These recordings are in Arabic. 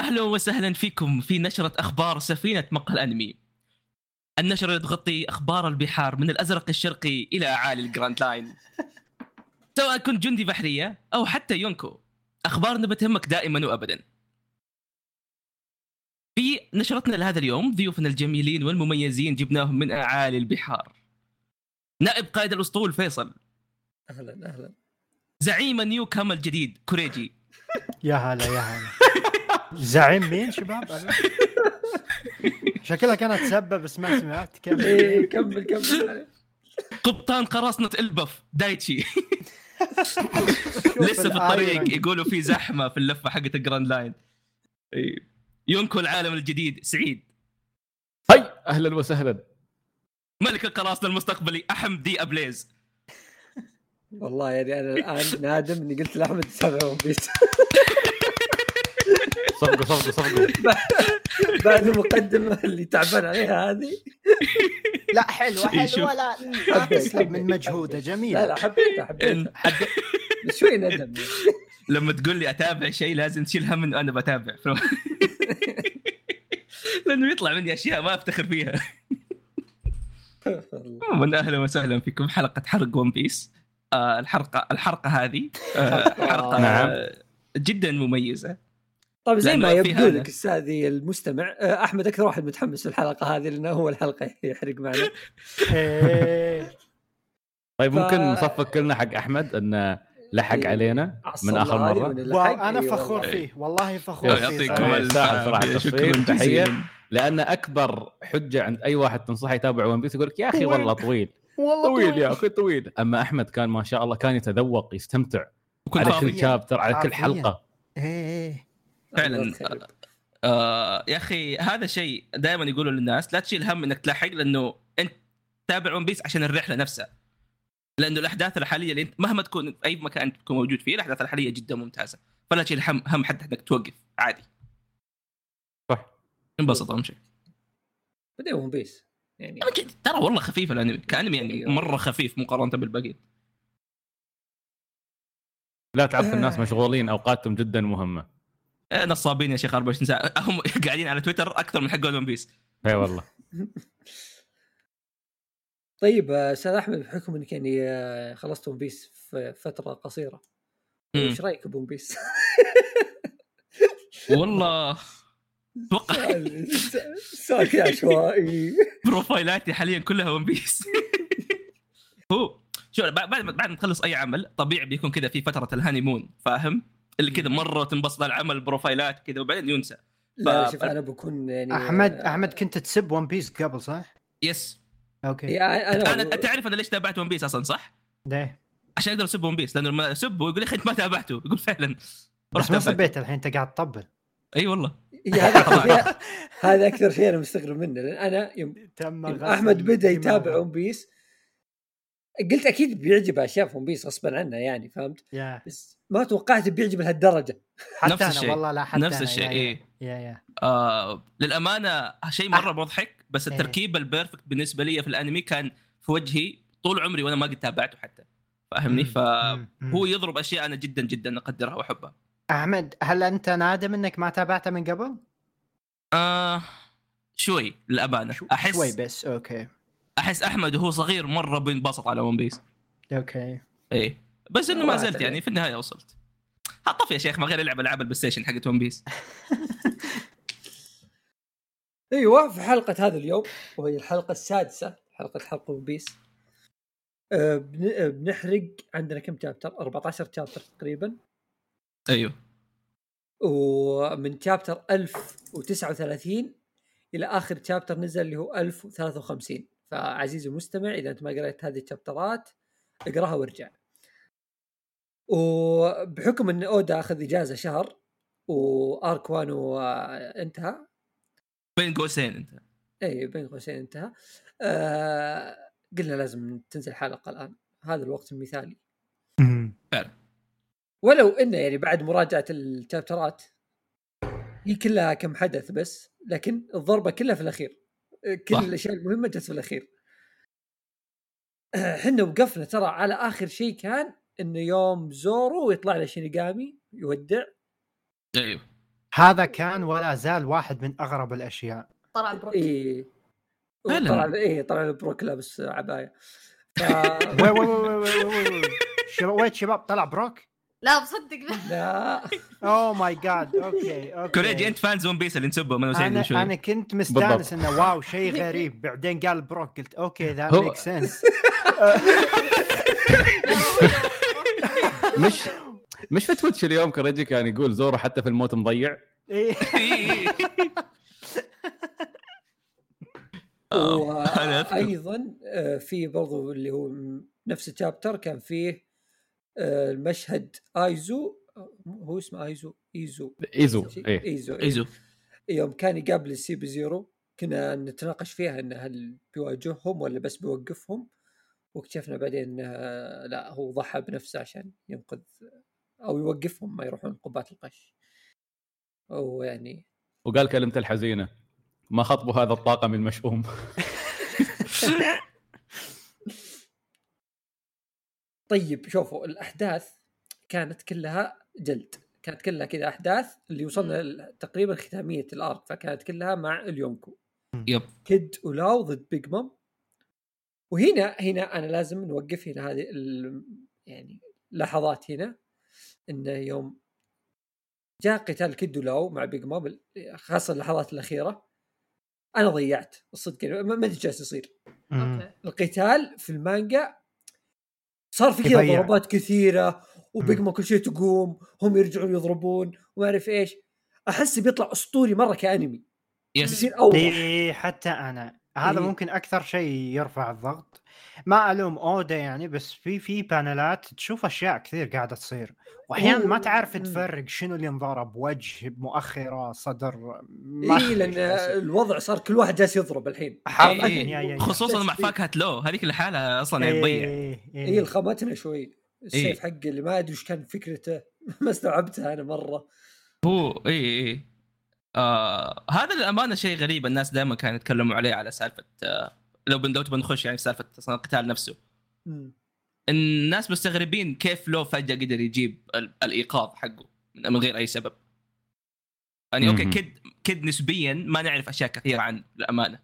أهلا وسهلا فيكم في نشرة أخبار سفينة مقهى الأنمي. النشرة تغطي أخبار البحار من الأزرق الشرقي إلى أعالي الجراند لاين. سواء كنت جندي بحرية أو حتى يونكو، أخبارنا بتهمك دائما وأبدا. في نشرتنا لهذا اليوم ضيوفنا الجميلين والمميزين جبناهم من أعالي البحار. نائب قائد الأسطول فيصل. أهلا. زعيم نيوكام الجديد كوريجي. يا هلا زعيم مين شباب؟ شكلها كانت تسبب بس ما سمعت. كمل. قبطان قراصنة البف دايتشي. لسه في الطريق، يقولوا في زحمة في اللفة حقت الجراند لاين. يونكو العالم الجديد سعيد. هاي أهلا وسهلا. ملك القراصنة المستقبلي أحمد دي أبليز. والله يعني أنا الآن نادم إني قلت لأحمد تتابع ون بيس. صفقوا بعد المقدمة اللي تعبان عليها هذه. لا حلوة لا تسلب من مجهوده جميل. لا حبيتها بس شوي ندم. لما تقول لي أتابع شيء لازم تشيل هم إنه أنا بتابع. لأنه يطلع مني أشياء ما أفتخر فيها. من أهلا وسهلا فيكم حلقة حرق ون بيس. الحلقة هذه حلقة نعم جدا مميزة. طيب زي ما يبدو لك السادي المستمع، أحمد أكثر واحد متحمس للحلقة هذه لأنه هو الحلقة يحرق معنا. طيب ممكن نصفق كلنا حق أحمد أنه لحق علينا من آخر مرة. أنا فخور فيه والله فخور فيه. يعطيكم الساعة صراحة تحية، لأن أكبر حجة عند أي واحد تنصحه يتابع ون بيس يقول لك يا أخي والله طويل يا أخي طويل. أما أحمد كان ما شاء الله كان يتذوق يستمتع على كل شابتر على كل حلقة. فعلا. يا أخي هذا شيء دائما يقولوا للناس، لا تشيل هم إنك تلحق، لأنه أنت تابع ون بيس عشان الرحلة نفسها، لأنه الأحداث الحالية اللي أنت مهما تكون في أي مكان تكون موجود فيه الأحداث الحالية جدا ممتازة، فلا تشيل هم حتى إنك توقف عادي. صح. انبسط أهم شيء. بدأ ون بيس يعني ترى والله خفيف الأنمي كأنمي، يعني مرة خفيف مقارنة بالباقي. لا تعرف الناس مشغولين، أوقاتهم جدا مهمة. نصابين يا شيخ 24 ساعة هم قاعدين على تويتر أكثر من حق ون بيس. اي والله. طيب أستاذ أحمد، بحكم إنك يعني خلصت ون بيس في فترة قصيرة، إيش رأيك بون بيس؟ والله توقع ساكي عشوائي. بروفايلاتي حاليا كلها ون بيس. هو شو بعد ما تخلص أي عمل طبيعي بيكون كذا في فترة الهانيمون، فاهم؟ اللي كذا مرة تنبسط العمل بروفايلات كذا وبعدين ينسى. لا شوف أنا بكون يعني أحمد كنت تسب ون بيس قبل صح؟ يس. أوكي. أنا تعرف أنا ليش تابعت ون بيس أصلا صح؟ ليه؟ عشان أقدر أسب ون بيس، لأنه لما أسب ويقول لي أخي أنت ما تابعته، يقول فعلا بس ما سبيت الحين أنت قاعد تطبل. أي والله. هذا أكثر شيء أنا مستغرب منه، لأن أنا يوم أحمد بدأ يتابع ون بيس قلت أكيد بيعجب أشياء في ون بيس غصبا عنه يعني، فهمت؟ بس ما توقعت بيعجب لهالدرجة. حتى أنا والله لا حتى نفس الشيء. إيه. للأمانة شيء مرة مضحك، بس التركيب البيرفكت بالنسبة لي في الأنمي كان في وجهي طول عمري وأنا ما قد تابعته حتى، فاهمني؟ فهو يضرب أشياء أنا جدا جدا أقدرها وأحبها. أحمد هل أنت نادم إنك ما تابعته من قبل؟ شوي للأمانة. أحس شوي بس. أوكي. أحس أحمد وهو صغير مرة بينبسط على ون بيس. أوكي. إيه بس إنه ما زلت يعني في النهاية وصلت. هطف يا شيخ ما غير يلعب ألعاب البلاي ستيشن حقت ون بيس. ايوه في حلقه هذا اليوم وهي الحلقه السادسه حلقه ون بيس، بنحرق عندنا كم شابتر؟ 14 شابتر تقريبا. ايوه. ومن شابتر 1039 الى اخر شابتر نزل اللي هو 1053. فعزيزي المستمع اذا انت ما قرأت هذه الشابترات اقراها وارجع. وبحكم ان اودا اخذ اجازه شهر وارك وانو انتهى بين قوسين انتهى. اي بين قوسين انتهى. قلنا لازم تنزل حلقه الان، هذا الوقت المثالي فعلا. ولو انه يعني بعد مراجعه الشابترات هي كلها كم حدث بس، لكن الضربه كلها في الاخير، كل الاشياء المهمه جت في الاخير. احنا وقفنا ترى على اخر شيء كان انه يوم زورو ويطلع له شينيغامي يودع. ايوه هذا كان ولا زال واحد من اغرب الاشياء. طلع بروك طلع البروك لابس عبايه وي شباب طلع بروك لا بصدق لا اوه ماي جاد اوكي كوريجي انت فانز ون بيس اللي نسبه من وسعيد شوي. انا كنت مستانس انه واو شيء غريب، بعدين قال بروك قلت اوكي ذا ميك سنس. مش في تويتش اليوم كوريجي كان يقول زورو حتى في الموت مضيع. ايضا في برضو اللي هو نفس الشابتر كان فيه المشهد ايزو، هو اسمه ايزو يوم كان يقابل السي بي زيرو كنا نتناقش فيها انه هل بيواجههم ولا بس بيوقفهم، واكتشفنا بعدين لا هو ضحى بنفسه عشان ينقذ او يوقفهم ما يروحون قبات القش. او يعني وقال كلمة الحزينة ما خطبوا هذا الطاقم المشؤوم. طيب شوفوا الأحداث كانت كلها جلد، كانت كلها كذا أحداث اللي وصلنا تقريبا ختامية الأرك، فكانت كلها مع اليونكو يب كيد ولاو ضد بيج مام. وهنا أنا لازم نوقف هنا هذه يعني لحظات هنا، إنه يوم جاء قتال كيد ولاو مع بيج مام خاصة اللحظات الأخيرة أنا ضيعت الصدق، ما أدري جالس يصير. القتال في المانجا صار في كذا ضربات كثيرة وبيج مام كل شيء تقوم هم يرجعون يضربون وما أعرف إيش، أحس بيطلع أسطوري مرة كأنمي يصير أوضح. حتى أنا هذا ممكن أكثر شيء يرفع الضغط. ما ألوم أودا يعني، بس في بانلات تشوف أشياء كثير قاعدة تصير وأحيانا ما تعرف تفرق شنو اللي انضرب، وجه مؤخرة صدر لأن الوضع صار كل واحد جالس يضرب الحين خصوصا مع فاكهة لو هذيك الحالة أصلا يضيع. الخمتنا شوي السيف حق اللي ما أدري وش كان فكرته ما استوعبتها أنا مرة. هو هذا الأمانة شيء غريب، الناس دائما كانوا يتكلموا عليه على سالفة لو بنخش يعني سالفة القتال نفسه. الناس مستغربين كيف لو فجأة قدر يجيب الإيقاظ حقه من غير أي سبب. يعني أوكي كد نسبيا ما نعرف أشياء كثيرة عن الأمانة،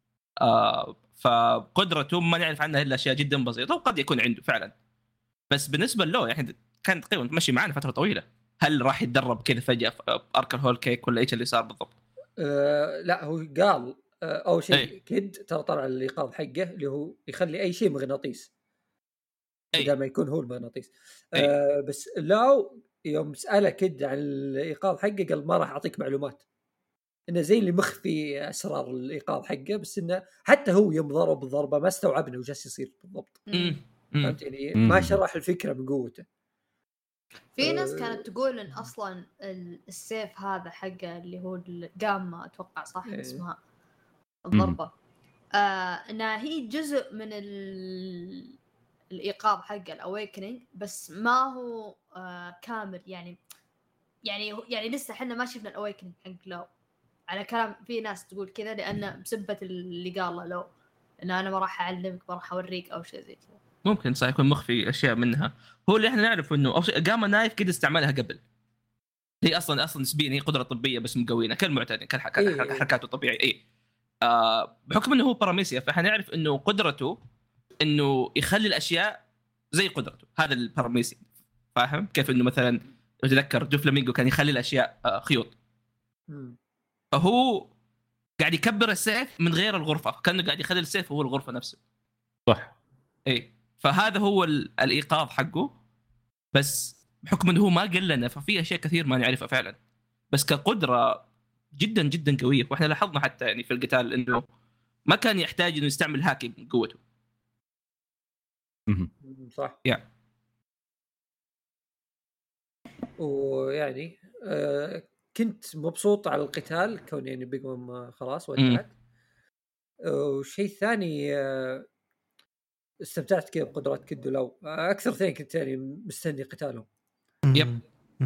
فقدرته ما نعرف عنها إلا أشياء جدا بسيطة وقد يكون عنده فعلا. بس بالنسبة له يعني كان تقريبا ماشي معنا فترة طويلة، هل راح يتدرب كذا فجأة في أرك الهول كيك ولا إيش اللي صار بالضبط؟ لا هو قال أول شيء كيد ترى طلع الإيقاظ حقه اللي هو يخلي أي شيء مغناطيس بدل ما يكون هو المغناطيس. بس لو يوم سأله كيد عن الإيقاظ حقه قال ما راح أعطيك معلومات، إنه زي اللي مخفي أسرار الإيقاظ حقه، بس إنه حتى هو يوم ضرب الضربة ما استوعبنا وجالس يصير بالضبط. فهمت يعني ما شرح الفكرة من قوته. في ناس كانت تقول إن أصلاً السيف هذا حقه اللي هو الجاما أتوقع صح اسمها الضربة، إنها هي جزء من الإيقاظ حقه الأويكنينج، بس ما هو كامل يعني لسه حنا ما شفنا الأويكنينج حق لو، على كلام في ناس تقول كذا لأن بسبة اللي قال له لو إن أنا ما راح أعلمك ما راح أوريك أو شيء زي كذا. ممكن صح يكون مخفي أشياء منها. هو اللي إحنا نعرف إنه جاما نايف كده استعملها قبل، هي أصلا نسبيا هي قدرة طبية بس مقوينة كالمعتاد حركاته طبيعية. بحكم إنه هو باراميسيا فإحنا نعرف إنه قدرته إنه يخلي الأشياء زي قدرته، هذا الباراميسيا. فاهم كيف إنه مثلا أتذكر دوفلامينغو كان يخلي الأشياء خيوط، فهو قاعد يكبر السيف من غير الغرفة، كأنه قاعد يخلي السيف هو الغرفة نفسه. صح. فهذا هو الإيقاظ حقه، بس بحكم إنه هو ما قال لنا ففي أشياء كثير ما نعرفها فعلا، بس كقدرة جدا جدا قوية. وإحنا لاحظنا حتى يعني في القتال إنه ما كان يحتاج إنه يستعمل هاكي من قوته. صح. ويعني كنت مبسوط على القتال كون يعني بيج مام خلاص ودعت. وشيء ثاني استمتعت كذا بقدرات كيد ولو أكثر ثاني كنت يعني مستني قتالهم. يب.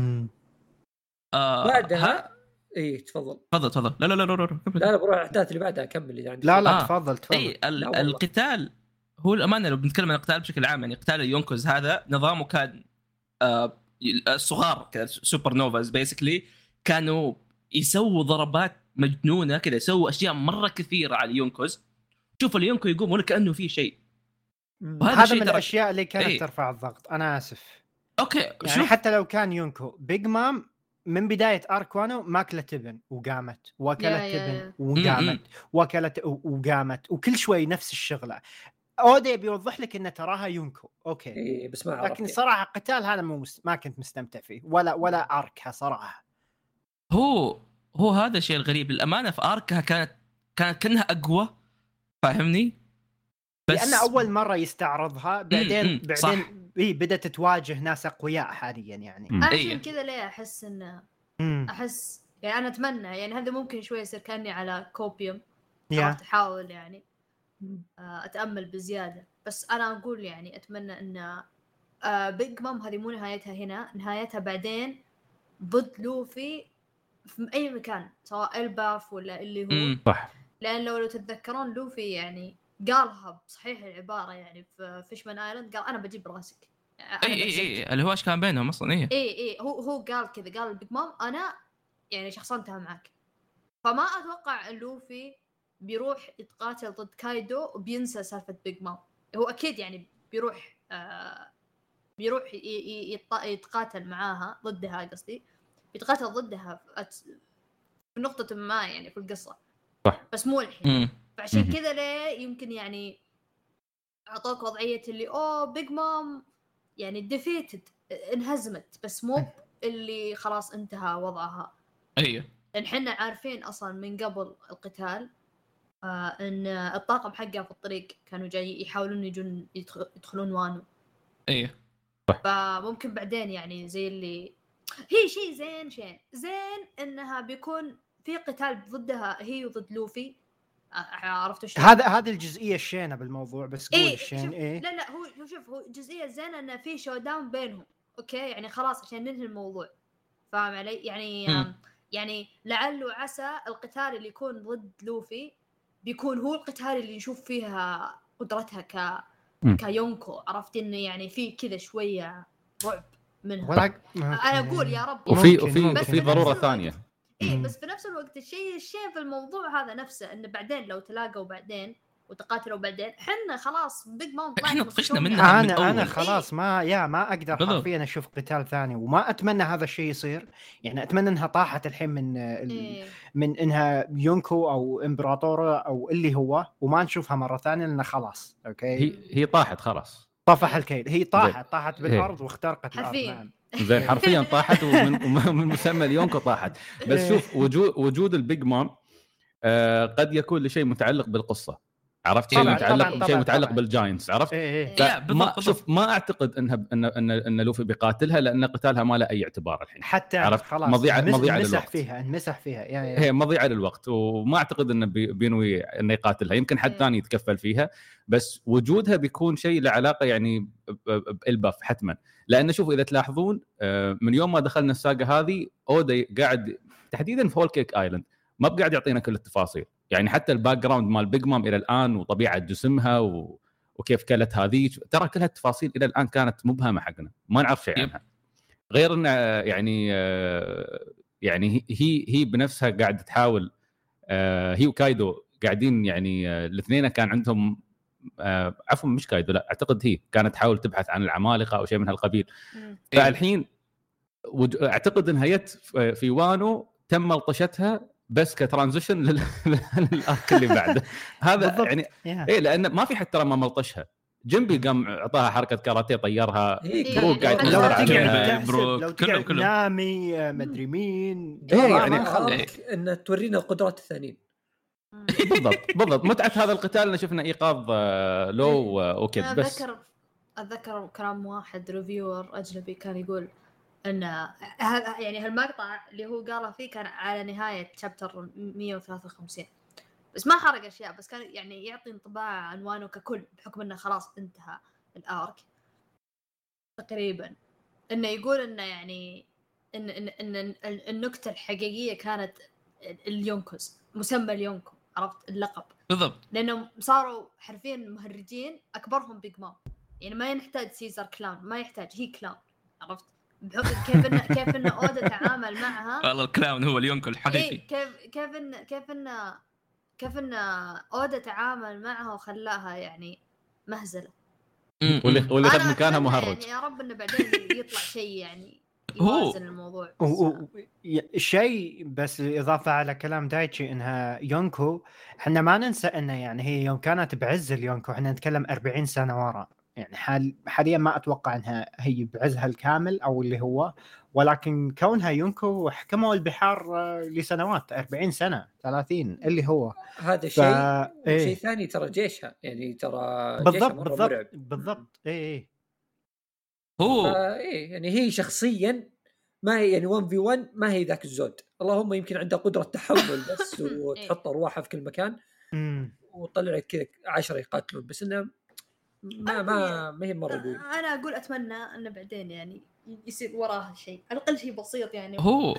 بعدها تفضل. لا بروح الأحداث اللي بعدها أكمل يعني. لا تفضل. القتال هو الأمانة لو بنتكلم عن القتال بشكل عام، يعني قتال اليونكوز هذا نظامه كان الصغار كذا سوبر نوفاز بيسكلي كانوا يسووا ضربات مجنونه كذا، يسووا اشياء مره كثيره على اليونكوز. شوف اليونكو يقوم ولا كانه في شيء. هذا من الاشياء اللي كانت ترفع الضغط. انا اسف اوكي يعني شوف. حتى لو كان يونكو بيج مام من بدايه اركوانو ماكلت تبن وقامت، وكلت تبن وقامت، وكلت وقامت، وكل شوي نفس الشغله. اودي بيوضح لك انه تراها يونكو اوكي إيه بس ما عرفت. لكن صراحه قتال هذا ما كنت مستمتع فيه ولا اركها صراحه. هو هذا الشيء الغريب للامانه. في اركها كانت كانها اقوى، فاهمني؟ بس لأن أول مرة يستعرضها بعدين بدأت تواجه ناس أقوياء حاليا يعني. عشان كذا ليه أحس إنه أحس يعني أنا أتمنى يعني هذا ممكن شوي يصير كأني على كوبيوم أحاول يعني أتأمل بزيادة. بس أنا أقول يعني أتمنى إن بيج مام هذه مو نهايتها هنا، نهايتها بعدين ضد لوفي في أي مكان سواء الباف ولا اللي هو صح. لأن لو تتذكرون لوفي يعني قالها بصحيح العبارة يعني في فيشمان آيلاند قال أنا بجيب راسك. اي اللي هو ايش كان بينهم اصلا. اي هو قال كذا، قال البيج مام انا يعني شخصنتها معك. فما اتوقع لوفي بيروح يتقاتل ضد كايدو وبينسى سالفة بيج مام. هو اكيد يعني بيروح يتقاتل معاها ضدها، قصدي يتقاتل ضدها في نقطة ما يعني في القصة صح. بس مو الحين. فعشان كذا ليه يمكن يعني أعطوك وضعية اللي بيج مام يعني ديفيتد انهزمت بس مو اللي خلاص انتهى وضعها. ايوه لأن حنا عارفين أصلا من قبل القتال إن الطاقم حقها في الطريق كانوا جاي يحاولون يجون يدخلون وانو. ايوه فممكن بعدين يعني زي اللي هي شيء زين إنها بيكون في قتال ضدها هي وضد لوفي. عرفتوا شو هذه الجزئيه الشينه بالموضوع بس قول الشين لا هو شوف هو جزئيه زينه انه في شو داون بينهم اوكي يعني خلاص عشان ننهي الموضوع فاهم علي يعني يعني لعل وعسى القتال اللي يكون ضد لوفي بيكون هو القتال اللي نشوف فيها قدرتها كيونكو. عرفت انه يعني في كذا شويه رعب منها. انا اقول يا رب وفي ضروره ثانيه بس في نفس الوقت الشيء في الموضوع هذا نفسه انه بعدين لو تلاقوا بعدين وتقاتلوا بعدين حنا خلاص بيج مام احنا طفشنا منها انا خلاص ما اقدر حرفيا اشوف قتال ثاني وما اتمنى هذا الشيء يصير. يعني اتمنى انها طاحت الحين من انها يونكو او امبراطوره او اللي هو وما نشوفها مره ثانيه لان خلاص اوكي هي طاحت خلاص طفح الكيل. هي طاحت بالارض واخترقت الارض. نعم زين حرفيا طاحت ومن مسمى اليونكو طاحت. بس شوف وجود البيج مام قد يكون لشيء متعلق بالقصه. عرفت شيء متعلق بالجاينتس. عرفت شوف ما اعتقد ان لوفي بيقاتلها لان قتالها ما له اي اعتبار الحين حتى عرفت خلاص مضيعه للوقت انمسح فيها هي مضيعه للوقت وما اعتقد انه بينوي انه يقاتلها. يمكن حد ثاني يتكفل فيها بس وجودها بيكون شيء له علاقه يعني بالباف حتما. لان شوفوا اذا تلاحظون من يوم ما دخلنا الساقه هذه اودا قاعد تحديدا في هول كيك ايلاند ما بقاعد يعطينا كل التفاصيل. يعني حتى الباك جراوند مال بيج مام الى الان وطبيعه جسمها وكيف كلت هذه ترى كلها التفاصيل الى الان كانت مبهمه حقنا ما نعرف شيء عنها غير ان يعني هي بنفسها قاعده تحاول هي وكايدو قاعدين يعني الاثنين كان عندهم عفوا مش كايدو لا اعتقد هي كانت تحاول تبحث عن العمالقه او شيء من هالقبيل. فالحين اعتقد انها جت في وانو تم لطشتها بس كترانزيشن للارك اللي بعده. هذا يعني ايه لان ما في حتى ما ملطشها. جنبي قام اعطاها حركه كاراتيه طيرها بروك قاعد لو تقعد نامي مدري مين يعني ان تورينا القدرات الثانيين بالضبط متعه هذا القتال. شفنا ايقاظ لو وكذا. بس اتذكر كلام واحد ريفيور اجنبي كان يقول ان يعني هالمقطع اللي هو قاله فيه كان على نهايه شابتر 153 بس ما حرق اشياء بس كان يعني يعطي انطباع عنوانه ككل بحكم انه خلاص انتهى الارك تقريبا. انه يقول انه يعني ان النكته الحقيقيه كانت اليونكوز مسمى اليونكو. عرفت اللقب بالضبط لانهم صاروا حرفيا مهرجين اكبرهم بيج مام. يعني ما يحتاج سيزر كلاون ما يحتاج هي كلاون. عرفت كيف ان اودا تعامل معها. والله الكلاون هو اليونكو الحقيقي. كيف ان اودا تعامل معها وخلاها يعني مهزله، واللي خد مكانها مهرج. يعني يا رب انه بعدين يطلع شيء يعني يوازن الموضوع. شيء بس إضافة على كلام دايتشي إنها يونكو، إحنا ما ننسى إنه يعني هي يوم كانت بعز اليونكو، إحنا نتكلم 40 سنة وراء، يعني حاليا ما أتوقع إنها هي بعزها الكامل أو اللي هو، ولكن كونها يونكو حكموا البحار لسنوات 40 سنة 30 اللي هو هذا شيء. شيء ثاني ترى جيشها يعني ترى بالضبط إيه هو إيه يعني هي شخصيا ما هي يعني 1v1 ما هي ذاك الزود، اللهم يمكن عندها قدرة تحمل بس وتحط أرواحها في كل مكان وطلعت كذا 10 يقاتلون، بس إنه ما هي مرة قوية. أنا أقول أتمنى أنه بعدين يعني يصير وراها شيء على الأقل شيء بسيط يعني هو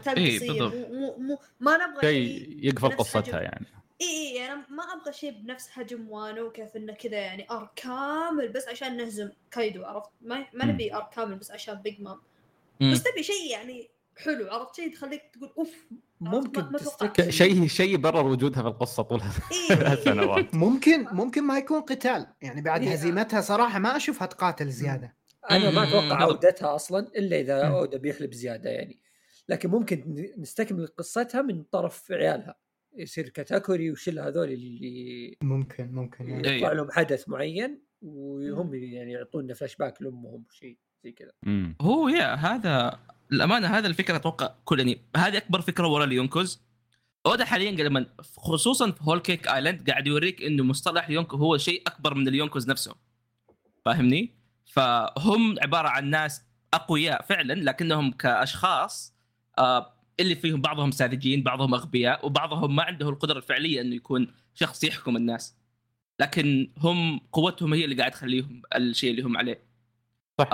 مو ما نبغى شيء يقفل قصتها يعني. إيه أنا ما أبغى شيء بنفس حجم وانو كيف إنه كذا يعني أرك كامل بس عشان نهزم كايدو، عرفت؟ ما نبي أرك كامل بس عشان بيج مام، بس تبي شيء يعني حلو، عرفت؟ شيء تخليك تقول أوف. ممكن شيء يبرر وجودها في القصة طول هالسنوات. ممكن ما يكون قتال يعني بعد هزيمتها صراحة ما أشوفها تقاتل زيادة. أنا ما أتوقع عودتها أصلا إلا إذا أودا بيحلب زيادة يعني، لكن ممكن نستكمل قصتها من طرف عيالها، يصير كاتاكوري وشل هذول اللي ممكن يعني يطلع لهم حدث معين وهم يعني يعطونا فلاش باك لأمهم شيء زي كذا. هو هذا الأمانة هذا الفكرة أتوقع كل يعني هذه أكبر فكرة وراء اليونكوز. اودا حاليا لما خصوصا في هول كيك ايلاند قاعد يوريك انه مصطلح يونكو هو شيء اكبر من اليونكوز نفسهم، فاهمني؟ فهم عباره عن ناس اقوياء فعلا لكنهم كاشخاص اللي فيهم بعضهم ساذجين بعضهم اغبياء وبعضهم ما عنده القدره الفعليه انه يكون شخص يحكم الناس، لكن هم قوتهم هي اللي قاعد تخليهم الشيء اللي هم عليه. صح.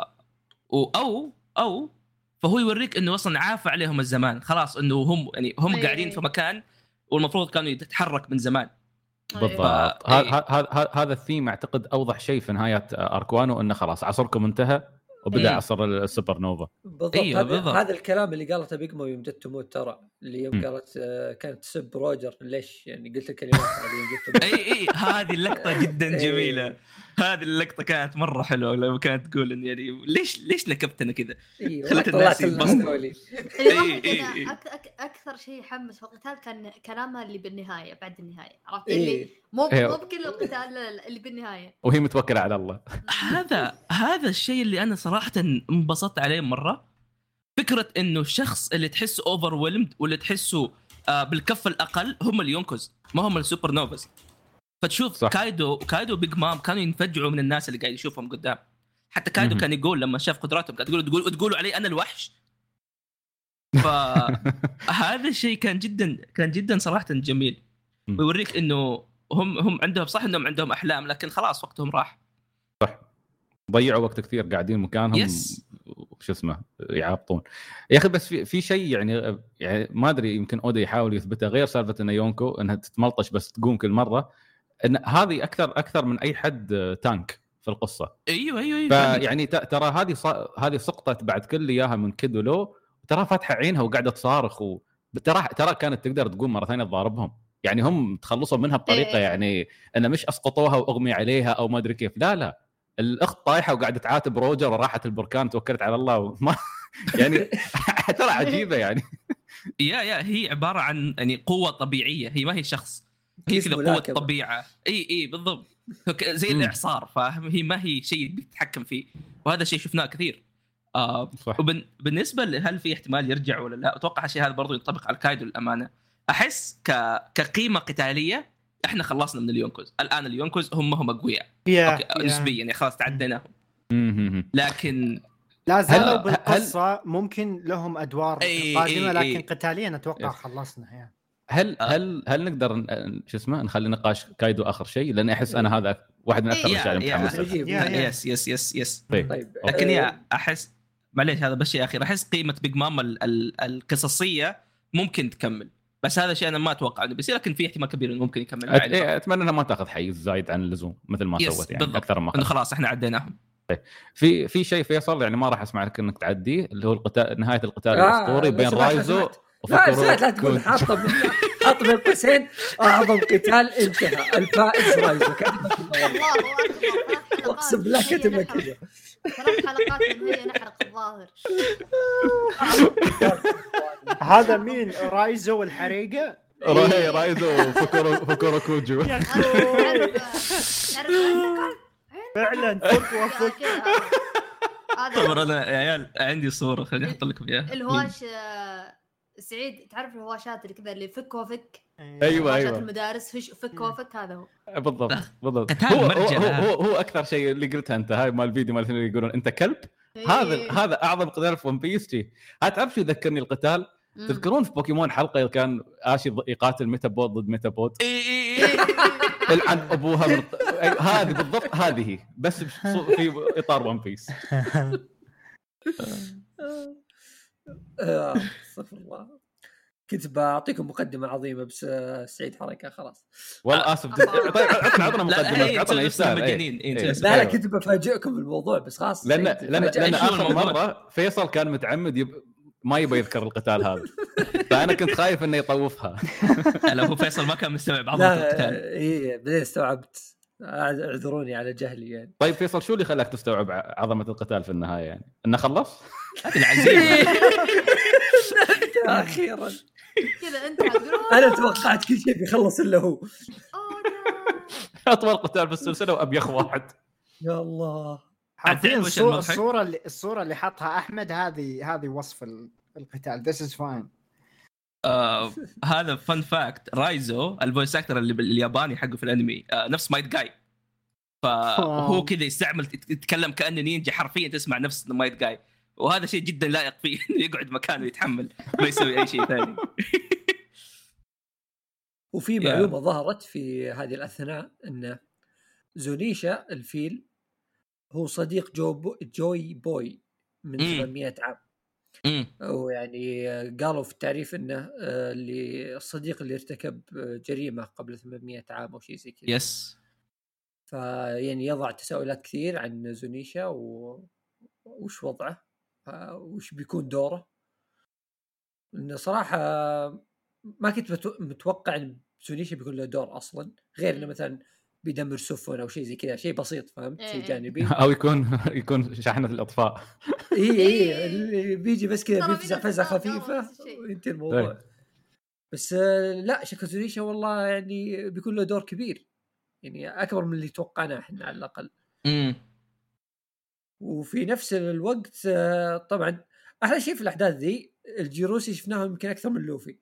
او فهو يوريك انه اصلا عافى عليهم الزمان خلاص، انه هم قاعدين في مكان والمفروض كانوا يتحرك من زمان. بالضبط. هذا الثيم اعتقد اوضح شيء في نهايه اركوانو، انه خلاص عصركم انتهى وبدا عصر السوبر نوفا. بالضبط. هذا الكلام اللي قالته بيج مو يوم جت تموت، ترى اللي يوم قالت كانت تسب روجر ليش يعني قلت الكلمات هذه اي هذه اللقطه جدا جميله. هذه اللقطه كانت مره حلوه لما كانت تقول ان يعني ليش نكبتنا كذا خلت الناس ينبسطوا لي. اكثر شيء حمس في القتال كان كلامها اللي بالنهايه بعد النهايه، عرفت اللي مو بكل القتال اللي بالنهايه وهي متوكله على الله. هذا الشيء اللي انا صراحه انبسطت عليه مره، فكره انه الشخص اللي تحسه اوفرويلمد واللي تحسه بالكف الاقل هم اليونكوز ما هم السوبر نوفاز. فتشوف صح. كايدو بيج مام كانوا ينفجعوا من الناس اللي قاعد يشوفهم قدام. حتى كايدو كان يقول لما شاف قدراتهم قاعد تقولوا علي انا الوحش. فهذا الشيء كان جدا صراحه جميل، ويوريك انه هم عندهم صح انهم عندهم احلام لكن خلاص وقتهم راح. صح، ضيعوا وقت كثير قاعدين مكانهم وش اسمه يعابطون يا اخي. بس في شيء يعني ما ادري يمكن اودا يحاول يثبته غير سالفه ان يونكو انها تتملطش بس تقوم كل مره، ان هذه اكثر من اي حد تانك في القصه. ايوه فيعني ترى هذه سقطت بعد كل اياها من كيدو لو، ترى فاتحه عينها وقاعده تصارخ ترى كانت تقدر تقوم مره ثانيه تضاربهم، يعني هم تخلصوا منها بطريقه يعني ان مش اسقطوها واغمي عليها او ما ادري كيف، لا الاخت طايحه وقاعده تعاتب روجر وراحت البركان توكلت على الله وما يعني ترى عجيبه يعني. يا هي عباره عن يعني قوه طبيعيه، هي ما هي شخص، هي كذا قوه طبيعه. اي بالضبط زي الاعصار، فاهم؟ هي ما هي شيء بيتحكم فيه، وهذا الشيء شفناه كثير. وبالنسبه هل في احتمال يرجع ولا لا، اتوقع الشيء هذا برضو ينطبق على كايدو. الامانه احس كقيمه قتاليه احنا خلصنا من اليونكوز الان. اليونكوز هم اقوياء نسبيا يعني خلاص تعديناهم، لكن لا زالوا بالقصه ممكن لهم ادوار قادمه لكن قتاليا اتوقع خلصنا يعني. هل نقدر شو اسمه نخلي نقاش كايدو اخر شيء، لان احس انا هذا واحد من اكثر الاشياء اللي متحمس. يس طيب لكن احس معليش هذا بس شيء اخير، احس قيمه بيج مام القصصيه ممكن تكمل، بس هذا شيء انا ما اتوقع انه بيصير، لكن في احتمال كبير انه ممكن يكمل. اتمنى انها ما تاخذ حيز زايد عن اللزوم مثل ما سوت يعني اكثر ما انه خلاص احنا عديناهم. في شيء فيصل يعني ما راح اسمع لك انك تعديه اللي هو القتال نهايه القتال الاسطوري بين رايزو لا تقول حاط بين قوسين اعظم قتال انتهى الفائز رايزو اقسم بالله كتب لك كذا 3 حلقات هي نحرق الظاهر. هذا مين رايزو الحريقه؟ رايزو فكورو كوجو فعلا فك طبعا انا يا عيال عندي صوره خليني احط لكم اياها. الهواش سعيد تعرف الهواشات اللي كذا اللي فك وفك ايوه المدارس فك وفك هذا هو بالضبط هو اكثر شيء اللي قلتها انت هاي مال الفيديو مال اللي يقولون انت كلب. هذا اعظم قتال في ون بيس تي. هتعرف شو يذكرني القتال؟ تذكرون في بوكيمون حلقه كان اشي يقاتل ميتابود ضد ميتابود عن ابوها هذه بالضبط هذه بس في اطار ون بيس. استغفر الله كنت بعطيكم مقدمه عظيمه بس سعيد حركه خلاص والله اسف. طيب عطنا مقدمه عطنا يستاهل. لا كنت بفاجئكم بالموضوع بس خلاص لان اخر مره فيصل كان متعمد ما يبغى يذكر القتال هذا فانا كنت خايف انه يطوفها. لو هو فيصل ما كان مستوعب عظمه القتال. اي بعدين استوعبت اعذروني على جهلي يعني. طيب فيصل شو اللي خلاك تستوعب عظمه القتال في النهايه يعني انه خلص هذه العزيمه اخيرا كذا انت هتقول انا توقعت كل شيء بيخلص الا هو. اطول قتال في السلسله وابيخ واحد. يا الله عارفين الصوره اللي حطها احمد هذه وصف القتال. This is fine. هذا فن فاكت. رايزو الفويس اكتر اللي بالياباني حقه في الانمي نفس مايت جاي. فهو كذا يستعمل يتكلم كأنه نينجا حرفيا تسمع نفس مايت جاي. وهذا شيء جدا لائق فيه يقعد مكانه يتحمل ما يسوي اي شيء ثاني. وفي معلومه ظهرت في هذه الاثناء ان زونيشا الفيل هو صديق جوي بوي من 800 عام. ويعني قالوا في التعريف انه الصديق اللي ارتكب جريمه قبل 800 عام او شيء زي كذا. يس. فيعني يضع تساؤلات كثير عن زونيشا وش وضعه وش بيكون دوره. لأن صراحه ما كنت متوقع ان زونيشا بيكون له دور اصلا غير انه مثلا بيدمر سفن او شيء زي كذا شيء بسيط فهمت شيء جانبي او يكون شاحنه الاطفاء. اي اللي بيجي بس كذا بيفزع فزعه خفيفه وانت الموضوع. بس لا شكل زونيشا والله يعني بيكون له دور كبير يعني اكبر من اللي توقعناه احنا على الاقل. وفي نفس الوقت طبعا احلى شيء في الاحداث ذي الجيروسي شفناهم يمكن اكثر من لوفي.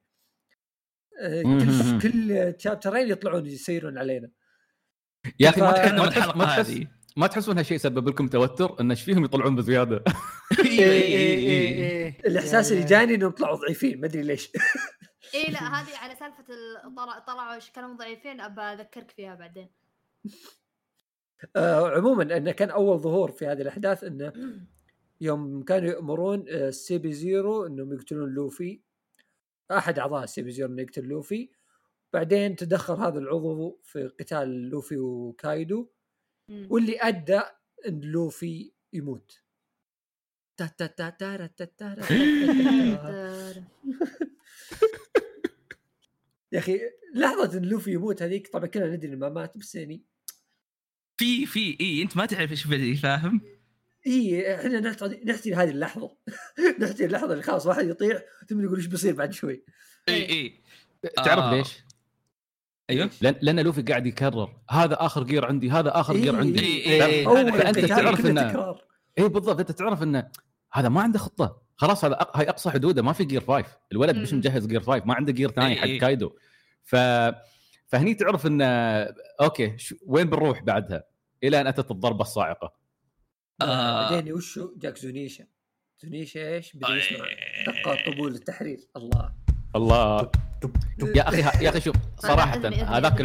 كل تشابترين يطلعون يسيرون علينا يا اخي ما تحسون هالشيء سبب لكم توتر ان ايش فيهم يطلعون بزياده. الاحساس اللي جاني انهم طلعوا ضعيفين ما ادري ليش. لا هذه على سالفه طلعوا كانوا ضعيفين ابى اذكرك فيها بعدين. عموما انه كان اول ظهور في هذه الاحداث انه يوم كانوا يأمرون السيبي زيرو انهم يقتلون لوفي احد اعضاء السيبي زيرو انه يقتل لوفي. بعدين تدخل هذا العضو في قتال لوفي وكايدو واللي ادى ان لوفي يموت. يا اخي لحظه ان لوفي يموت هذيك طبعا كلنا ندري ما مات بس يعني في انت ما تعرف ايش بدي فاهم. احنا نحتي هذه اللحظه نحتي اللحظه اللي خلاص واحد يطيح ثم يقول ايش بيصير بعد شوي. تعرف ليش؟ ايوه لان لوفي قاعد يكرر هذا اخر جير عندي هذا اخر جير عندي. فانت تعرف انه بالضبط انت تعرف انه هذا ما عنده خطه خلاص هذا هاي اقصى حدوده ما في جير 5 الولد مش مجهز جير 5 ما عنده جير ثاني حق كايدو. فهني تعرف انه اوكي وين بنروح بعدها الى ان اتت الضربه الصاعقه. بعدين وشو جاك زونيشا ايش بدي يسمع دقات طبول التحرير. الله يا اخي شوف صراحه هذاك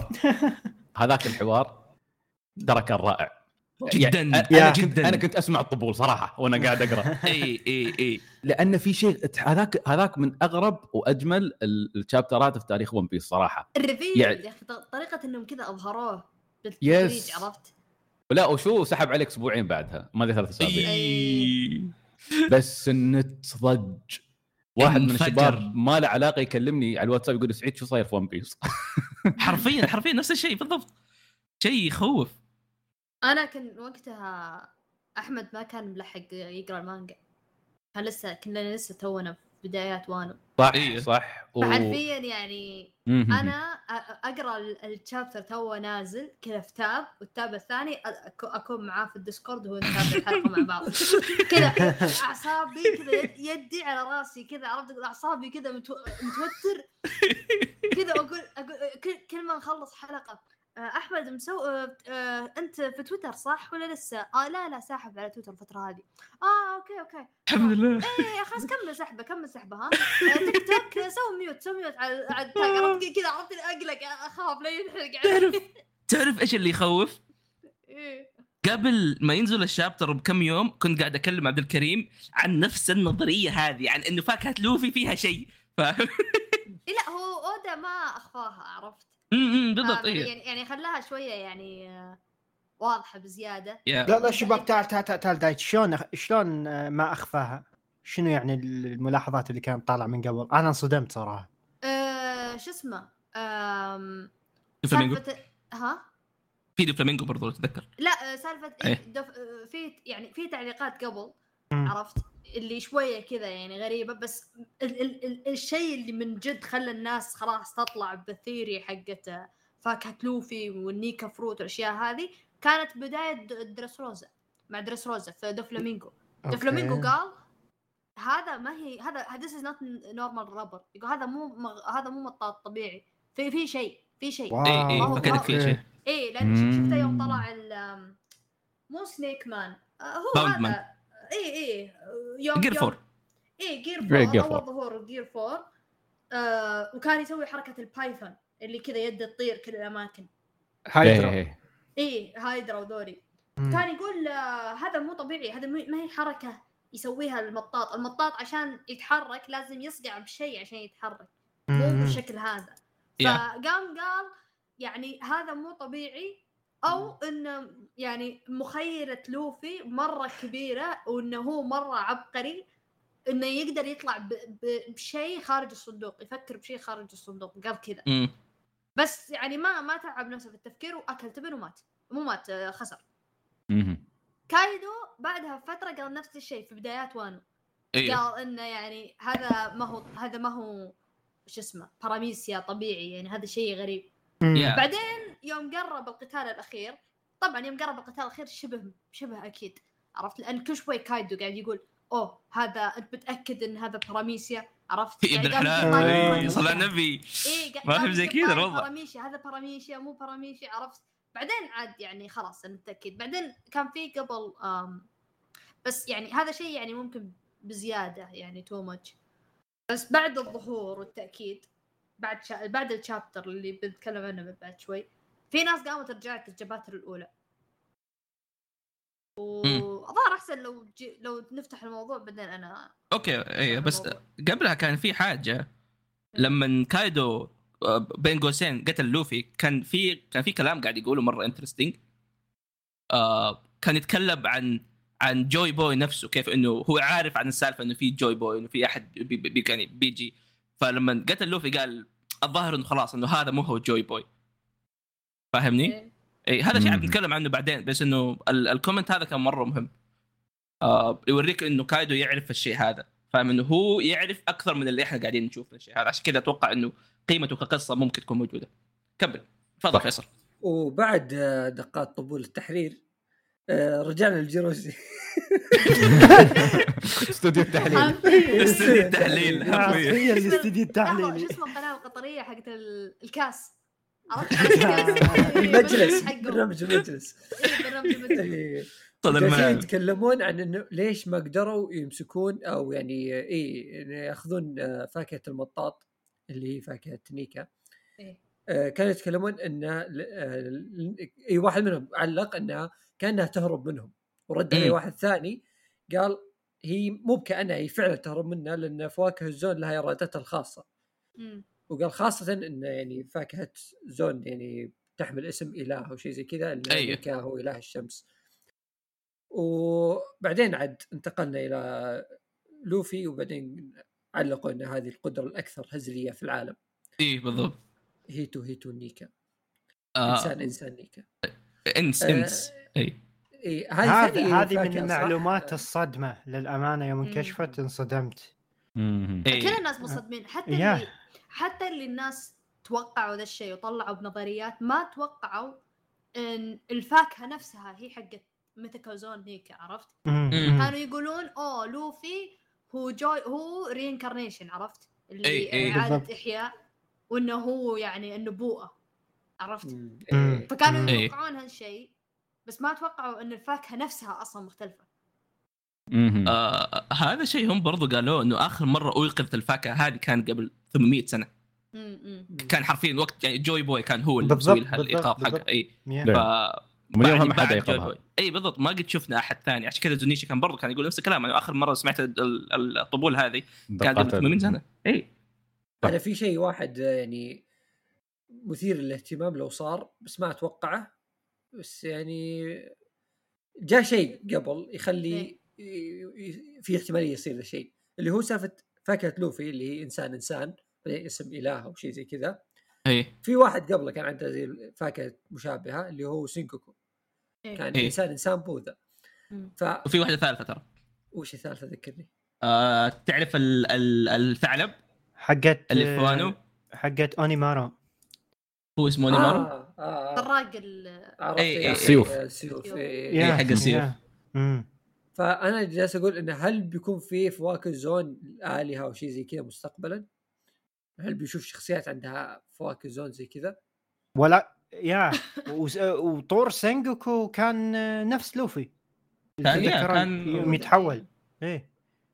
الحوار ترى كان رائع جدا. انا كنت اسمع الطبول صراحه وانا قاعد اقرا. اي لان في شيء هذاك من اغرب واجمل الشابترات في تاريخ ون بيس صراحه. الريفيل يا اخي طريقه انهم كذا اظهروه بالتدريج عرفت ولا وشو سحب عليك اسبوعين بعدها ما ادري 3 اسابيع بس النت ضج. واحد من الشباب ما له علاقه يكلمني على الواتساب يقول سعيد شو صاير في ون بيس. حرفيا نفس الشيء بالضبط، شيء يخوف. انا كان وقتها احمد ما كان ملحق يقرا المانجا، كان كنا لسه تونا في بدايات وانو. صح فحرفيا يعني انا اقرا الشابتر تو نازل كذا في تاب، والتاب الثاني اكون معاه في الديسكورد وهو نتابع الحلقه مع بعض كذا. اعصابي كذا يدي على راسي كذا، عرفت اعصابي كذا متوتر كذا. اقول كل ما نخلص حلقه احمد انت في تويتر صح ولا لسه؟ لا ساحب على تويتر الفتره هذه. اوكي الحمد لله. ايه خلاص كمل سحبه ها. تيك توك سوي ميوت على عرفت كذا، عرفت اقلق اخاف لا ينحرق. تعرف ايش اللي يخوف؟ قبل ما ينزل الشابتر بكم يوم كنت قاعد اكلم عبد الكريم عن نفس النظريه هذه، عن انه فاكهه لوفي فيها شيء لا هو اودا ما اخفاها، عرفت بالضبط. يعني خلاها شويه يعني واضحه بزياده. لا شباب تعال دايت شلون ما اخفاها؟ شنو يعني الملاحظات اللي كانت طالعه من قبل؟ انا انصدمت صراحه. شو اسمه فلامينغو. ها في فلامينغو برضو تتذكر؟ لا سالفه في يعني في تعليقات قبل عرفت اللي شويه كذا يعني غريبه، بس الشيء اللي من جد خلى الناس خلاص تطلع بالثيري حقت فاكهه لوفي والنيكا فروت والاشياء هذه كانت بدايه دريسروزا مع دريسروزا في دوفلامينغو. دوفلامينغو قال هذا ما هي هذا this is not normal rubber، يقول هذا مو مطاط طبيعي، في شيء فكرت في شيء لان شفته يوم طلع مو سنيك مان هو هذا يوم جير فور اول ظهور جير فور وكان يسوي حركه البايثون اللي كذا يده تطير كل الاماكن هايدرا ودوري. كان يقول هذا مو طبيعي، هذا ما هي حركه يسويها المطاط عشان يتحرك لازم يصقع بشيء عشان يتحرك، مو بالشكل هذا. فقام قال يعني هذا مو طبيعي، او انه يعني مخيلة لوفي مرة كبيرة وانه هو مرة عبقري انه يقدر يطلع بشيء خارج الصندوق، يفكر بشيء خارج الصندوق. قال كذا بس يعني ما تعب نفسه في التفكير واكل تبن ومات. مو مات خسر. كايدو بعدها فترة قال نفس الشيء في بدايات وانو. قال انه يعني هذا ما هو شو اسمه باراميسيا طبيعي، يعني هذا شيء غريب. بعدين يوم قرب القتال الأخير، طبعا يوم قرب القتال الأخير شبه أكيد عرفت، لأن كل شوي كايدو قاعد يقول هذا أنت متأكد إن هذا باراميسيا، عرفت يعني صلى النبي ما في زي كذا الوضع. هذا باراميسيا مو باراميسيا، عرفت. بعدين عاد يعني خلاص أنا متأكد. بعدين كان في قبل بس يعني هذا شيء يعني ممكن بزيادة يعني تو ماتش. بس بعد الظهور والتأكيد بعد الشابتر اللي بنتكلم عنه بعد شوي، في ناس قامت رجعت الجباتر الأولى. وأظهر أحسن لو نفتح الموضوع بعدين أنا أوكي. بس قبلها كان في حاجة لما كايدو بين قوسين قتل لوفي، كان في كلام قاعد يقوله مرة انترستينج. كان يتكلم عن جوي بوي نفسه، كيف انه هو عارف عن السالفه انه في جوي بوي، انه في احد يعني بيجي. فلما قتل لوفي قال الظاهر انه خلاص انه هذا مو هو جوي بوي، فاهمني؟ هذا شيء بنتكلم عنه بعدين، بس انه الكومنت هذا كان مره مهم. يوريك انه كايدو يعرف الشيء هذا، فاهم انه هو يعرف اكثر من اللي احنا قاعدين نشوف الشيء هذا. عشان كذا اتوقع انه قيمته كقصه ممكن تكون موجوده. كمل تفضل فيصل. وبعد دقات طبول التحرير رجعنا للجيروسي. استوديو التحليل حرفيا الاستوديو التحليلي. شو اسمه القناه القطريه حقت الكاس، عرفت؟ المجلس، برنامج المجلس. يتكلمون عن انه ليش ما قدروا يمسكون او يعني ياخذون فاكهه المطاط اللي هي فاكهه نيكا. كانوا يتكلمون ان اي واحد منهم علق انها كانها تهرب منهم، ورد عليه واحد ثاني قال هي مو بكأنها، هي فعلا تهرب منها لان فواكه الزون لها ارادتها الخاصه. وقال خاصه ان يعني فاكهه زون يعني تحمل اسم اله او شيء زي كذا، نيكا هو اله الشمس. وبعدين عاد انتقلنا الى لوفي، وبعدين علقوا ان هذه القدره الاكثر هزليه في العالم. ايه بالضبط، هيتو نيكا. انسان نيكا انس اي هذه من المعلومات الصدمه للامانه، يوم انكشفت انصدمت. كل الناس مصدمين، حتى اللي الناس توقعوا ذا الشيء وطلعوا بنظريات، ما توقعوا ان الفاكهه نفسها هي حقت ميثيكال زون نيكا، عرفت؟ كانوا يقولون لوفي هو رينكارنيشن، عرفت؟ اللي إعادة إحياء، وإنه هو يعني النبوءة، عرفت؟ فكانوا يتوقعون هالشيء، بس ما توقعوا إن الفاكهة نفسها أصلا مختلفة. هذا شيء هم برضو قالوا إنه آخر مرة أوقظت الفاكهة هذه كان قبل 800 سنة. كان حرفيا وقت يعني جوي بوي كان هو اللي مسوي لها الإيقاف حقها. من يومها ما حد يقرأها. اي بالضبط، ما قد شفنا احد ثاني. عشان كذا زونيشي كان برضو كان يقول نفس الكلام. انا اخر مره سمعت الطبول هذه كان قبل 800 سنه. اي انا في شيء واحد يعني مثير للاهتمام لو صار، بس ما اتوقعه، بس يعني جاء شيء قبل يخلي في احتماليه يصير ذا الشيء، اللي هو سالفه فاكهه لوفي اللي هي انسان اسم اله او شيء زي كذا. في واحد قبله كان عنده زي فاكهه مشابهه اللي هو سينكوكو، كان انسان بوذا. وفي واحده ثالثه ترى. وش الثالثه ذكرني؟ تعرف الثعلب حقت الفوانو حقت اونيمارو، هو اسمه اونيمارو. طراق السيوف حق السيوف. فانا جالس اقول انه هل بيكون في فواكه زون الالهه او شيء زي كذا مستقبلا؟ هل بيشوف شخصيات عندها فواكه زون زي كذا ولا وطور سينجوكو كان نفس لوفي كان يتحول. ايه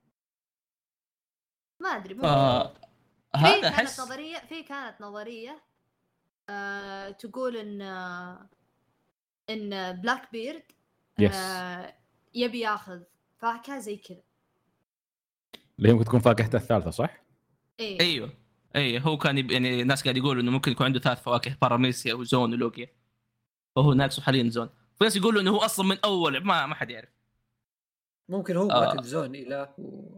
ما ادري هذا كانت نظريه تقول ان بلاك بيرد يبي ياخذ فاكهه زي كذا اللي ممكن تكون فاكهته الثالثه، صح؟ ايوه هو كان يعني الناس قاعد يقولوا انه ممكن يكون عنده 3 فواكه، باراميسيا وزون ولوكيا، وهو ناقصه حاليا زون. في ناس يقولوا انه هو اصلا من اول ما حد يعرف، ممكن هو ماكل زون اله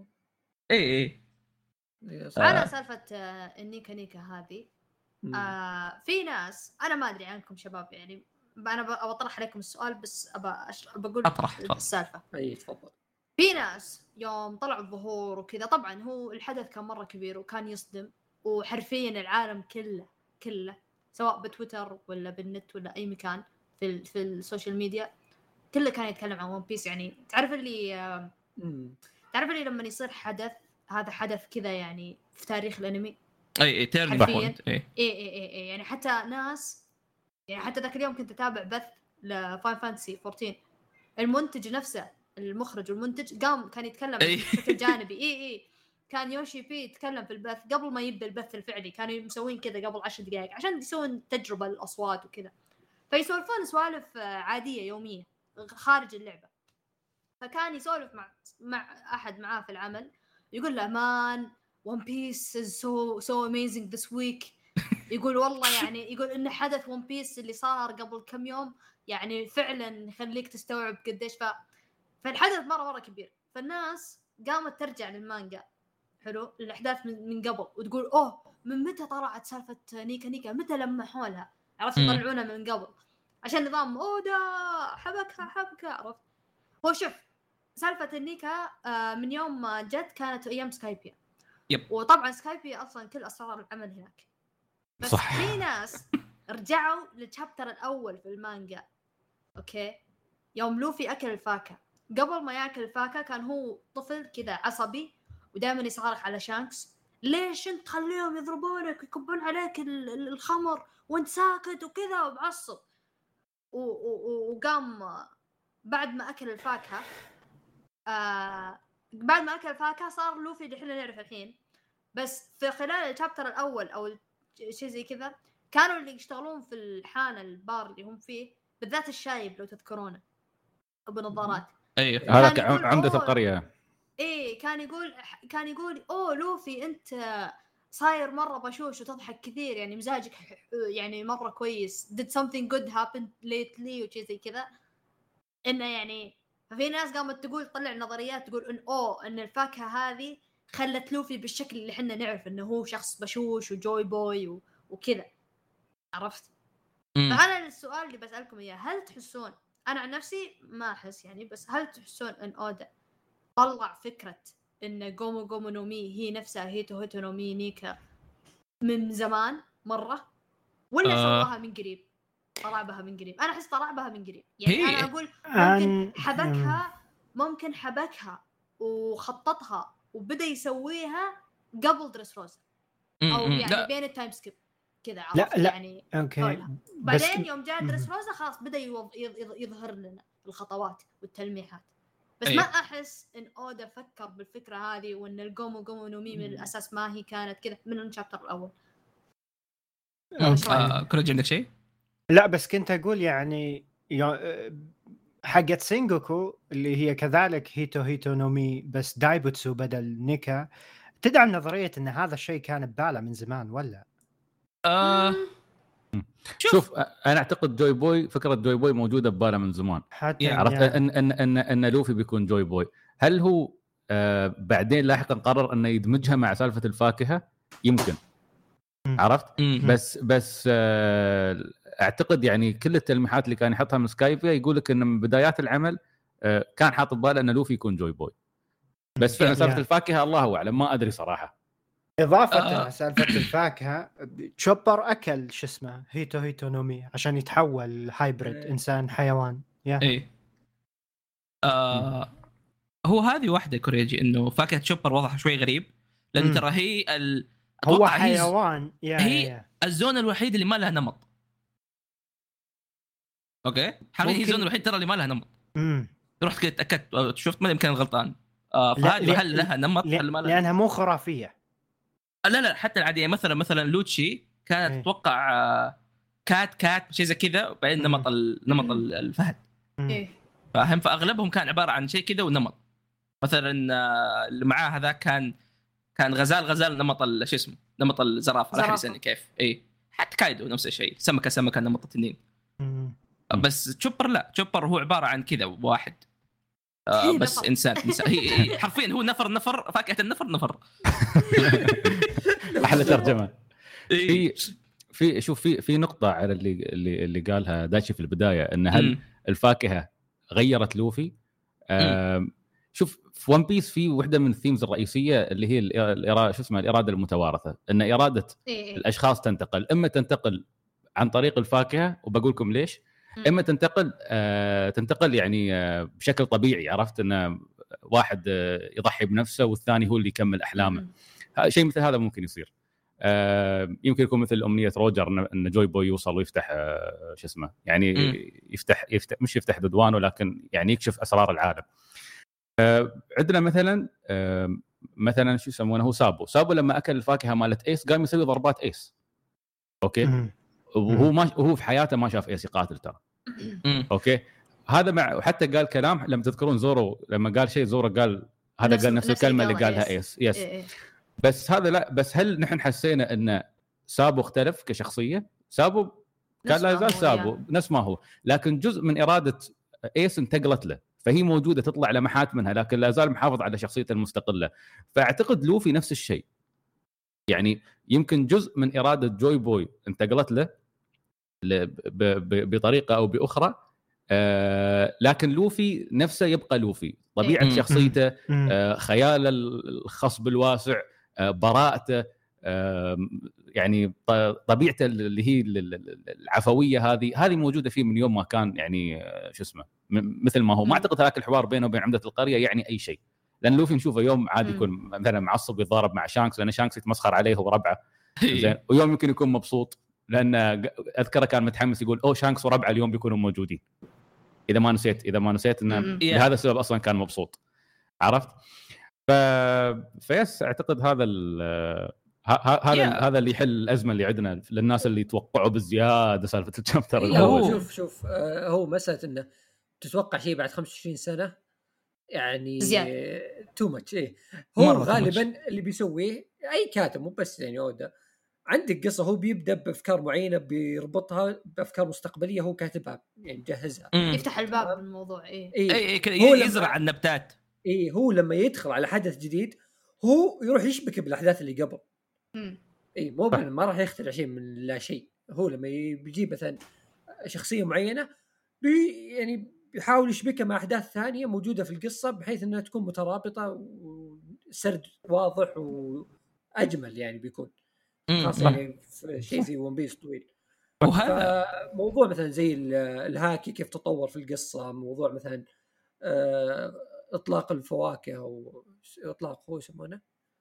على سالفه النيكا هذه. في ناس، انا ما ادري عنكم شباب، يعني انا بطرح عليكم السؤال، بس بقول السالفه. اي تفضل. في ناس يوم طلعوا الظهور وكذا، طبعا هو الحدث كان مره كبير وكان يصدم، وحرفيا العالم كله سواء بتويتر ولا بالنت ولا اي مكان في السوشيال ميديا كله كان يتكلم عن ون بيس. يعني تعرف اللي لما يصير حدث، هذا حدث كذا يعني في تاريخ الانمي، اي تيرن بوينت. اي يعني حتى ناس، يعني حتى ذاك اليوم كنت اتابع بث لفاين فانتسي 14، المنتج نفسه، المخرج والمنتج كان يتكلم بشكل جانبي. كان يوشي بي يتكلم في البث قبل ما يبدا البث الفعلي، كانوا مسوين كذا قبل 10 دقائق عشان يسوون تجربه للاصوات وكذا، فيسولفون سوالف عاديه يوميه خارج اللعبه. فكان يسولف مع احد معاه في العمل، يقول له مان One Piece is so amazing this week. يقول والله يعني يقول إن حدث One Piece اللي صار قبل كم يوم يعني فعلا يخليك تستوعب قديش فالحدث مرة كبير. فالناس قامت ترجع للمانجا حلو الأحداث من قبل، وتقول من متى طلعت سالفة نيكا متى لمحوا لها، عرفت يطلعونها من قبل عشان نظام ده حبكة عرفت. هو شوف سالفة النيكا من يوم ما جت كانت أيام سكايبيا. وطبعا سكايبيا أصلا كل أسرار العمل هناك، بس صح. في ناس رجعوا للشابتر الأول في المانجا، أوكي، يوم لوفي أكل الفاكهة. قبل ما يأكل الفاكهة كان هو طفل كذا عصبي ودائما يصارخ على شانكس، ليش أنت تخليهم يضربونك ويكبون عليك الخمر وأنت ساكت وكذا وبعصب. وقام بعد ما أكل الفاكهة صار لوفي اللي احنا نعرف الحين. بس في خلال الشابتر الأول أو شيء زي كذا كانوا اللي يشتغلون في الحانة البار اللي هم فيه، بالذات الشايب لو تذكرونه بنظارات. هذا عمدة القرية. كان يقول لوفي أنت صاير مره بشوش وتضحك كثير، يعني مزاجك يعني مره كويس، did something good happen lately وشي زي كذا، انه يعني ففي ناس قامت تقول طلع نظريات تقول ان الفاكهه هذه خلت لوفي بالشكل اللي احنا نعرف انه هو شخص بشوش وجوي بوي وكذا، عرفت؟ فانا السؤال اللي بسالكم اياه، هل تحسون، انا عن نفسي ما احس يعني، بس هل تحسون ان اودا طلع فكره ان جومو جومو نو مي هي نفسها هيتو هيتو نو مي نيكا من زمان مره، ولا سواها من قريب؟ طلع بها من قريب. انا احس طلع بها من قريب، يعني انا اقول ممكن حبكها وخططها وبدا يسويها قبل دريس روزا، او يعني بين التايم سكيب كذا، عرفت؟ لا. يعني اوكي. بعدين يوم جاء دريس روزا خلاص بدا يظهر لنا الخطوات والتلميحات، بس ما احس ان اودا فكر بالفكره هذه، وان الجومو جومو نومي من الاساس ما هي كانت كذا من الشابتر الاول. كوريجي عندك شيء؟ لا بس كنت اقول يعني حقت سينجوكو اللي هي كذلك هيتو نومي بس دايبوتسو بدل نيكا، تدعم نظريه ان هذا الشيء كان بباله من زمان ولا؟ شوف انا اعتقد جوي بوي، فكره جوي بوي موجوده بباله من زمان، عرفت ان لوفي بيكون جوي بوي. هل هو بعدين لاحقا قرر انه يدمجها مع سالفه الفاكهه؟ يمكن، عرفت؟ بس اعتقد يعني كل التلميحات اللي كان يحطها من سكايبيا يقول لك ان من بدايات العمل كان حاط بباله ان لوفي يكون جوي بوي، بس فعلا سالفه الفاكهه الله اعلم، ما ادري صراحه. اضافه سالفه الفاكهه، تشوبر اكل شو اسمه هيتو نومي عشان يتحول هايبريد انسان حيوان. ايه هو هذه واحده كوريجي، انه فاكهه تشوبر وضعها شوي غريب، لان ترى هي هو حيوان هي الزون الوحيد اللي ما لها نمط. اوكي حاليا هي الزون الوحيد ترى اللي ما لها نمط. رحت كده تاكدت شفت ما يمكن غلطان. فهذه هل لها نمط؟ هل ما لها؟ لانها مو خرافيه. لا حتى العاديه، مثلا لوتشي كانت تتوقع كات شيء زي كذا، وبعدين نمط الفهد. فاهم؟ فاغلبهم كان عباره عن شيء كذا ونمط. مثلا اللي معاه هذا كان غزال نمط شو اسمه، نمط الزرافه. لا يسالني كيف. اي حتى كايدو نفس الشيء، سمكه نمط التنين. بس تشوبر لا، تشوبر هو عباره عن كذا واحد بس انسان هي حرفيا هو نفر فاكهه النفر. احلى ترجمه. في نقطه على اللي قالها داشي في البدايه، ان هل الفاكهه غيرت لوفي؟ شوف في ون بيس في وحده من الثيمز الرئيسيه اللي هي الاراده المتوارثه، ان اراده الاشخاص تنتقل، اما تنتقل عن طريق الفاكهه، وبقول لكم ليش، اما تنتقل يعني بشكل طبيعي، عرفت؟ ان واحد يضحي بنفسه والثاني هو اللي يكمل احلامه. شيء مثل هذا ممكن يصير. يمكن يكون مثل امنيه روجر ان جوي بوي يوصل ويفتح شو اسمه، يعني يفتح مش يفتح ددوانه، لكن يعني يكشف اسرار العالم. عندنا مثلا شو يسمونه، هو سابو لما اكل الفاكهه مالت ايس قام يسوي ضربات ايس. اوكي وهو في حياته ما شاف ايس يقاتل ترى. اوكي هذا وحتى قال كلام لما تذكرون زورو لما قال شيء، زورو قال هذا قال نفس الكلمه اللي قالها ايس. يس. بس هذا لا، بس هل نحن حسينا ان سابو اختلف كشخصيه؟ سابو كان لا يزال سابو نفس ما هو، لكن جزء من اراده ايس انتقلت له، فهي موجوده تطلع لمحات منها، لكن لا زال محافظ على شخصيته المستقله. فاعتقد لوفي نفس الشيء، يعني يمكن جزء من اراده جوي بوي انتقلت له بطريقه او باخرى، لكن لوفي نفسه يبقى لوفي، طبيعه شخصيته، خياله الخاص بالواسع، براءته، يعني طبيعته اللي هي العفويه، هذه موجوده فيه من يوم ما كان يعني شو اسمه مثل ما هو. ما اعتقد هذاك الحوار بينه وبين عمده القريه يعني اي شيء، لان لوفي نشوفه يوم عادي يكون مثلا معصب يتضارب مع شانكس لان شانكس يتمسخر عليه وربعه زين، ويوم يمكن يكون مبسوط لان اذكره كان متحمس يقول شانكس وربعه اليوم بيكونوا موجودين، اذا ما نسيت انه لهذا السبب اصلا كان مبسوط، عرفت؟ فيس اعتقد هذا اللي يحل الازمه اللي عندنا للناس اللي توقعوا بالزياده سالفه الشابتر الاول. شوف هو مساله انه تتوقع شيء بعد 25 سنه يعني تو ماتش. هو غالبا اللي بيسويه اي كاتب مو بس يعني اودا عندك قصه هو بيبدا بافكار معينه بيربطها بافكار مستقبليه هو كاتبها يعني مجهزها يفتح الباب بالموضوع اي يزرع النبتات. هو لما يدخل على حدث جديد هو يروح يشبك بالاحداث اللي قبل. مو ما راح يخترع شيء من لا شيء. هو لما بيجيب مثلا شخصيه معينه يعني بيحاول يشبكها مع احداث ثانيه موجوده في القصه بحيث انها تكون مترابطه وسرد واضح واجمل يعني بيكون خاصه يعني في شيء زي ون بيس طويل. وهذا موضوع مثلا زي الهاكي كيف تطور في القصه. موضوع مثلا اطلاق الفواكه او اطلاق هو يسمونه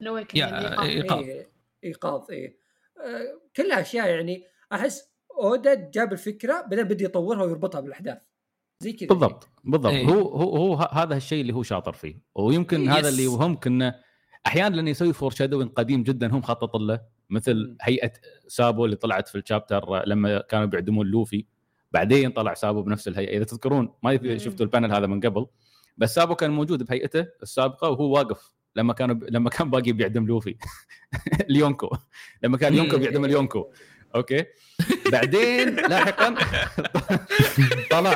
ايقاظ كلها اشياء يعني احس اودا جاب الفكره بعدين بدي يطورها ويربطها بالاحداث زي كذا. بالضبط هو هذا الشيء اللي هو شاطر فيه. ويمكن هذا اللي وهم كنا احيانا لانه يسوي فورشادوين قديم جدا هم مخطط له، مثل هيئه سابو اللي طلعت في الشابتر لما كانوا بيعدمون لوفي، بعدين طلع سابو بنفس الهيئه. اذا تذكرون ما شفتوا البانل هذا من قبل، بس سابو كان موجود بهيئته السابقه وهو واقف لما كان باقي بيعدم لوفي اليونكو، لما كان يونكو بيعدم اليونكو. اوكي بعدين لاحقا طلع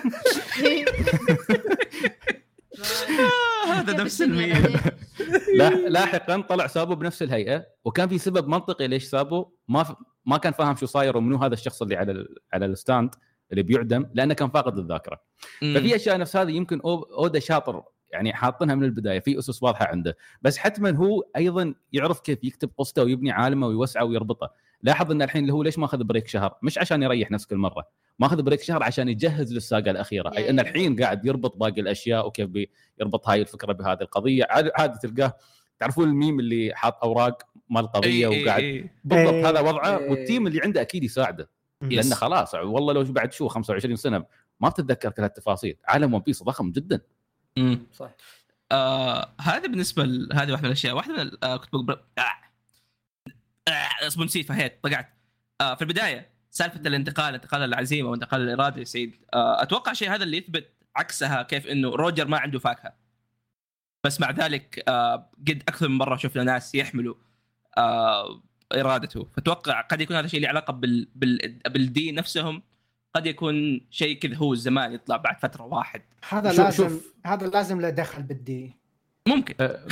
هذا نفس الميم. لاحقا طلع سابو بنفس الهيئه، وكان في سبب منطقي ليش سابو ما كان فاهم شو صاير ومنو هذا الشخص اللي على الستاند اللي بيعدم، لانه كان فاقد الذاكره. ففي اشياء نفس هذه يمكن اودا شاطر يعني حاطينها من البدايه في اسس واضحه عنده، بس حتما هو ايضا يعرف كيف يكتب قصته ويبني عالمه ويوسعه ويربطه. لاحظ ان الحين اللي هو ليش ما اخذ بريك شهر، مش عشان يريح نفس كل مره، ما اخذ بريك شهر عشان يجهز للساقه الاخيره. اي ان الحين قاعد يربط باقي الاشياء وكيف بيربط هاي الفكره بهذه القضيه. عاده تلقاه تعرفون الميم اللي حاط اوراق مال القضيه وقاعد بالضبط هذا وضعه. والتيم اللي عنده اكيد يساعده، لانه خلاص والله لو بعد 25 سنه ما بتتذكر كل هالتفاصيل. عالم ون بيس ضخم جدا. صح. هذا بالنسبه هذه واحده من الاشياء. واحده من كنت اسمه نسيت فهيت طقعت في البدايه سالفه انتقال العزيمه وانتقال الاراده يا سيد. اتوقع شيء هذا اللي يثبت عكسها، كيف انه روجر ما عنده فاكهه، بس مع ذلك قد اكثر من مره شفنا ناس يحملوا ارادته. فتوقع قد يكون هذا الشيء له علاقه بالدين نفسهم، قد يكون شيء كذا هو الزمان يطلع بعد فتره واحد. هذا لازم له دخل بالدين ممكن.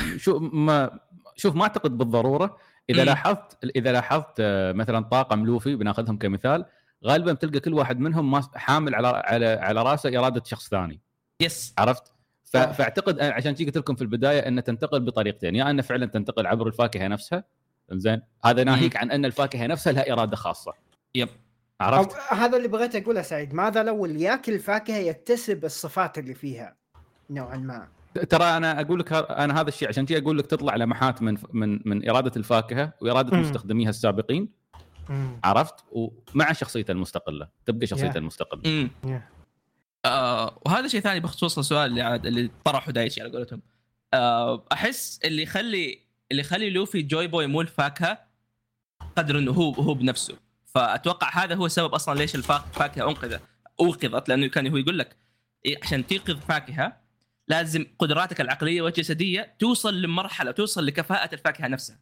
شوف ما اعتقد بالضروره. اذا لاحظت مثلا طاقم لوفي بناخذهم كمثال، غالبا تلقى كل واحد منهم حامل على راسه اراده شخص ثاني. عرفت؟ فاعتقد عشان كذا قلت لكم في البدايه ان تنتقل بطريقتين، يا ان فعلا تنتقل عبر الفاكهه نفسها، زين هذا ناهيك عن ان الفاكهه نفسها لها اراده خاصه. عرفت؟ هذا اللي بغيت اقوله سعيد. ماذا لو اللي ياكل الفاكهه يكتسب الصفات اللي فيها نوعا ما؟ ترى انا اقول لك انا هذا الشيء عشان كذا اقول لك تطلع لمحات من اراده الفاكهه واراده مستخدميها السابقين. عرفت؟ ومع شخصيته المستقله تبقى شخصيته المستقله. وهذا شيء ثاني بخصوص السؤال اللي طرحه دايتشي على قولتهم. احس اللي يخلي لوفي جوي بوي مو الفاكهه قدر انه هو بنفسه. فاتوقع هذا هو سبب اصلا ليش الفاكهه اوقظت، لانه كان هو يقول لك عشان تيقظ فاكهه لازم قدراتك العقليه والجسديه توصل لكفاءه الفاكهه نفسها.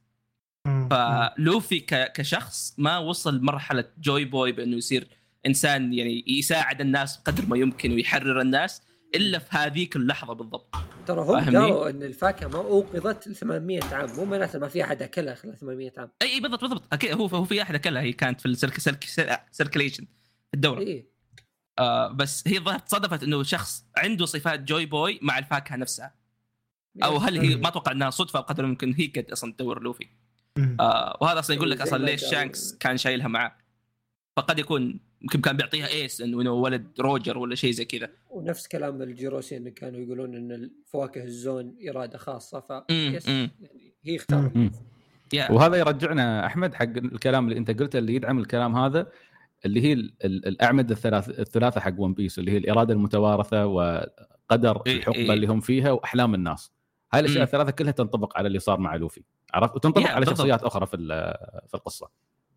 فلوفي كشخص ما وصل مرحله جوي بوي بانه يصير انسان يعني يساعد الناس قدر ما يمكن ويحرر الناس الا في هذيك اللحظه بالضبط. ترى هم قالوا ان الفاكهه ما اوقظت 800 عام، مو معناته ما في احد اكلها خلال 800 عام. اي بالضبط اكيد هو في احد اكلها، هي كانت في السيركيليشن الدوره. بس هي ظهرت صدفت انه شخص عنده صفات جوي بوي مع الفاكهه نفسها، او هل هي ما اتوقع انها صدفه بقدر ممكن هي قد اصلا تدور لوفي. وهذا اصلا يقول لك اصلا ليش شانكس كان شايلها معاه، فقد يكون يمكن كان بيعطيها ايس انه ولد روجر ولا شيء زي كذا. ونفس كلام الجيروسي انه كانوا يقولون ان الفواكه الزون اراده خاصه يعني هي اختارت. وهذا يرجعنا احمد حق الكلام اللي انت قلته اللي يدعم الكلام هذا، اللي هي الاعمده الثلاثه حق ون بيس، اللي هي الاراده المتوارثه وقدر الحقبه اللي هم فيها واحلام الناس. هاي الاشياء الثلاثه كلها تنطبق على اللي صار مع لوفي، عرفت؟ وتنطبق على شخصيات اخرى في القصه.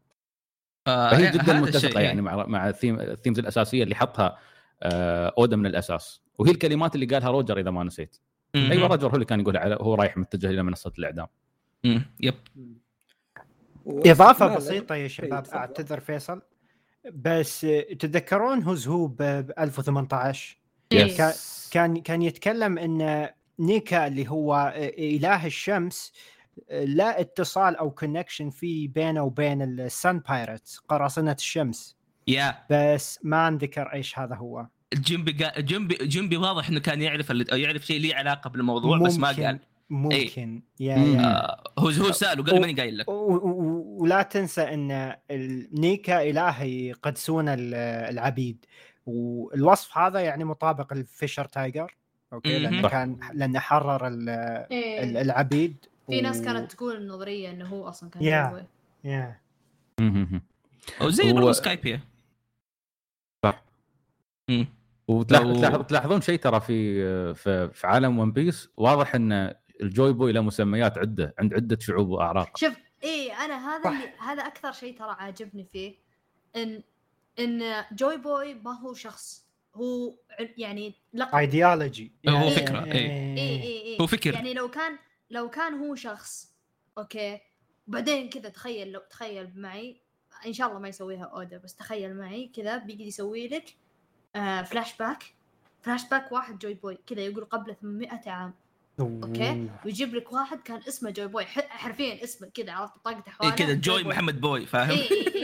فهي جدا متفقه يعني مع الثيمز الاساسيه اللي حطها اودا من الاساس. وهي الكلمات اللي قالها روجر اذا ما نسيت. ايوه روجر هو اللي كان يقولها هو رايح متجه الى منصه الاعدام. يب. اضافه بسيطه يا شباب، اعتذر فيصل، بس تتذكرون هو ب 1018 كان يتكلم ان نيكا اللي هو اله الشمس لا اتصال او كونكشن في بينه وبين السان بايرتس قراصنة الشمس. بس ما نذكر ايش هذا هو. جنبي واضح انه كان يعرف شيء ليه علاقه بالموضوع بس ما قال. ممكن هو سأله قال ماني قايل لك. ولا تنسى ان نيكا اله يقدسون العبيد، والوصف هذا يعني مطابق الفيشر تايجر. اوكي لانه حرر العبيد. في ناس كانت تقول النظريه انه هو اصلا كان وزي برضو سكايبيا صح. وتلاحظون شيء ترى في عالم ون بيس واضح ان الجوي بوي له مسميات عده عند عده شعوب واعراق. شوف انا هذا اكثر شيء ترى عاجبني فيه ان جوي بوي ما هو شخص، هو يعني لقب ايديولوجي، هو فكره. هو فكر. يعني لو كان هو شخص اوكي بعدين كذا تخيل معي، ان شاء الله ما يسويها اودا، بس تخيل معي كذا بيجي يسوي لك فلاش باك واحد جوي بوي كذا يقول قبل 800 عام اوكي، ويجيب لك واحد كان اسمه جوي بوي حرفيا اسمه كذا، عرفت طاقته حواله كذا جوي محمد بوي فاهم.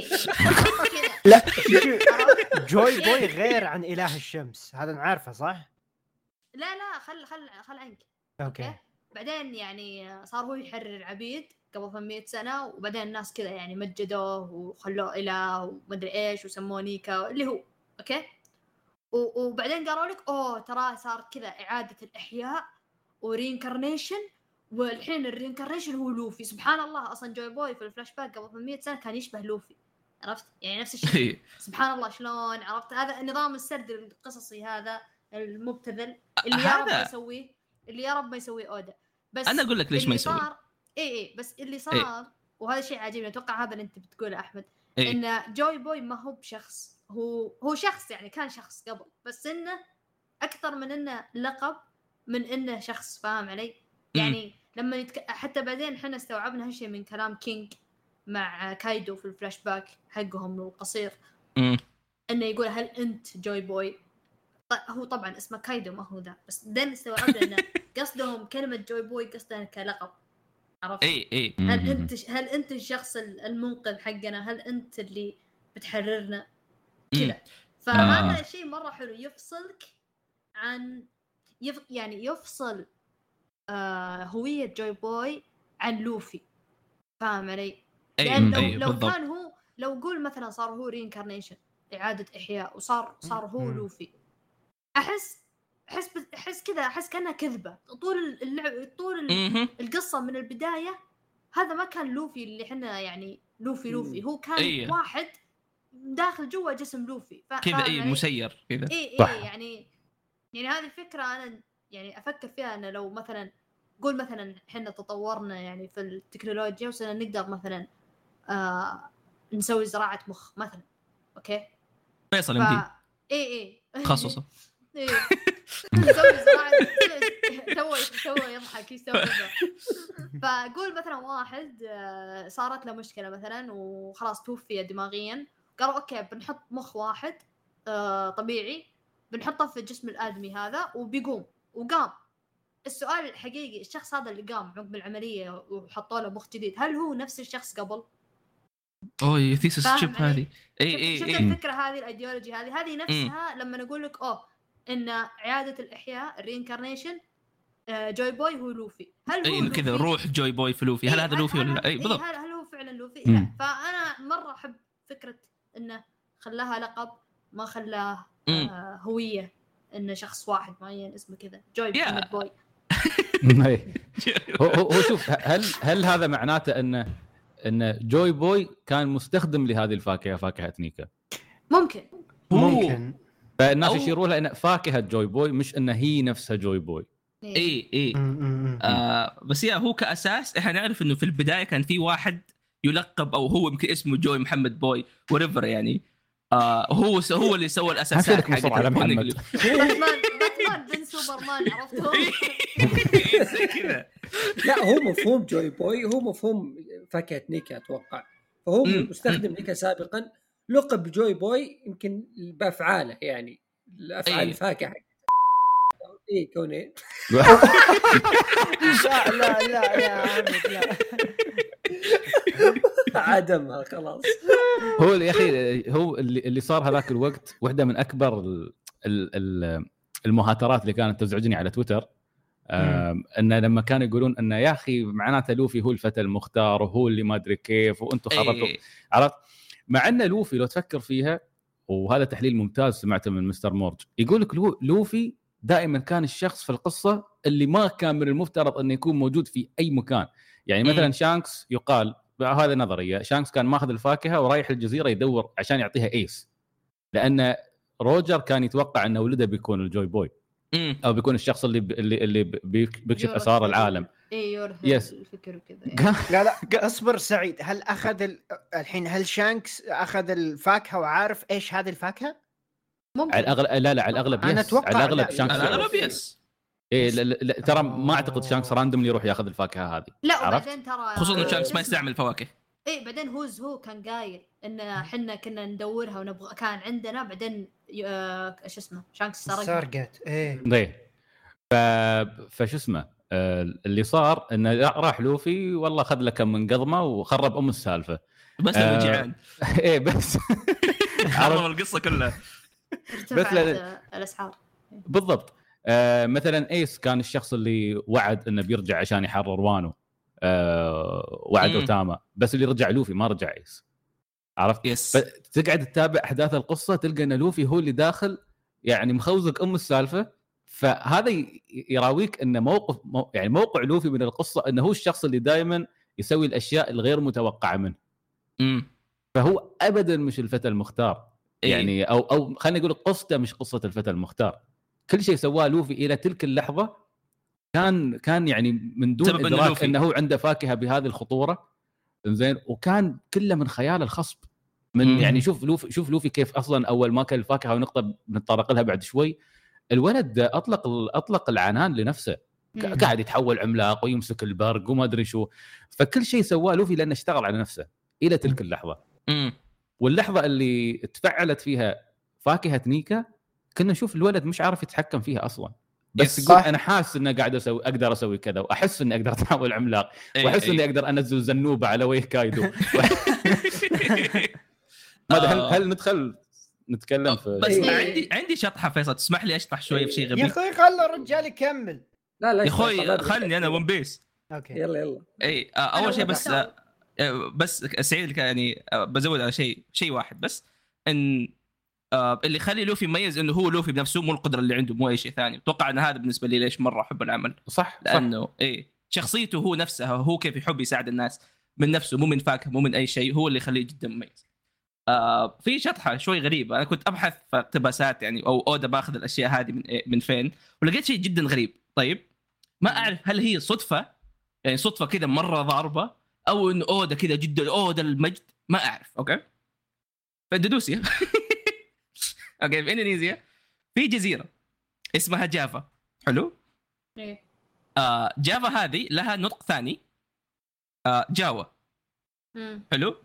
لا جوي بوي غير عن اله الشمس، هذا نعرفه صح. لا خل عنك اوكي. بعدين يعني صار هو يحرر العبيد قبل 800 سنه، وبعدين الناس كذا يعني مجدوه وخلوه اله ومدري ايش وسموه نيكا اللي هو اوكي. وبعدين قالوا لك ترى صار كذا اعاده الاحياء ورينكارنيشن، والحين الرينكارنيشن هو لوفي. سبحان الله اصلا جوي بوي في الفلاش باك قبل 800 سنه كان يشبه لوفي، عرفت يعني نفس الشيء. سبحان الله شلون عرفت هذا النظام السرد القصصي هذا المبتذل اللي يا رب ما يسوي اودا. بس انا اقول لك ليش ما يسوي. بس اللي صار وهذا شيء عجيب، اتوقع هذا اللي انت بتقوله احمد، ان جوي بوي ما هو بشخص، هو شخص يعني كان شخص قبل، بس انه اكثر من انه لقب من انه شخص، فاهم علي؟ يعني لما حتى بعدين احنا استوعبنا هالشيء من كلام كينج مع كايدو في الفلاش باك حقهم القصير، انه يقول هل انت جوي بوي؟ هو طبعا اسمه كايدو ما هو ذا، بس دين استوعبنا انه قصدهم كلمه جوي بوي قصدها كلقب، عرفت؟ هل انت الشخص المنقذ حقنا؟ هل انت اللي بتحررنا كذا؟ فهذا الشيء مره حلو يفصلك عن يعني يفصل هوية جوي بوي عن لوفي، فاهم علي؟ لأن لو كان هو لو قول مثلا صار هو رينكارنيشن إعادة إحياء وصار هو لوفي، أحس كذا، أحس كأنها كذبة طول اللعب طول القصة من البداية. هذا ما كان لوفي اللي حنا يعني لوفي هو كان واحد داخل جوا جسم لوفي كذا مسير كذا. يعني هذه الفكرة أنا يعني أفكر فيها أن لو مثلا قول مثلا حنا تطورنا يعني في التكنولوجيا وصلنا نقدر مثلا نسوي زراعة مخ مثلا اوكي فيصل يمكن تخصصه نسوي زراعة تو يضحك يستوعب. فقول مثلا واحد صارت له مشكلة مثلا وخلاص توفي دماغيا، قالوا اوكي بنحط مخ واحد طبيعي بنحطه في جسم الآدمي هذا وقام. السؤال الحقيقي الشخص هذا اللي قام عقب العملية وحطوا له مخ جديد، هل هو نفس الشخص قبل؟ ثيسس شيب هذه شفت الفكرة هذه الأيديولوجي هذه نفسها لما نقول لك إن إعادة الإحياء الرينكارنيشن جوي بوي هو لوفي، هل هو كذا روح جوي بوي في لوفي؟ هل هذا لوفي ولا لا؟ بالضبط. هل هو فعلا لوفي؟ لا. فأنا مرة أحب فكرة إنه خلاها لقب ما خلاه هوية، إنه شخص واحد معين اسمه كذا جوي بوي. هو شوف هل هذا معناته ان جوي بوي كان مستخدم لهذه الفاكهه، فاكهه نيكا؟ ممكن فالناس يشيروا لها ان فاكهه جوي بوي مش ان هي نفسها جوي بوي. بس هو كاساس احنا نعرف انه في البدايه كان في واحد يلقب او هو يمكن اسمه جوي محمد بوي وريفر يعني هو اللي سوى الاساسات حق على محمد. باتمان بن سوبرمان، عرفتوا؟ زي كذا. لا هو مفهوم جوي بوي هو مفهوم فاكهة نيكا أتوقع، فهو مستخدم نيكا سابقا لقب جوي بوي يمكن بأفعاله، يعني الأفعال الفاكهة. إيه كوني لا يا عمد لا عدمها خلاص. هو يا أخي هو اللي صار هذاك الوقت واحدة من أكبر المهاترات اللي كانت تزعجني على تويتر. ان لما كانوا يقولون ان يا اخي معناته لوفي هو الفتى المختار وهو اللي ما ادري كيف وانتم خربتوا. عرفت؟ مع ان لوفي لو تفكر فيها، وهذا تحليل ممتاز سمعته من مستر مورج، يقول لك لوفي دائما كان الشخص في القصه اللي ما كان من المفترض انه يكون موجود في اي مكان. يعني مثلا شانكس يقال، هذا نظريه، شانكس كان ماخذ الفاكهه ورايح الجزيره يدور عشان يعطيها ايس، لان روجر كان يتوقع انه ولده بيكون الجوي بوي او بيكون الشخص اللي بيكشف اسرار العالم. يس الفكر وكذا. لا اصبر سعيد، هل اخذ الحين هل شانكس اخذ الفاكهه وعارف ايش هذه الفاكهه؟ ممكن. على الاغلب لا على الاغلب انا يس. على الاغلب شانكس على الاغلب يس. ايه لا ترى ما اعتقد شانكس راندوملي يروح ياخذ الفاكهه هذه. لا وبعدين ترى خصوصا شانكس ما يستعمل الفواكه. ايه بعدين هو كان قايل ان احنا كنا ندورها ونبغى، كان عندنا بعدين ايش اسمه شانكس سرقت. ايه فشو اسمه اللي صار انه راح لوفي والله اخذ له كم من قضمه وخرب السالفه بس لما جيعان. ايه بس خرب القصه كلها. بس الاسعار بالضبط. مثلا ايس كان الشخص اللي وعد انه بيرجع عشان يحرر وانو، وعد اوتاما، بس اللي رجع لوفي ما رجع ايس. عرفت؟ تقعد تتابع احداث القصه تلقى ان لوفي هو اللي داخل يعني مخوزق السالفه. فهذا يراويك ان موقع لوفي من القصه انه هو الشخص اللي دائما يسوي الاشياء الغير متوقعه منه. فهو ابدا مش الفتى المختار. يعني او خلينا نقول قصته مش قصه الفتى المختار. كل شيء سواه لوفي الى تلك اللحظه كان يعني من دون ادراك انه هو عنده فاكهه بهذه الخطوره. زين، وكان كله من خيال الخصب. من يعني شوف لوفي كيف اصلا اول ما كان الفاكهه ونقطه بنتطرق لها بعد شوي، الولد اطلق العنان لنفسه، قاعد يتحول عملاق ويمسك البرق وما ادري شو. فكل شيء سواه لوفي لانه اشتغل على نفسه الى تلك اللحظه. واللحظه اللي تفعلت فيها فاكهه نيكا كنا نشوف الولد مش عارف يتحكم فيها اصلا، بس يقول انا حاسس اني قاعد اقدر اسوي كذا، واحس اني اقدر اتحول عملاق، واحس اني اقدر انزل زنوبه على وجه كايدو. هل ندخل نتكلم في بس عندي شطحه فيصل، تسمح لي اشطح شويه في شيء غبي؟ يا اخوي خلى الرجال يكمل. لا يا اخوي خلني انا ون بيس. اوكي يلا اي اول شيء بس سعيد يعني بزود على شيء واحد بس، ان اللي يخلي لوفي مميز انه هو لوفي بنفسه، مو القدره اللي عنده، مو اي شيء ثاني. اتوقع ان هذا بالنسبه لي ليش مره احب العمل. صح، لانه شخصيته هو نفسها، هو كيف يحب يساعد الناس من نفسه، مو من فاكهه، مو من اي شيء، هو اللي يخليه جدا مميز. في شطحه شوي غريبه، انا كنت ابحث في اقتباسات يعني او اودا باخذ الاشياء هذه من فين، ولقيت شيء جدا غريب. طيب ما اعرف هل هي صدفه، يعني صدفه كذا مره ضاربه، او انه اودا كذا جدا اودا المجد، ما اعرف. اوكي، في اندونيسيا اوكي، في اندونيسيا في جزيره اسمها جافا. حلو. جافا هذه لها نطق ثاني، جاوا. حلو.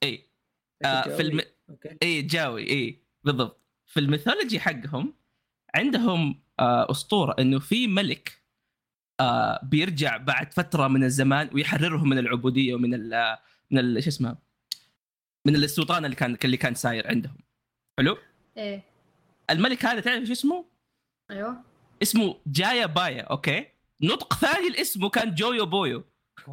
في جاوي بالضبط. في الميثولوجي حقهم عندهم اسطوره انه في ملك بيرجع بعد فتره من الزمان ويحررهم من العبوديه ومن ايش اسمها، من السلطان اللي كان ساير عندهم. حلو. الملك هذا تعرف ايش اسمه؟ ايوه اسمه جايا بايا. اوكي، نطق ثاني الاسم كان جويو بويو.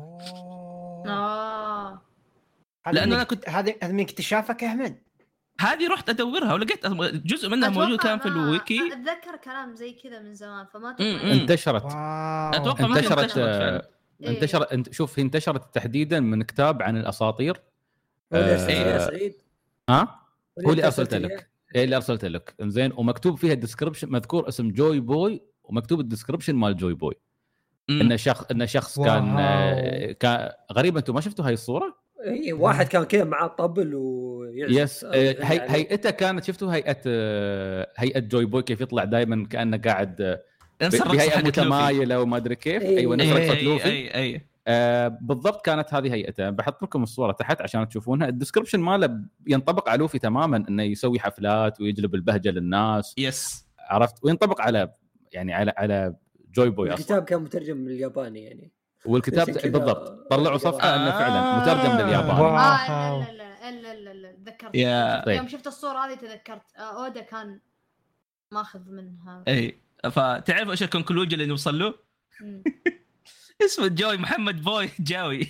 لانه انا كنت هذه من اكتشافك يا احمد؟ هذه رحت ادورها ولقيت جزء منها موجود كان في الويكي. اتذكر كلام زي كذا من زمان، فما انتشرت. اتوقع انتشرت. شوف، هي انتشرت تحديدا من كتاب عن الاساطير. سعيد هو اللي ارسلت لك. اللي ارسلت لك زين، ومكتوب فيها الديسكربشن مذكور اسم جوي بوي، ومكتوب الديسكربشن مال جوي بوي. ان شخص كان غريب. انتم ما شفتوا هاي الصوره؟ واحد كان كذا معاه طبل يس هيئته كانت شفتوا هيئه جوي بوي كيف يطلع دائما كانه قاعد بهيئه متمايله وما ادري كيف. ايوه نفس رقصه لوفي. بالضبط كانت هذه هيئته. بحط لكم الصوره تحت عشان تشوفونها. الديسكربشن ماله ينطبق على لوفي تماما انه يسوي حفلات ويجلب البهجه للناس. يس عرفت. وينطبق على يعني على جوي بوي. الكتاب كان مترجم من الياباني يعني. والكتاب بالضبط طلعوا صفحه انه فعلا مترجم للياباني. لا تذكرت يوم يوم شفت الصوره هذه تذكرت اودا كان ماخذ منها. اي فتعرف ايش الكونكلوجن اللي نوصل له؟ اسمه جوي محمد بوي جاوي.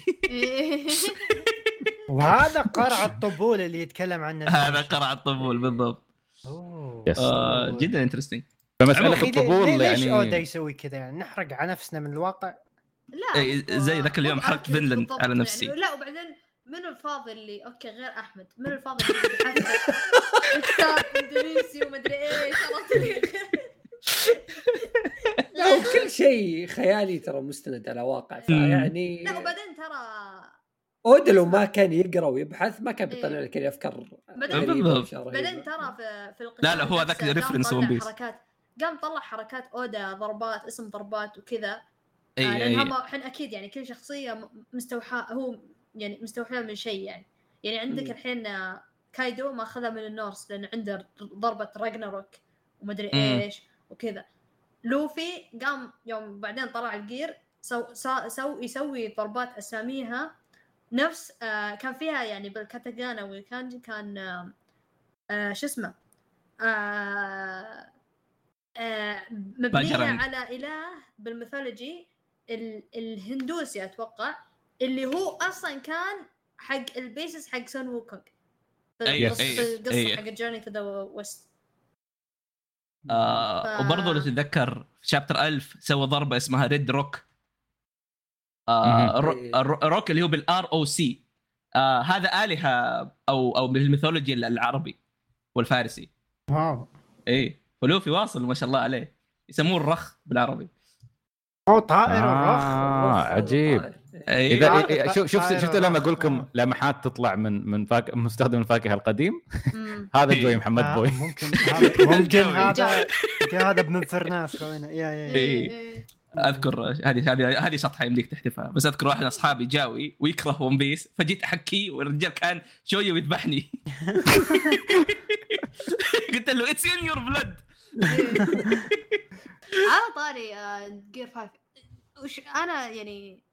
وهذا قرع الطبول اللي يتكلم عنه. هذا قرع الطبول بالضبط. جدا انترستينج. فمساله الطبول يعني ليش اودا يسوي كذا يعني نحرق على نفسنا من الواقع؟ لا زي ذاك اليوم حرقت فنلند على نفسي يعني. لا وبعدين من الفاضل اللي اوكي غير احمد من الفاضل اللي كتاب اندونيسي وما ادري ايش لا كل شيء خيالي ترى مستند على واقع يعني. لا وبعدين ترى اودا لو ما كان يقرا ويبحث ما كان بيطلع لك افكار. بعدين ترى في القتال لا هو ذاك الريفرنس ون بيس قام طلع حركات اودا ضربات اسم ضربات وكذا. لأن الحين أكيد يعني كل شخصية مستوحى هو يعني مستوحى من شيء يعني عندك الحين كايدو ما أخذها من النورس لأن عنده ضربة راجناروك ومدري إيش وكذا. لوفي قام يوم بعدين طلع الجير يسوي ضربات أساميها نفس كان فيها يعني بالكاتاغانا والكانجي كان شو اسمه مبنية على إله بالميثولوجي الهندوسي أتوقع اللي هو أصلاً كان حق البيسس حق سون ووكونغ في القصة حق جورني تو ذا ويست. وبرضه لو تتذكر شابتر 1000 سوى ضربة اسمها ريد روك. روك اللي هو بالROC. هذا آلهة أو بالميثولوجي العربي والفارسي. واو. إيه ولوفي واصل ما شاء الله عليه يسموه الرخ بالعربي. طائر الرخ. عجيب. إذا شفت لما أقول لكم لمحات تطلع من مستخدم الفاكهة القديم. هذا جوي محمد بوي. ممكن هذا من فرناس يا اذكر هذه سطحه يمديك تحذفها. بس اذكر واحد من اصحابي جاوي ويكره ون بيس فجيت احكيه والرجال كان شويه ويذبحني. قلت له اتس ان يور بلد. على طاري جير 5 وش انا يعني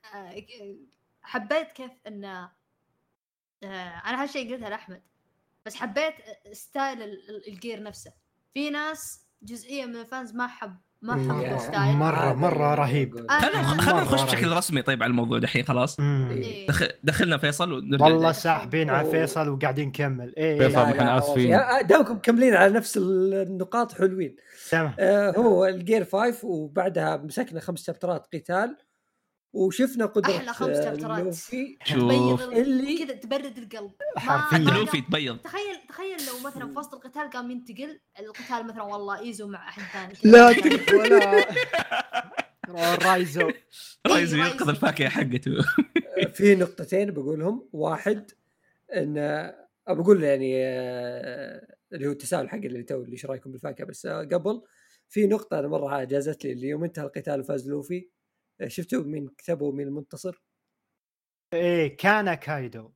حبيت كيف ان انا هالشيء قلتها لاحمد بس حبيت ستايل الجير نفسه. في ناس جزئيه من الفانز ما حب ستايل مره رهيب. خلينا نخش بشكل رسمي طيب على الموضوع دحين خلاص. دخلنا فيصل والله ساحبين على فيصل وقاعدين نكمل. فيصل احنا اسفين دامكم مكملين على نفس النقاط حلوين. هو الجير 5 وبعدها مسكنا 5 شابترات قتال وشفنا قدرة أحلى 5 شابترات. شوف اللي كذا تبرد القلب حتى لوفي تبيض. تخيل لو مثلا في وسط القتال قام ينتقل القتال مثلا والله ايزو مع أحد ثاني لا ولا رايزو ينقذ الفاكهة حقته. في نقطتين بقولهم. واحد ان بقول يعني اللي هو التساؤل حق اللي تو اللي ايش رايكم بالفاكهة. بس قبل في نقطة أنا مرة جازت لي اليوم انتهى القتال وفاز لوفي. شفتوا مين كتبه ومين المنتصر؟ كان كايدو.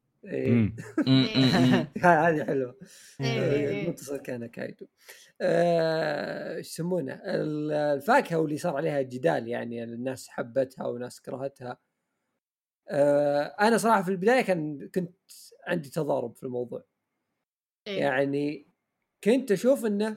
هذه حلوة. المنتصر كان كايدو. ايش يسمونه الفاكهة واللي صار عليها جدال يعني الناس حبتها وناس كرهتها. أنا صراحة في البداية كنت عندي تضارب في الموضوع. يعني كنت أشوف إنه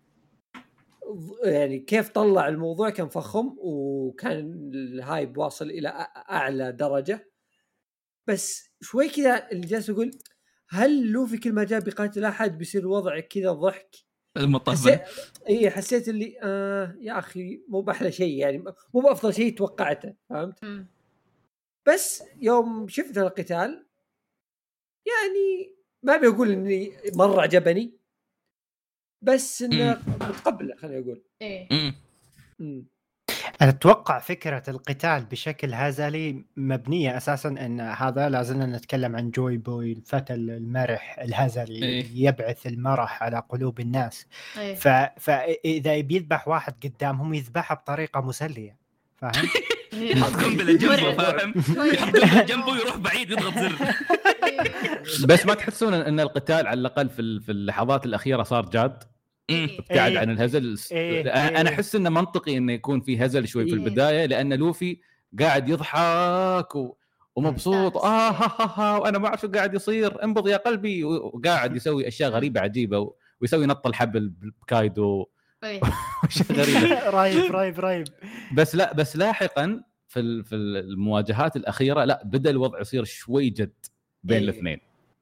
يعني كيف طلع الموضوع كان فخم وكان الهايب واصل إلى أعلى درجة. بس شوي كذا اللي جالس يقول هل لوفي كل ما جاء بيقاتل أحد بيصير الوضع كذا ضحك المطبل. حسيت اللي يا أخي مو بأحلى شيء يعني مو بأفضل شيء توقعته فهمت. بس يوم شفنا القتال يعني ما بيقول إني مرة عجبني بس إنه متقبل خليني أقول. أنا أتوقع فكرة القتال بشكل هزلي مبنية أساساً أن هذا لازلنا نتكلم عن جوي بوي، الفتى المرح الهزلي يبعث المرح على قلوب الناس. فإذا بيذبح واحد قدامهم يذبحه بطريقة مسلية، فاهم؟ يحط قنبلة جنبه، فاهم؟ يحط قنبلة جنبه ويروح بعيد يضغط زر. بس ما تحسون أن القتال على الأقل في اللحظات الأخيرة صار جاد؟ ابتعد عن الهزل. انا احس انه منطقي انه يكون في هزل شوي في البدايه، لان لوفي قاعد يضحك ومبسوط وانا ما اعرف شو قاعد يصير، انبض يا قلبي، وقاعد يسوي اشياء غريبه عجيبه ويسوي نط الحبل بكايدو اشياء غريبه. رايب. بس لاحقا في المواجهات الاخيره لا، بدا الوضع يصير شوي جد بين الاثنين.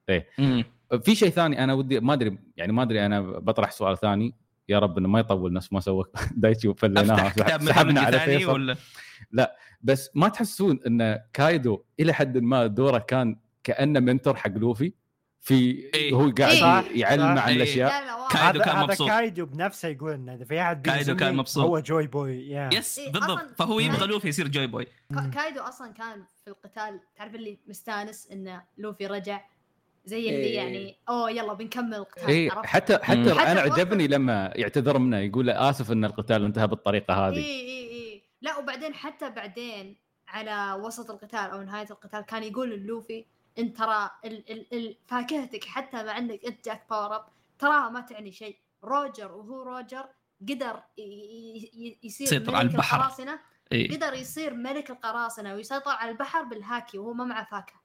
في شيء ثاني انا ودي، ما ادري انا بطرح سؤال ثاني، يا رب انه ما يطول نفس ما سوى دايتشي وفليناها سحبنا على فيصل ولا لا. بس ما تحسون ان كايدو الى حد ما دوره كان كانه منتور حق لوفي هو قاعد يعلم عن الاشياء. كايدو كان مبسوط، كايدو بنفسه يقول انه اذا في احد كايدو كان مبسوط هو جوي بوي يس بالضبط. فهو يبغى لوفي يصير جوي بوي. كايدو اصلا كان في القتال تعرف اللي مستانس انه لوفي رجع، زي اللي يعني يلا بنكمل القتال. حتى انا عجبني لما يعتذر منه، يقول اسف ان القتال انتهى بالطريقه هذه. لا وبعدين حتى بعدين على وسط القتال او نهايه القتال كان يقول للوفي انت ترى فاكهتك حتى مع انك انت جاك باور اب تراها ما تعني شيء. روجر قدر يصير ملك القراصنة، قدر يصير ملك القراصنة ويسيطر على البحر بالهاكي وهو ما معه فاكهة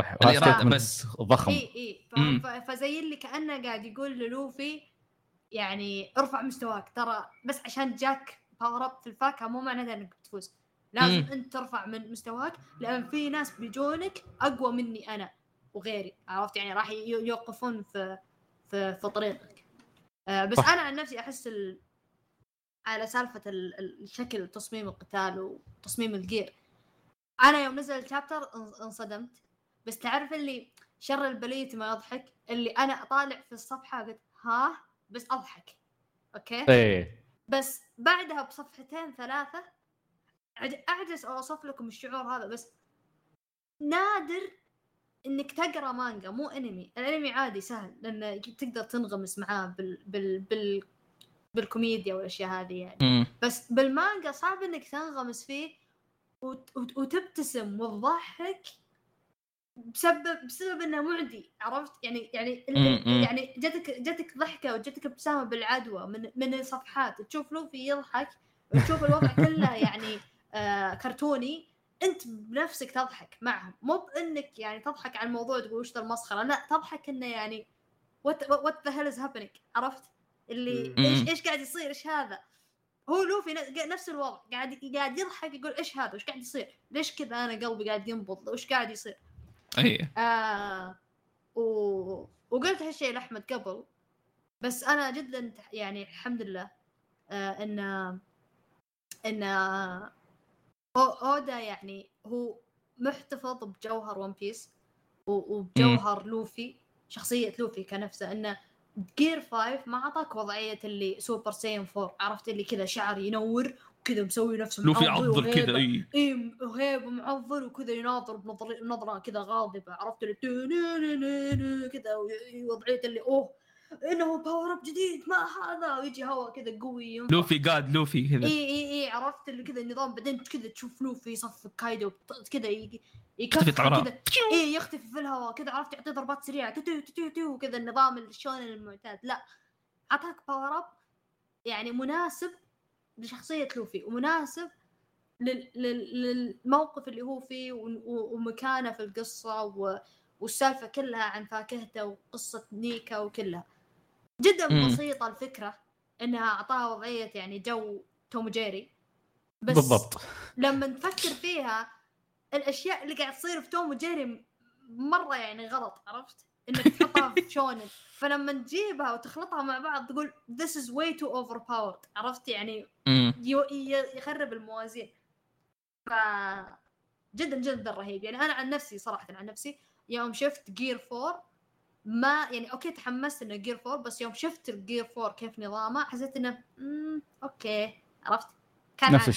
بس ضخم. فزي اللي كأنه قاعد يقول للوفي يعني ارفع مستواك، ترى بس عشان جاك باور اب في الفاكهة مو معناته انك بتفوز، لازم انت ترفع من مستواك لان في ناس بيجونك اقوى مني انا وغيري، عرفت يعني راح يوقفون في طريقك. بس انا عن نفسي احس على سالفة الشكل تصميم القتال وتصميم الجير، انا يوم نزل الشابتر انصدمت. بس تعرف اللي شر البلية ما يضحك، اللي انا اطالع في الصفحة قلت بس اضحك اوكي بس بعدها بصفحتين ثلاثة اعجز اوصف لكم الشعور هذا. بس نادر انك تقرا مانجا مو انمي. الانمي عادي سهل لان تقدر تنغمس معاه بالكوميديا والاشياء هذه يعني. بس بالمانجا صعب انك تنغمس فيه وتبتسم وتضحك بسبب انه معدي، عرفت يعني يعني جتك ضحكه وجتك ابتسامه بالعدوى من الصفحات، تشوف لوفي يضحك وتشوف الوضع كله يعني كرتوني، انت بنفسك تضحك معهم، مو بانك يعني تضحك على الموضوع تقول وش المسخره، لا تضحك انه يعني what the hell is happening، عرفت اللي ايش قاعد يصير، ايش هذا. هو لوفي نفس الوضع، قاعد يضحك يقول ايش هذا، وش قاعد يصير، ليش كذا انا قلبي قاعد ينبض، وش قاعد يصير. وقلت هالشيء لاحمد قبل، بس انا جدا يعني الحمد لله ان اودا يعني هو محتفظ بجوهر ون بيس وبجوهر لوفي، شخصيه لوفي كنفسه، انه جير 5 ما عطاك وضعيه اللي سوبر ساين 4، عرفت اللي كذا شعر ينور وكذا مسوي نفسه لوفي عضل كذا وهيب ومعضل وكذا يناظر بنظره كذا غاضبه، عرفت اللي كذا وضعيه اللي انه باور اب جديد ما هذا، ويجي هوا كذا قوي لوفي قاد لوفي كذا اي عرفت اللي كذا النظام. بعدين كذا تشوف لوفي يصفق كايدو كذا يكفي كذا يختفي في الهواء كذا، عرفت يعطي ضربات سريعه تو كذا النظام الشونن المعتاد. لا عطاك باور اب يعني مناسب لشخصيه لوفي ومناسب للموقف اللي هو فيه ومكانه في القصه والسالفه كلها عن فاكهته وقصه نيكا وكلها جدا بسيطه. الفكره انها اعطاها وضعيه يعني جو توم جيري، بس بالضبط لما نفكر فيها الاشياء اللي قاعد تصير في توم وجيري مره يعني غلط، عرفت انك تحطها في شونن، فلما تجيبها وتخلطها مع بعض تقول this is way too overpowered، عرفت يعني يخرب الموازين. ف جدا رهيب يعني. انا عن نفسي صراحه عن نفسي يوم شفت جير 4 ما يعني اوكي تحمست انه جير 4، بس يوم شفت الجير 4 كيف نظامه حسيت انه اوكي، عرفت كان نفس الشيء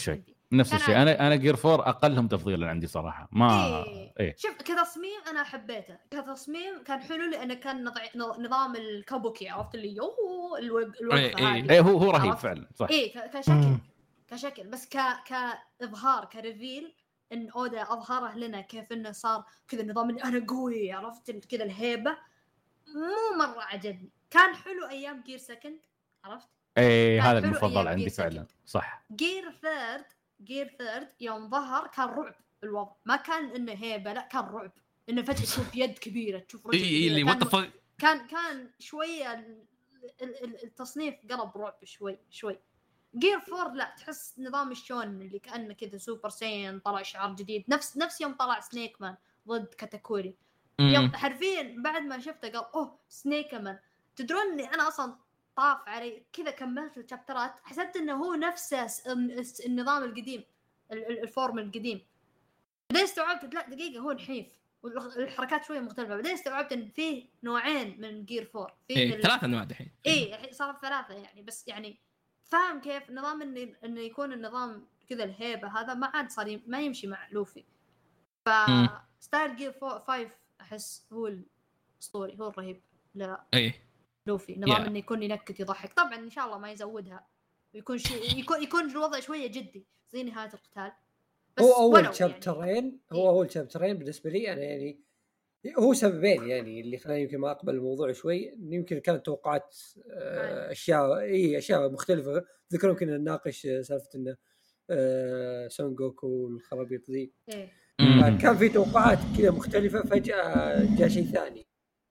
نفس الشيء. انا جير 4 اقلهم تفضيلا عندي صراحه. ما إيه. شوف كتصميم انا حبيته، كتصميم كان حلو لانه كان نظام الكابوكي، عرفت اللي الوقفه هذه. ايه هو رهيب فعلا صح. ايه كشكل بس كاظهار كريفيل ان اودا اظهره لنا كيف انه صار كذا النظام اللي انا قوي، عرفت كذا الهيبه مو مره عجبني. كان حلو ايام جير سكند، عرفت ايه هذا المفضل عندي فعلا صح. جير ثيرد يوم ظهر كان رعب الوضع، ما كان انه هيبه، لا كان رعب، انه فجاه تشوف يد كبيره تشوف رجل اللي كان شويه التصنيف قلب رعب شوي. جير 4 لا تحس نظام الشون اللي كأنه كذا سوبر ساين طلع شعار جديد، نفس يوم طلع سنيك مان ضد كاتاكوري. يوم حرفيا بعد ما شفته قال اوه سنيك مان. تدرون اني انا اصلا طاف علي كذا كملت الشابترات حسبت انه هو نفسه النظام القديم الفورم القديم. بعدين استوعبت لا دقيقه هو نحيف والحركات شويه مختلفه. بعدين استوعبت ان فيه نوعين من جير 4 فيه 3 انواع دحين. ايه صار 3 يعني، بس يعني فاهم كيف نظام انه يكون النظام كذا الهيبه هذا ما عاد صار ما يمشي مع لوفي. ف ستايل جير 5 احس هو الاسطوري، هو الرهيب. لا لوفي نظام انه يكون ينكت يضحك. طبعا ان شاء الله ما يزودها ويكون يكون الوضع شويه جدي زي نهايه القتال. بس هو اول شابترين يعني هو اول شابترين بالنسبه لي انا يعني هو سببين يعني اللي خلاني يمكن ما اقبل الموضوع شوي. يمكن كانت توقعات اشياء مختلفه. ذكر يمكن نناقش سالفه انه سون جوكو والخرابيط ذي كان في توقعات كذا مختلفه، فجاه جاء شيء ثاني.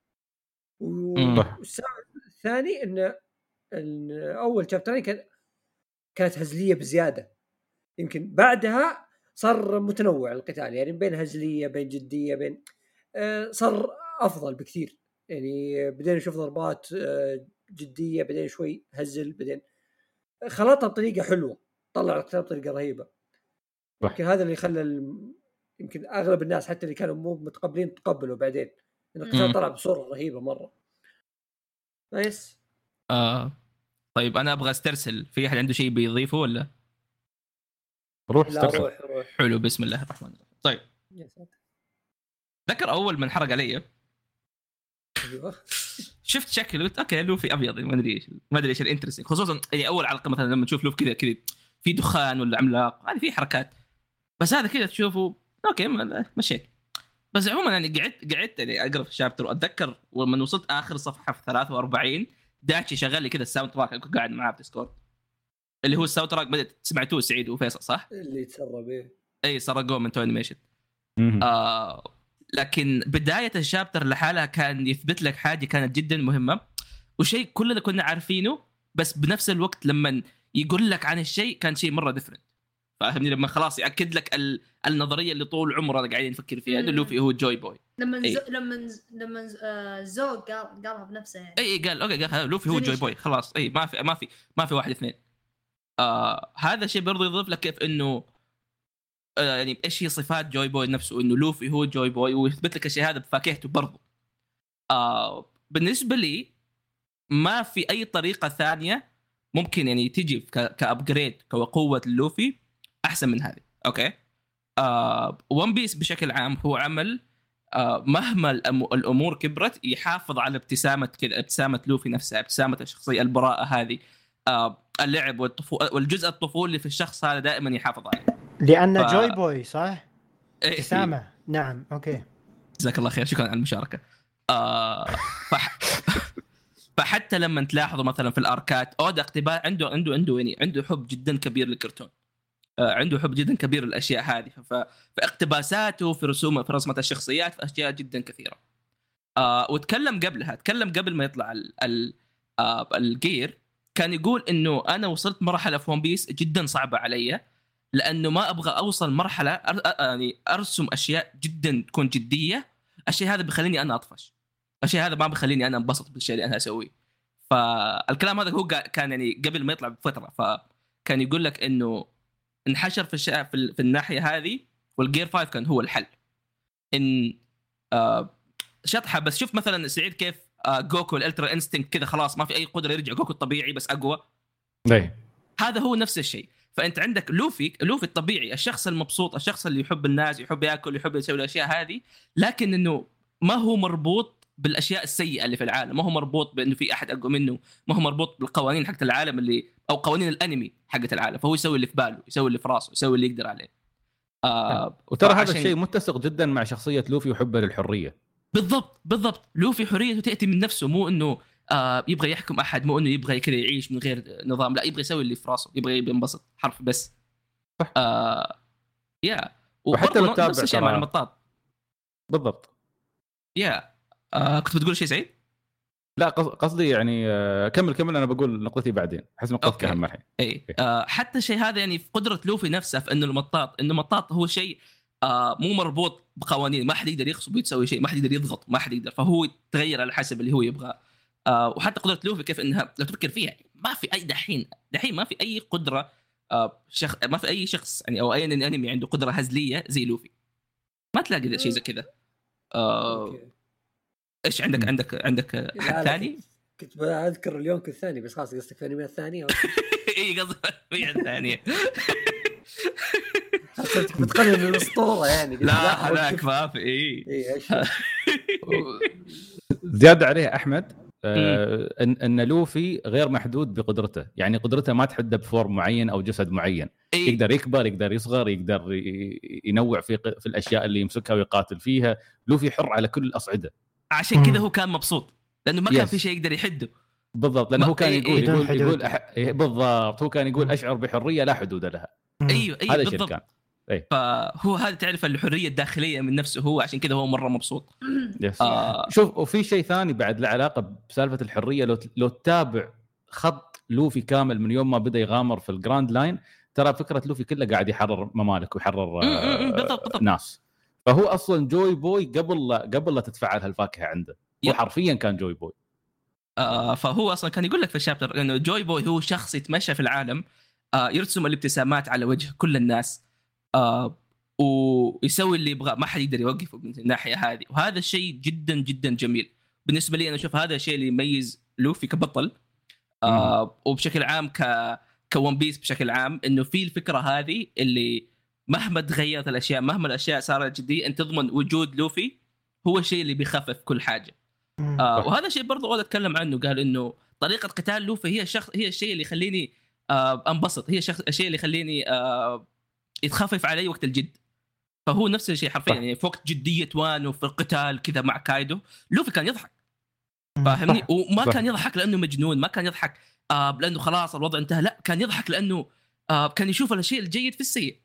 والثاني ان اول شابترين كانت هزليه بزياده. يمكن بعدها صار متنوع القتال، يعني بين هزليه بين جديه بين صار افضل بكثير. يعني بدينا نشوف ضربات جديه، بعدين شوي هزل، بعدين خلطها بطريقه حلوه، طلع القتال بطريقه رهيبه. يمكن هذا اللي خلى يمكن اغلب الناس حتى اللي كانوا مو متقبلين تقبلوا بعدين ان القتال طلع بصوره رهيبه مره. نايس. طيب انا ابغى استرسل، في احد عنده شيء بيضيفه ولا روح حلو بسم الله الرحمن الرحيم. طيب ذكر اول من حرق علي شفت شكله قلت اوكي لوفي ابيض ما ادري ايش الانترستنج، خصوصا يعني اول حلقه مثلا لما تشوف لوفي كذا في دخان ولا عملاق هذه في حركات، بس هذا كذا تشوفه اوكي مشيت. بس عموما يعني قعدت يعني اقرا في الشابتر واتذكر لما وصلت اخر صفحه في 43 داعشي شغال لي كده الساوند تراك اللي قاعد معاه في ديسكورد اللي هو الساوند تراك بدأت سمعتوه سعيد وفيصل صح؟ اللي تسرب اي سرقوه من تو انيميشن. لكن بداية الشابتر لحالها كان يثبت لك حاجة كانت جدا مهمة وشيء كلنا كنا عارفينه، بس بنفس الوقت لما يقول لك عن الشيء كان شيء مرة ديفرنت. فاهمني لما خلاص يأكد لك النظرية اللي طول عمرنا قاعدين نفكر فيها انه لوفي هو جوي بوي. لما زو قالها بنفسه يعني. اي قال اوكي قال لوفي هو جوي بوي خلاص. اي ما في واحد اثنين. هذا الشيء برضو يضيف لك كيف انه يعني ايش هي صفات جوي بوي نفسه، انه لوفي هو جوي بوي ويثبت لك الشيء هذا بفاكهته برضو. بالنسبه لي ما في اي طريقه ثانيه ممكن يعني تيجي كابجريد كقوه لوفي احسن من هذه. اوكي ون بيس بشكل عام هو عمل مهما الامور كبرت يحافظ على ابتسامه كذا، ابتسامه لوفي نفسها، ابتسامه الشخصيه، البراءه هذه، اللعب والجزء الطفولي في الشخص هذا دائما يحافظ عليه لأنه جوي بوي صح؟ ابتسامة نعم اوكي جزاك الله خير شكرا على المشاركة. فحتى لما تلاحظوا مثلا في الاركات اودا اقتباس عنده حب جدا كبير للكرتون، عنده حب جدا كبير للاشياء هذه، فاقتباساته في رسمة الشخصيات في اشياء جدا كثيرة. وتكلم قبل ما يطلع الجير كان يقول انه انا وصلت مرحله في ون بيس جدا صعبه علي لانه ما ابغى اوصل مرحله يعني ارسم اشياء جدا تكون جديه. الشيء هذا بيخليني انا اطفش، الشيء هذا ما بيخليني انا انبسط بالشيء اللي انا اسويه. فالكلام هذا هو كان يعني قبل ما يطلع بفتره، فكان يقول لك انه انحشر في الناحيه هذه، والجير 5 كان هو الحل. ان شطحه بس شوف مثلا سعيد كيف جوكو الالترا انستنكت كذا خلاص ما في اي قدره يرجع جوكو الطبيعي بس اقوى. ليه؟ هذا هو نفس الشيء. فانت عندك لوفي الطبيعي، الشخص المبسوط، الشخص اللي يحب الناس، يحب ياكل، يحب يسوي الاشياء هذه، لكن انه ما هو مربوط بالاشياء السيئه اللي في العالم، ما هو مربوط بانه في احد اقوى منه، ما هو مربوط بالقوانين حقت العالم اللي او قوانين الانمي حقت العالم، فهو يسوي اللي في باله، يسوي اللي في راسه، يسوي اللي يقدر عليه. وترى هذا الشيء متسق جدا مع شخصيه لوفي وحبه للحريه. بالضبط لوفي حريته تاتي من نفسه، مو انه يبغى يحكم احد، مو انه يبغى كذا يعيش من غير نظام، لا يبغى يسوي اللي في راسه، يبغى ينبسط حرف بس. صح. وحتى لو نفس الشيء مع المطاط. بالضبط. كنت بتقول شيء سعيد؟ لا قصدي يعني كمل انا بقول نقطتي بعدين، احس نقطتك اهم الحين. اي حتى الشيء هذا يعني في قدره لوفي نفسه، في انه المطاط هو شيء مو مربوط بقوانين، ما حد يقدر يغصب يسوي شيء، ما حد يقدر يضغط، ما حد يقدر، فهو يتغير على حسب اللي هو يبغى. وحتى قدره لوفي كيف انها لو تفكر فيها، ما في اي دحين ما في اي قدره ما في اي شخص يعني او اي انمي عنده قدره هزليه زي لوفي، ما تلاقي شيء زي كذا. ايش عندك حد ثاني؟ كنت اذكر اليوم الثاني بس خلاص قصدك في انمي الثاني. اي قصدي في الثانيه. حسيتك بتقلل من الاسطوره يعني. لا هذاك ما في ايش زياده عليه احمد. ان لوفي غير محدود بقدرته، يعني قدرته ما تحدد بفورم معين او جسد معين. يقدر يكبر، يقدر يصغر، يقدر ينوع في الاشياء اللي يمسكها ويقاتل فيها. لوفي حر على كل الاصعده، عشان كذا هو كان مبسوط لانه ما كان في شيء يقدر يحده. بالضبط، لانه هو كان يقول بالضبط، هو كان يقول اشعر بحريه لا حدود لها. ايوه هذا بالضبط. كان فهو هذا تعرف الحريه الداخليه من نفسه هو، عشان كذا هو مره مبسوط. شوف، وفي شيء ثاني بعد له علاقه بسالفه الحريه. لو تتابع خط لوفي كامل من يوم ما بدا يغامر في الجراند لاين، ترى فكره لوفي كلها قاعد يحرر ممالك ويحرر بالضبط. ناس. فهو اصلا جوي بوي قبل لا تتفعل هالفاكهه عنده. هو حرفيا كان جوي بوي. فهو اصلا كان يقول لك في الشابتر انه جوي بوي هو شخص يتمشى في العالم، يرسم الابتسامات على وجه كل الناس، ويسوي اللي يبغى، ما حد يقدر يوقفه من الناحيه هذه. وهذا الشيء جدا جدا جميل بالنسبه لي. انا اشوف هذا الشيء اللي يميز لوفي كبطل، وبشكل عام كون بيس بشكل عام، انه في الفكره هذه اللي مهما تغيرت الاشياء، مهما الاشياء صارت جديه، انت تضمن وجود لوفي هو الشيء اللي بيخفف كل حاجه. وهذا الشيء برضو أول أتكلم عنه، قال إنه طريقة قتال لوفي هي الشيء اللي يخليني أنبسط، هي الشيء اللي يخليني يتخفف علي وقت الجد. فهو نفس الشيء حرفيا، يعني في وقت جدية وانو في القتال كذا مع كايدو، لوفي كان يضحك، فاهمني؟ وما كان يضحك لأنه مجنون، ما كان يضحك لأنه خلاص الوضع انتهى، لا كان يضحك لأنه كان يشوف الشيء الجيد في السيء.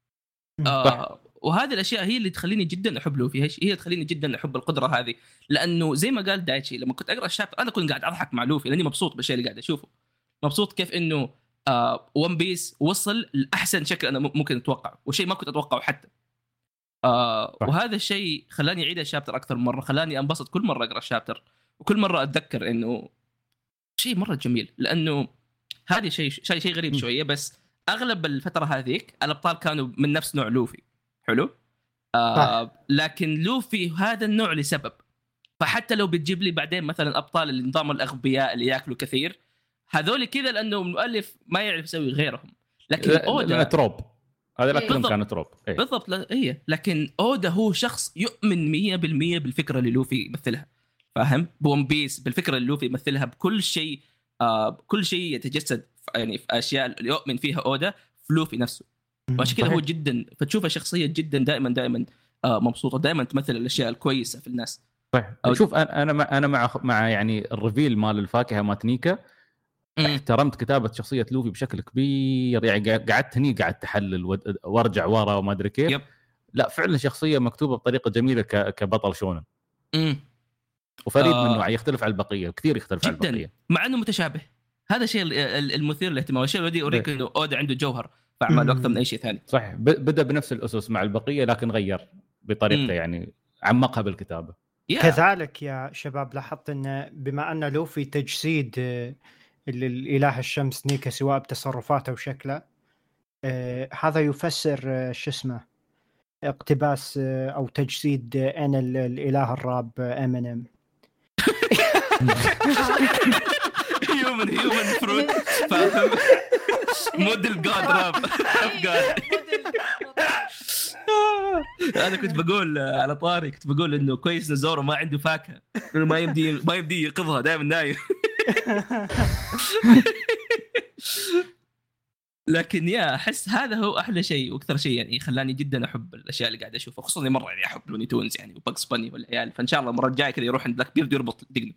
وهذه الاشياء هي اللي تخليني جدا احب لوفي، هي اللي تخليني جدا احب القدره هذه. لانه زي ما قال دايتشي، لما كنت اقرا الشابتر انا كنت قاعد اضحك مع لوفي لاني مبسوط بالشيء اللي قاعد اشوفه، مبسوط كيف انه ون بيس وصل لاحسن شكل انا ممكن اتوقع، وشيء ما كنت اتوقعه حتى. وهذا الشيء خلاني اعيد الشابتر اكثر مره، خلاني انبسط كل مره اقرا الشابتر، وكل مره اتذكر انه شيء مره جميل. لانه هذا شيء غريب شويه، بس اغلب الفتره هذيك الابطال كانوا من نفس نوع لوفي، حلو. لكن لوفي هذا النوع لسبب، فحتى لو بتجيب لي بعدين مثلا ابطال اللي نظام الاغبياء اللي ياكلوا كثير، هذول كذا لانه المؤلف ما يعرف يسوي غيرهم. لكن اودا تروب، هذا لكن كان تروب. بالضبط. لكن اودا هو شخص يؤمن 100% بالفكره اللي لوفي يمثلها، فاهم؟ بون بيس بالفكره اللي لوفي يمثلها، بكل شيء كل شيء يتجسد يعني في اشياء اللي يؤمن فيها اودا في لوفي نفسه. وعشان كذا هو جدا، فتشوفه شخصيه جدا دائما مبسوطه، دائما تمثل الاشياء الكويسه في الناس. صح. شوف انا مع يعني الريفيل مال الفاكهه ماتنيكا، احترمت كتابه شخصيه لوفي بشكل كبير. يعني قعدت هني قعدت احلل وارجع ورا وما ادري كيف. لا فعلا شخصيه مكتوبه بطريقه جميله كبطل شونن. وفريد من نوعه، يختلف عن البقيه كثير، يختلف عن البقيه مع انه متشابه. هذا الشيء المثير للاهتمام، الشيء الذي اوريك انه اودا عنده جوهر فاعمل اكثر من اي شيء ثاني. صح، بدا بنفس الاسس مع البقيه لكن غير بطريقته، يعني عمقها بالكتابه. كذلك يا شباب لاحظت ان بما ان لوفي تجسيد الاله الشمس نيكا سواء بتصرفاته وشكله، هذا يفسر شو اسمه اقتباس او تجسيد انا الاله الراب امينيم. هيومن فروت، فاهم؟ مو موديل جاد راب انا كنت بقول على طاري، كنت بقول انه كويس زورو ما عنده فاكهه، ما يمدي يقضها، دائما نايم. لكن يا احس هذا هو احلى شيء واكثر شيء يعني خلاني جدا احب الاشياء اللي قاعد اشوفها، خصوصا مره يعني احب لوني تونز يعني وباكس باني والعيال. فان شاء الله المره الجايه كذا يروح عند بلاك بيرد يربط دقني.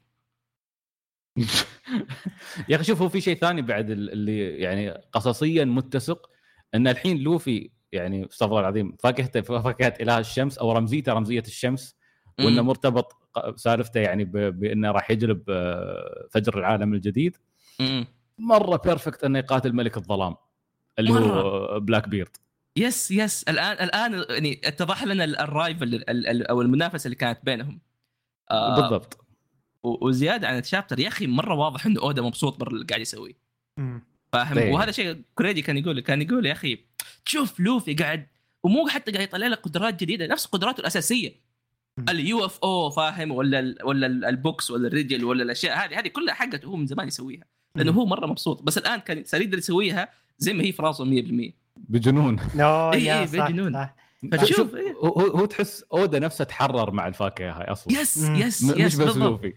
يا اخي شوف، هو في شيء ثاني بعد اللي يعني قصصيا متسق، ان الحين لوفي يعني استغفر الله العظيم فاكهه اله الشمس او رمزيته رمزيه الشمس، وانه مرتبط سالفته يعني بانه راح يجلب فجر العالم الجديد. مره بيرفكت انه يقاتل ملك الظلام اللي مرة. هو بلاك بيرد. يس الان يعني اتضح لنا الرايفل او المنافسه اللي كانت بينهم بالضبط. وزياده عن الشابتر يا اخي مره واضح انه اودا مبسوط باللي قاعد يسويه، فاهم؟ وهذا شيء كريدي كان يقول يا اخي تشوف لوفي قاعد ومو حتى قاعد يطلع لك قدرات جديده، نفس قدراته الاساسيه اليو اف او، فاهم؟ ولا البوكس ولا الرجل ولا الاشياء هذه كلها حقته هو من زمان يسويها، لانه هو مره مبسوط. بس الان كان يقدر يسويها زي ما هي في راسه 100% بجنون. اي بجنون. فشوف هو تحس اودا نفسه تحرر مع الفاكهه هاي اصلا. يس مش بس لوفي.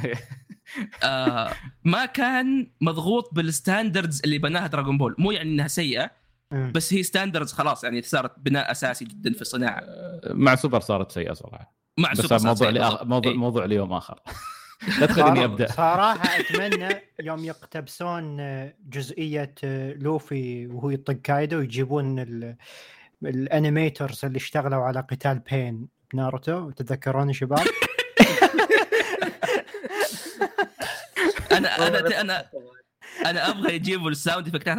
ما كان مضغوط بالستاندردز اللي بناها دراغون بول، مو يعني انها سيئه، بس هي ستاندردز خلاص يعني صارت بناء اساسي جدا في الصناعه. مع سوبر صارت سيئه صراحه، مع سوبر موضوع اليوم اخر. لا تخليني ابدا. صراحه اتمنى يوم يقتبسون جزئيه لوفي وهو يطق كايدو ويجيبون الانيميترز اللي اشتغلوا على قتال بين بناروتو، تتذكرون شباب؟ انا ابغى يجيبوا الساوند افكتات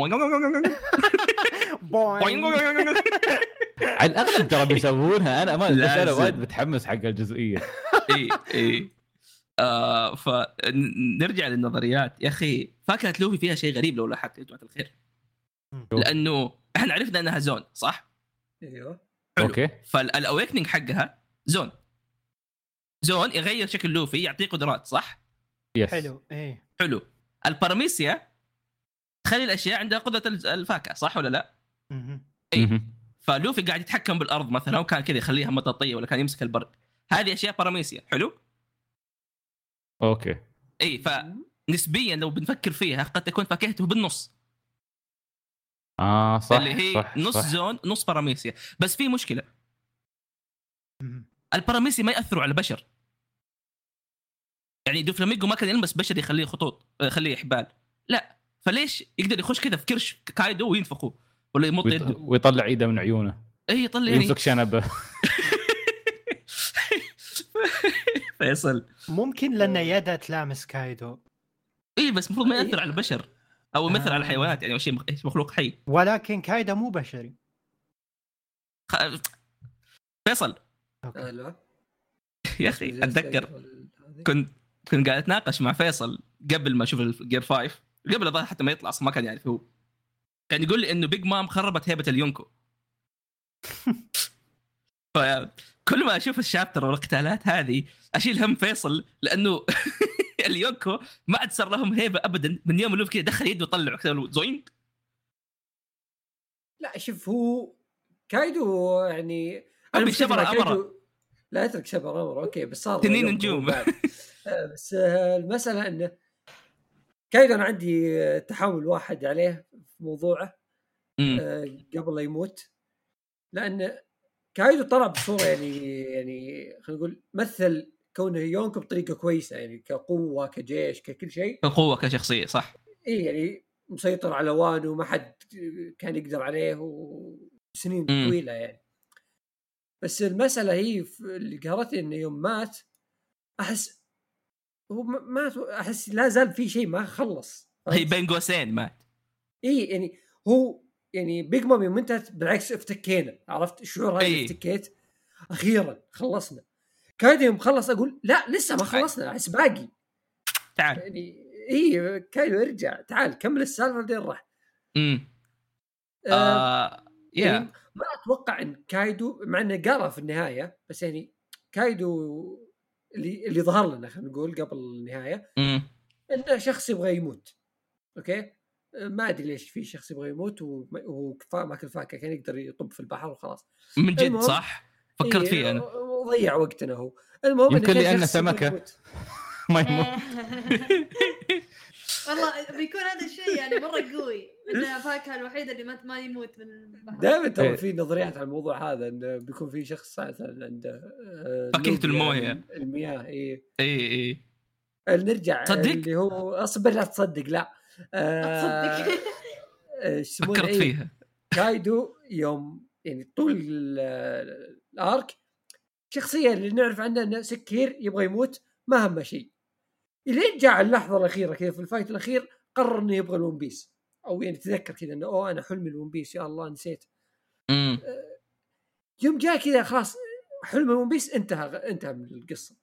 على الاغلب ترى بيسوونها. انا ما انا وايد متحمس حق الجزئيه. اي فنرجع للنظريات يا اخي. فاكهه لوفي فيها شيء غريب لو لاحظت يا جماعه الخير، لانه احنا عرفنا انها زون صح؟ ايوه اوكي. فالاويكنينج حقها زون يغير شكل لوفي، يعطيه قدرات صح؟ حلو. ايه حلو. الباراميسيا تخلي الاشياء عندها قدره الفاكهه صح ولا لا؟ اي فلوفي قاعد يتحكم بالارض مثلا وكان كذا يخليها مطاطيه ولا كان يمسك البرد، هذه اشياء باراميسيا. حلو اوكي. اي فنسبيا لو بنفكر فيها قد تكون فاكهته بالنص. صح اللي هي صح نص صح. زون نص باراميسيا. بس في مشكله، الباراميسيا ما ياثروا على البشر. يعني دوفلامينغو ما كان يلمس بشر يخليه خطوط يخليه حبال، لا. فليش يقدر يخش كذا في كرش كايدو وينفخه ولا يمط يده ويطلع ايده من عيونه؟ اي يطلع يمسك شنبه. فيصل ممكن لأن يده تلامس كايدو. اي بس المفروض ما ياثر على البشر او مثل على الحيوانات، يعني شيء مخلوق حي. ولكن كايدو مو بشري. فيصل يا اخي اتذكر كنت قاعد اتناقش مع فيصل قبل ما اشوف الجير 5، قبل الظاهر حتى ما يطلع اصلا ما كان يعرف هو. كان يقول لي انه بيج مام خربت هيبه اليونكو. فكل ما اشوف الشابتر والقتالات هذه اشيل هم فيصل، لانه اليونكو ما عاد صار لهم هيبه ابدا من يوم لوفي كذا دخل يده وطلع كذا زوينك. لا شوف هو كايدو يعني انا شبر امره، لا اترك شبر امره اوكي، بس صار تنين نجوم. بس المساله انه كايدو انا عندي تحول واحد عليه في موضوعه قبل لا يموت، لان كايدو طلع بصوره يعني خلينا نقول مثل كونه يونكو بطريقه كويسه، يعني كقوه كجيش ككل شيء، كقوه كشخصيه صح. يعني مسيطر على وانو ما حد كان يقدر عليه وسنين طويله يعني. بس المساله هي اللي قهرتني انه يوم مات احس هو مات، احس لا زال في شيء ما خلص. هي بين قوسين مات. يعني هو يعني بيج مام يوم انتهت بالعكس افتكينا، عرفت الشعور هذا؟ افتكيت اخيرا خلصنا. كايدو يوم خلص اقول لا لسه ما خلصنا، احس باقي. تعال يعني كايدو ارجع تعال كمل السالفه لين راح. يعني ما اتوقع ان كايدو مع انه قرا في النهايه، بس يعني كايدو اللي ظهر لنا خلينا نقول قبل النهايه انه شخص يبغى يموت. اوكي ما ادري ليش في شخص يبغى يموت وماكل فاكهه كان يقدر يطب في البحر وخلاص. من جد صح فكرت فيه انا وضيع وقتنا هو. المهم يمكن لأنه سمكه ما يموت. والله بيكون هذا الشيء يعني مره قوي انها فاكهه الوحيده اللي ما يموت من البحر. دائما ترى في نظريات على الموضوع هذا انه بيكون في شخص مثلا عنده فاكهه المياه. اي نرجع تصدق؟ اللي هو اصبر لا تصدق لا تصدق فكرت فيها كايدو يوم يعني طول الارك شخصية اللي نعرف عنها انه سكير يبغى يموت ما هم شيء الين جاء اللحظة الأخيرة كذا في الفايت الأخير قرر انه يبغى الون بيس او يعني تذكر كذا انه انا حلمي الون بيس يا الله نسيت. يوم جاء كذا خلاص حلم الون بيس انتهى من القصة.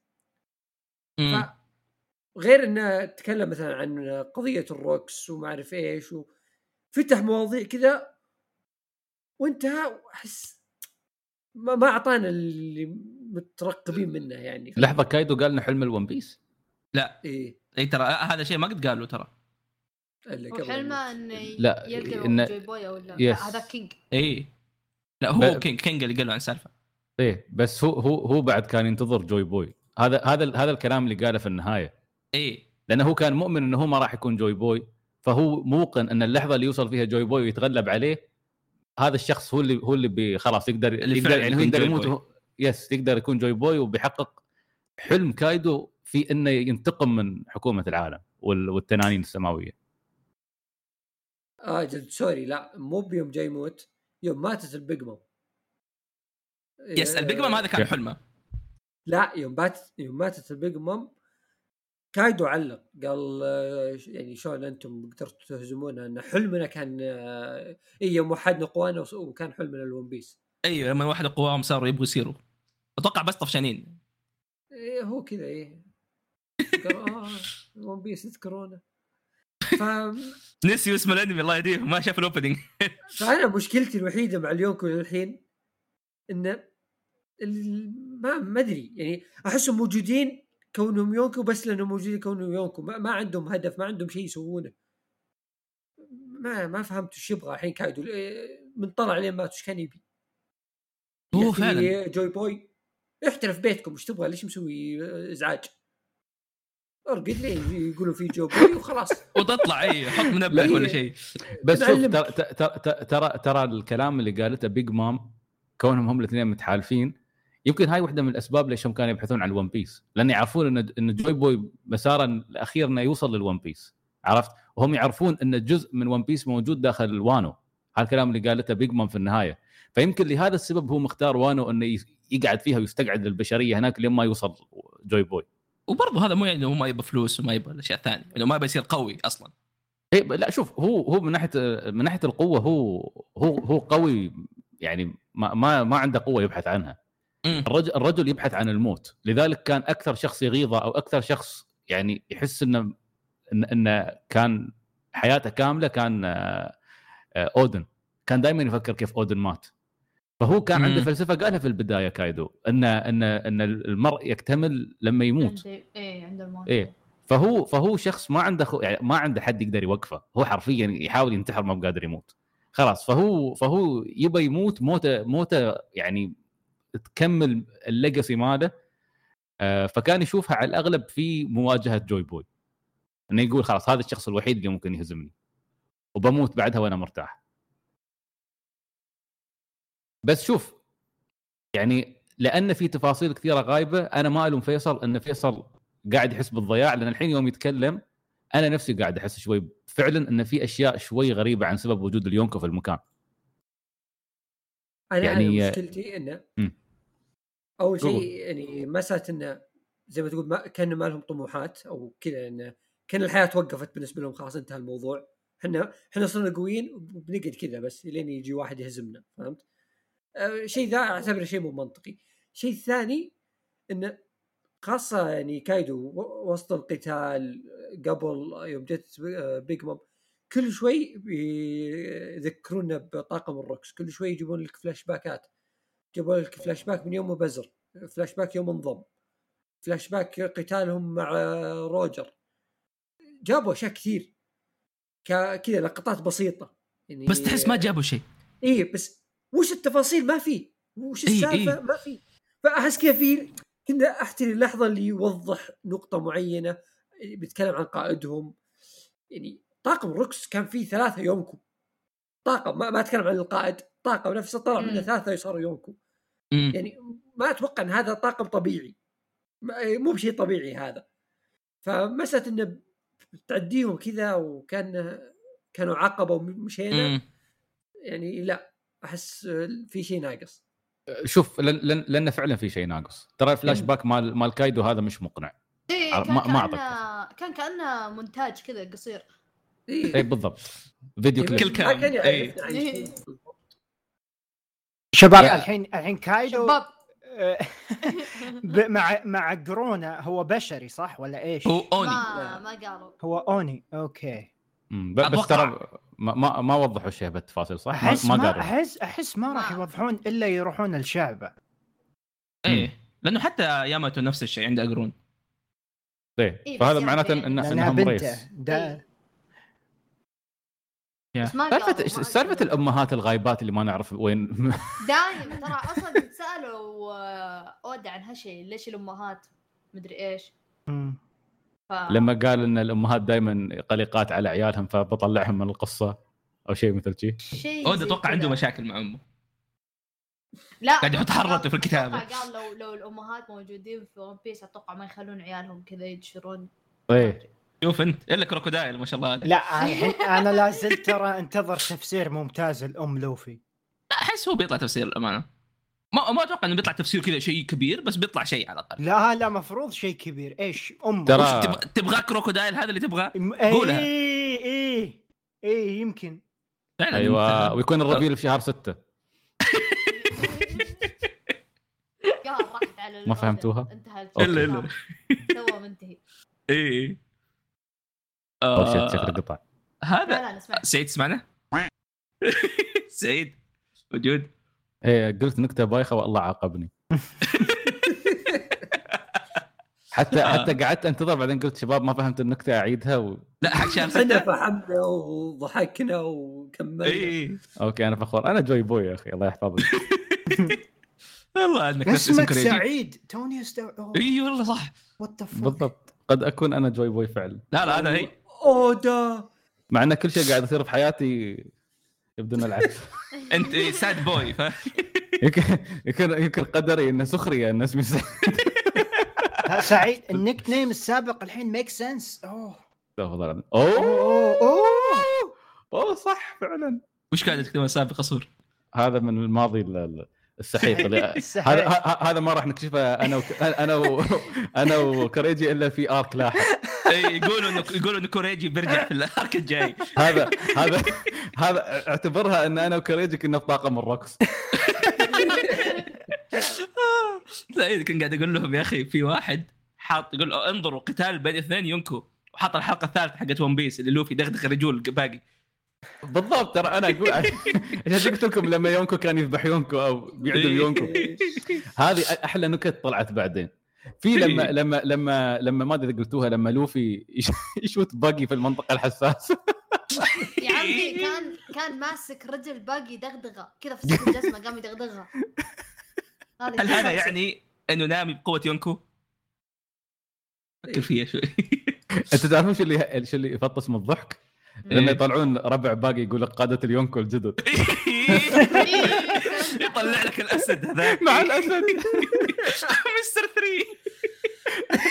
غير انه تكلم مثلا عن قضية الروكس وما اعرف ايش وفتح مواضيع كذا وانتهى. احس ما اعطانا اللي مترقبين منه يعني. لحظة كايدو قال لنا حلم الون بيس؟ لا اي ترى هذا شيء ما قد قالوا ترى. وحلمه انه يلقى جوي بوي او لا هذا كينج. اي لا هو كينج اللي قالوا عن سالفة. ايه بس هو بعد كان ينتظر جوي بوي. هذا الكلام اللي قاله في النهاية. ايه لانه هو كان مؤمن انه هو ما راح يكون جوي بوي فهو موقن ان اللحظة اللي يوصل فيها جوي بوي ويتغلب عليه هذا الشخص هو اللي خلاص يقدر يعني هو يقدر يموت يقدر يكون جوي بوي وبيحقق حلم كايدو في انه ينتقم من حكومة العالم والتنانين السماوية. جد سوري لا مو بيوم جاي يموت يوم ماتت البيج مام. يس البيج مام هذا كان حلمه. لا يوم ماتت البيج مام كايدو علق قال يعني شلون انتم قدرتوا تهزمونا ان حلمنا كان يوم وحدنا قوانا وكان حلمنا الون بيس. ايوه لما وحدوا قواهم صاروا يبغوا يصيروا اتوقع بس طفشانين. هو كذا ون بيس تذكرونه نسيوا اسم الانمي الله يهديهم ما شاف الاوبننج. فانا مشكلتي الوحيده مع اليونكو الحين انه ما ادري يعني احسهم موجودين كونهم يونكو بس لانهم موجودين كونهم يونكو ما عندهم هدف ما عندهم شيء يسوونه. ما فهمت ايش يبغى الحين كايدو من طلع لين ما ايش كان يبي. هو فعلا جوي بوي احترف بيتكم ايش تبغى ليش مسوي ازعاج ارقد لي يقولوا في جو بوي وخلاص وتطلع حط منبه ولا شيء. بس شوف ترى الكلام اللي قالته بيج مام كونهم هم الاثنين متحالفين يمكن هاي واحدة من الأسباب ليش هم كانوا يبحثون عن الون بيس لأن يعرفون إن جوي بوي مسارا الأخير إنه يوصل للون بيس عرفت وهم يعرفون إن جزء من ون بيس موجود داخل وانو. هالكلام اللي قالته بيج مام في النهاية فيمكن لهذا السبب هو مختار وانو إنه يقعد فيها ويستقعد البشرية هناك لما يوصل جوي بوي. وبرضه هذا مو يعني هو ما يبغى فلوس وما يبغى الأشياء الثانية إنه ما بيصير قوي أصلا. لا شوف هو من ناحية القوة هو قوي يعني ما عنده قوة يبحث عنها. الرجل يبحث عن الموت لذلك كان أكثر شخص يغيظه أو أكثر شخص يعني يحس إنه كان حياته كاملة كان أودن كان دائما يفكر كيف أودن مات. فهو كان عنده فلسفة قالها في البداية كايدو إن المرء يكتمل لما يموت. عنده الموت. فهو شخص ما عنده حد يقدر يوقفه هو حرفيا يحاول ينتحر ما بقادر يموت خلاص. فهو يبى يموت موته يعني تكمل الليجاسي ماله. فكان يشوفها على الأغلب في مواجهة جوي بوي إنه يقول خلاص هذا الشخص الوحيد اللي ممكن يهزمني وبموت بعدها وأنا مرتاح. بس شوف يعني لأن في تفاصيل كثيرة غايبة أنا ما ألوم فيصل إن فيصل قاعد يحس بالضياع لأن الحين يوم يتكلم أنا نفسي قاعد أحس شوي فعلا إن في أشياء شوي غريبة عن سبب وجود اليونكو في المكان. يعني مشكلتي إنه أول شيء يعني مسألة إنه زي ما تقول كان ما لهم طموحات أو كذا إنه كان الحياة توقفت بالنسبة لهم خلاص انتهى الموضوع. إحنا صرنا قويين وبنقعد كذا بس لين يجي واحد يهزمنا فهمت. شيء ذا أعتبره شيء مو منطقي. شيء ثاني إنه خاصة يعني كايدو وسط القتال قبل يوم جت بيج مام كل شوي يذكرونا بطاقم الروكس كل شوي يجيبون لك فلاش باكات. جابوا لك فلاش باك من يوم بزر فلاش باك يوم انضم فلاش باك قتالهم مع روجر جابوا أشياء كثير كذا لقطات بسيطه يعني، بس تحس ما جابوا شيء. ايه بس وش التفاصيل ما في، وش السالفه ما في. فاحس كذا في كنا احتري اللحظه اللي يوضح نقطه معينه، بيتكلم عن قائدهم. يعني طاقم روكس كان فيه 3 يونكو طاقم، ما اتكلم عن القائد، طاقم نفسه طلع منه 3 يصيروا يونكو. يعني ما اتوقع ان هذا طاقم طبيعي، مو بشيء طبيعي هذا. فمسألة انه تعديهم كذا كانوا عقبة ومشينا، يعني لا احس في شيء ناقص. شوف لأن فعلا في شيء ناقص. ترى الفلاش باك مال كايدو هذا مش مقنع. كان كأنه مونتاج كذا قصير. اي بالضبط، فيديو كليب. شباب الحين كايدو شباب. مع قرونه هو بشري صح ولا ايش؟ هو اوني. ما قالوا هو اوني. اوكي. بس ترى ما وضحوا شيء بالتفاصيل صح؟ ما احس ما راح يوضحون الا يروحون الشعب. ايه لانه حتى ياماتو نفس الشيء عنده قرون. ايه فهذا معناته انهم ريس. سالفة الأمهات الغايبات اللي ما نعرف وين. دايم ترى أصلاً سألوا أودا عن هالشيء، ليش الأمهات مدري إيش. لما قال إن الأمهات دايماً قلقات على عيالهم فبطلعهم من القصة أو شيء مثل شيء. أودا أتوقع عنده مشاكل مع أمه. لا قاعد يحط حرته في الكتابة. قال لو الأمهات موجودين في ون بيس أتوقع ما يخلون عيالهم كذا يدشرون. إيه. شوف انت الا كروكودايل ما شاء الله. لا انا لا زلت ترى انتظر تفسير ممتاز الام لوفي. احس هو بيطلع تفسير الامانه. ما اتوقع انه بيطلع تفسير كذا شيء كبير، بس بيطلع شيء على الاقل. لا مفروض شيء كبير. ايش ام تبغى كروكودايل هذا اللي تبغاه قولها. ايه يمكن. ايوه ويكون الربيل في شهر 6. ما فهمتوها؟ انتهى الا تو منتهي. ايه شكل قطع هذا. سعيد تسمعنا؟ سعيد موجود؟ ايه قلت نكته بايخه والله عاقبني. حتى قعدت انتظر بعدين قلت شباب ما فهمت النكته اعيدها لا حق شهر 6 فهمنا وضحكنا وكملنا. ايه اوكي انا فخور، انا جوي بوي يا اخي الله يحفظك. والله انك اسمك سعيد توني استوعب. اي والله صح بالضبط. قد اكون انا جوي بوي فعلا. لا انا هي اودا، مع ان كل شيء قاعد يصير في حياتي يبدو ان العكس. انت ساد بوي يمكن قدري انه سخريه ان اسمي سعيد. النيك نيم السابق الحين ميك سنس. اوه صح فعلا. وش قاعد تكتبه السابق قصور؟ هذا من الماضي السحيق. هذا ما راح نكشفه انا وكوريجي الا في ارك لاحق. يقولوا ان كوريجي بيرجع في الارك الجاي. هذا اعتبرها ان انا وكوريجي كنا في طاقم الروكس. لا كان قاعد اقول لهم يا اخي في واحد حاط يقول انظروا قتال بين 2 يونكو، وحط الحلقه الثالثه حقت ون بيس اللي لوفي دغدغ الرجول باقي. بالضبط. ترى انا اقول عشان قلت لكم لما يونكو كان يذبح يونكو او بيعدل يونكو. هذه احلى نكت طلعت بعدين في لما ما ادري قلتوها، لما لوفي يشوت باقي في المنطقه الحساسه. يا عمي كان ماسك رجل باقي دغدغه كذا في صدر الجسمه قام يدغدغها. هل هذا يعني انه نامي بقوه يونكو؟ فكر فيها شوي. انت تعرفون شو اللي يفطس من الضحك؟ لما يطلعون ربع باقي يقول لك قادة اليونكو الجدد. يطلع لك الأسد هذا مع الأسد مستر 3.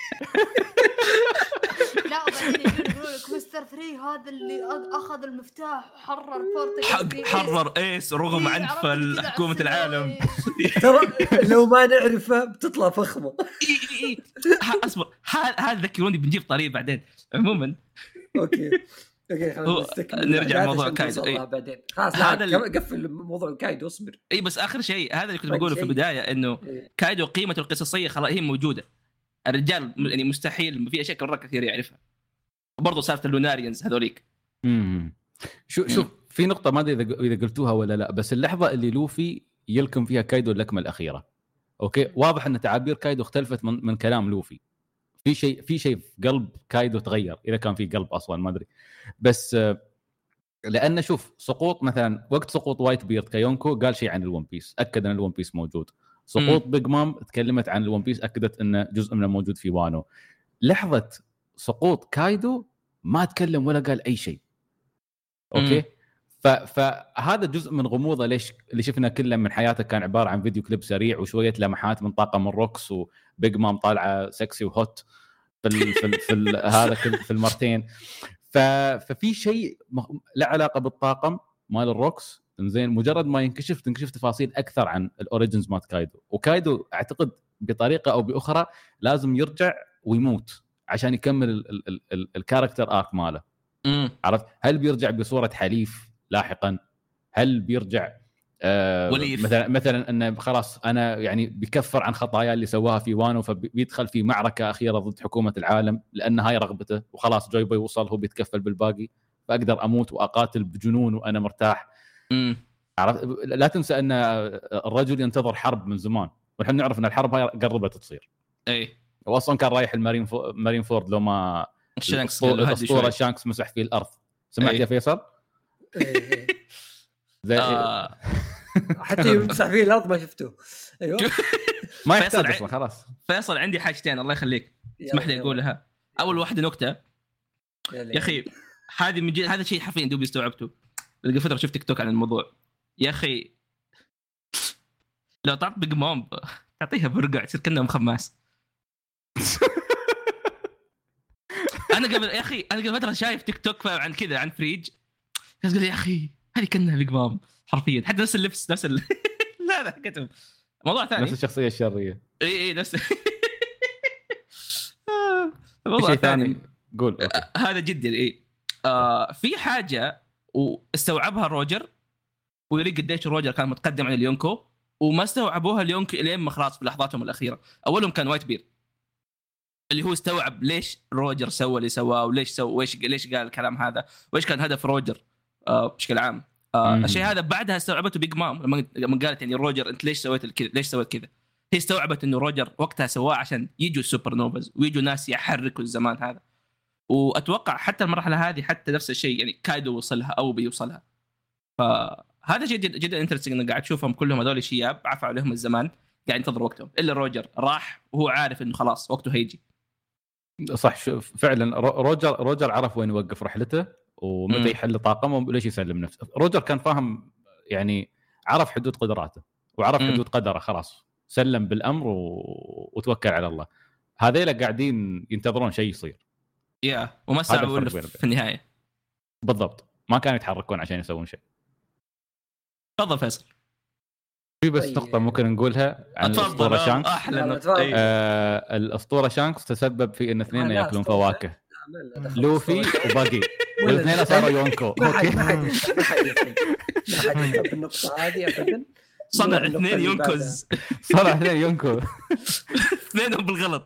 لا وبعدين يقولوا لك مستر 3 هذا اللي أخذ المفتاح وحرر بورتغال، حرر ايس رغم عنف حكومة العالم. ترى لو ما نعرفه بتطلع فخمة. اصبر هذا ذكروني بنجيب طريق بعدين. عموما اوكي نرجع لموضوع كايدو. بعدين خلاص هذا قفل موضوع كايدو اصبر. اي بس اخر شيء هذا اللي كنت بقوله في البدايه انه كايدو قيمته القصصيه خلاص هي موجوده. الرجال يعني مستحيل في اشياء مره كثير يعرفها. وبرضه سالفه اللوناريانز هذوليك. شوف في نقطه ما ادري اذا قلتوها ولا لا، بس اللحظه اللي لوفي يلكم فيها كايدو اللكمه الاخيره. اوكي واضح ان تعابير كايدو اختلفت من كلام لوفي. في شيء في قلب كايدو تغير، اذا كان في قلب اصلا ما ادري. بس لان شوف سقوط مثلا وقت سقوط وايت بيرد كيونكو قال شيء عن الون بيس، اكد ان الون بيس موجود. سقوط بيج مام تكلمت عن الون بيس، اكدت انه جزء منه موجود في وانو. لحظه سقوط كايدو ما تكلم ولا قال اي شيء. اوكي فهذا جزء من غموضه ليش اللي شفنا كله من حياته كان عباره عن فيديو كليب سريع وشويه لمحات من طاقم الروكس وبيج مام طالعه سكسي وهوت في هذا في المرتين. ففي شيء له علاقه بالطاقم مال الروكس زين، مجرد ما تنكشف تفاصيل اكثر عن الاوريجنز مال كايدو. وكايدو اعتقد بطريقه او باخرى لازم يرجع ويموت عشان يكمل الكاركتر ارك ماله. عرفت؟ هل بيرجع بصوره حليف لاحقا؟ هل بيرجع مثلا انه خلاص انا يعني بيكفر عن خطايا اللي سواها في وانو، فبيدخل في معركه اخيره ضد حكومه العالم لان هاي رغبته وخلاص جوي بوي وصل هو بيتكفل بالباقي، فاقدر اموت واقاتل بجنون وانا مرتاح. عرفت؟ لا تنسى ان الرجل ينتظر حرب من زمان، ونحن نعرف ان الحرب هاي قربت تصير. اي واصلا كان رايح المارين فورد لو ما الاسطوره شانكس مسح فيه الارض. سمعت يا فيصل؟ زي حتى يمسح فيه الارض ما شفتوه. ايوه ما يحتاج اصلا خلاص. فيصل عندي حاجتين الله يخليك اسمح لي اقولها. اول واحده نكته يا اخي، هذه من جد هذا شيء حرفيا دوبي استوعبته لقى فتره شفت تيك توك عن الموضوع. يا اخي لو طعت بيج مام تعطيها برقع تصير كأنها مخماس. انا قبل فتره شايف تيك توك عن كذا عن فريج، قال لي يا اخي هذه كأنها بيج مام حرفيا، حتى نفس اللبس نفس لا كتب موضوع ثاني، نفس الشخصيه الشريه. اي نفس موضوع ثاني. قول هذا جدي. اي في حاجه واستوعبها روجر، ويريد قديش روجر كان متقدم عن اليونكو، وما استوعبوها اليونكو لين ما خلاص في لحظاتهم الاخيره. اولهم كان وايت بير اللي هو استوعب ليش روجر سوى اللي سواه وليش سوى ليش قال الكلام هذا وايش كان هدف روجر بشكل عام. الشيء هذا بعدها استوعبته بيج مام لما قالت يعني روجر انت ليش سويت كذا، ليش سويت كذا. هي استوعبت انه روجر وقتها سواه عشان يجوا السوبر نوفاز ويجوا ناس يحركوا الزمان هذا. واتوقع حتى المرحله هذه حتى نفس الشيء يعني كايدو وصلها او بيوصلها. فهذا جدا انترستنج انك قاعد تشوفهم كلهم هذول شياب عفوا عليهم الزمان قاعد ينتظروا وقتهم، الا روجر راح وهو عارف انه خلاص وقته هيجي. صح فعلا روجر عرف وين يوقف رحلته ومتى يحل طاقمه وليش يسلم نفسه. روجر كان فاهم يعني عرف حدود قدراته وعرف حدود قدره، خلاص سلم بالامر وتوكل على الله. هذيلا قاعدين ينتظرون شيء يصير وما استوعبوا في النهايه بالضبط، ما كانوا يتحركون عشان يسوون شيء. تفضل فيصل. في بس نقطة ممكن نقولها عن الأسطورة شانكس. الأسطورة شانكس تسبب في إن اثنين يأكلون فواكه، لوفي وباقي، والاثنين صاروا يونكو. ما حد النقطة هذه أبدا. صنع اثنين يونكوز. اثنينهم بالغلط.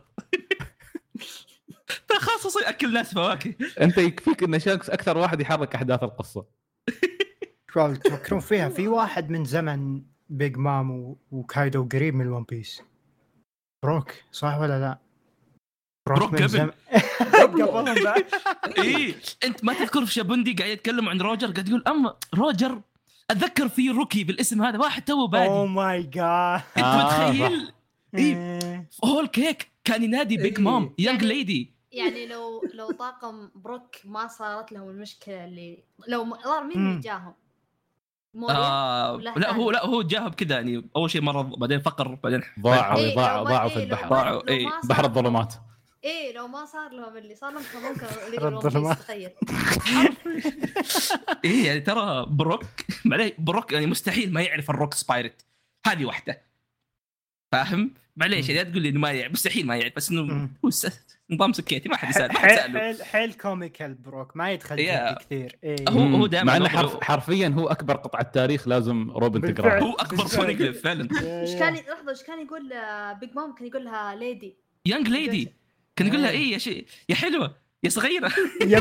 تخصص يأكل ناس فواكه. أنت يكفيك إن شانكس أكثر واحد يحرك أحداث القصة. شو تفكرون فيها؟ في واحد من زمن بيج مام وكايدو قريب من الون بيس. بروك صح ولا لا؟ بروك قبلهم بعد. ايه انت ما تذكر في شابوندي قاعد يتكلم عن روجر قاعد يقول روجر اتذكر في روكي بالاسم هذا واحد تو بادي. اوه ماي جاد انت متخيل؟ هول كيك كان ينادي بيج مام يانج ليدي. يعني لو طاقم بروك ما صارت لهم المشكله اللي لو صار مين جاهم لا هو جاهب كذا يعني اول شيء مرض بعدين فقر بعدين ضاعوا في البحر. ضاعوا بحر الظلمات. لو ما صار لهم اللي صار لهم كان ممكن تخيل. يعني ترى بروك يعني مستحيل ما يعرف الروك سبايرت هذه واحده، فاهم؟ معليش لا تقول لي انه ما يعرف، مستحيل ما يعرف، بس انه نظام سكيتي ما حد يسأله. حيل كوميكال بروك ما يدخل كثير. هو دائما مع انه حرفيا هو اكبر قطعه تاريخ لازم روبن تقراه. هو اكبر فونيك فعلا. ايش كان لحظه ايش كان يقول بيج مام؟ كان يقول لها ليدي يانج ليدي، كان يقول لها ايه يا شيء يا حلوه يا صغيره.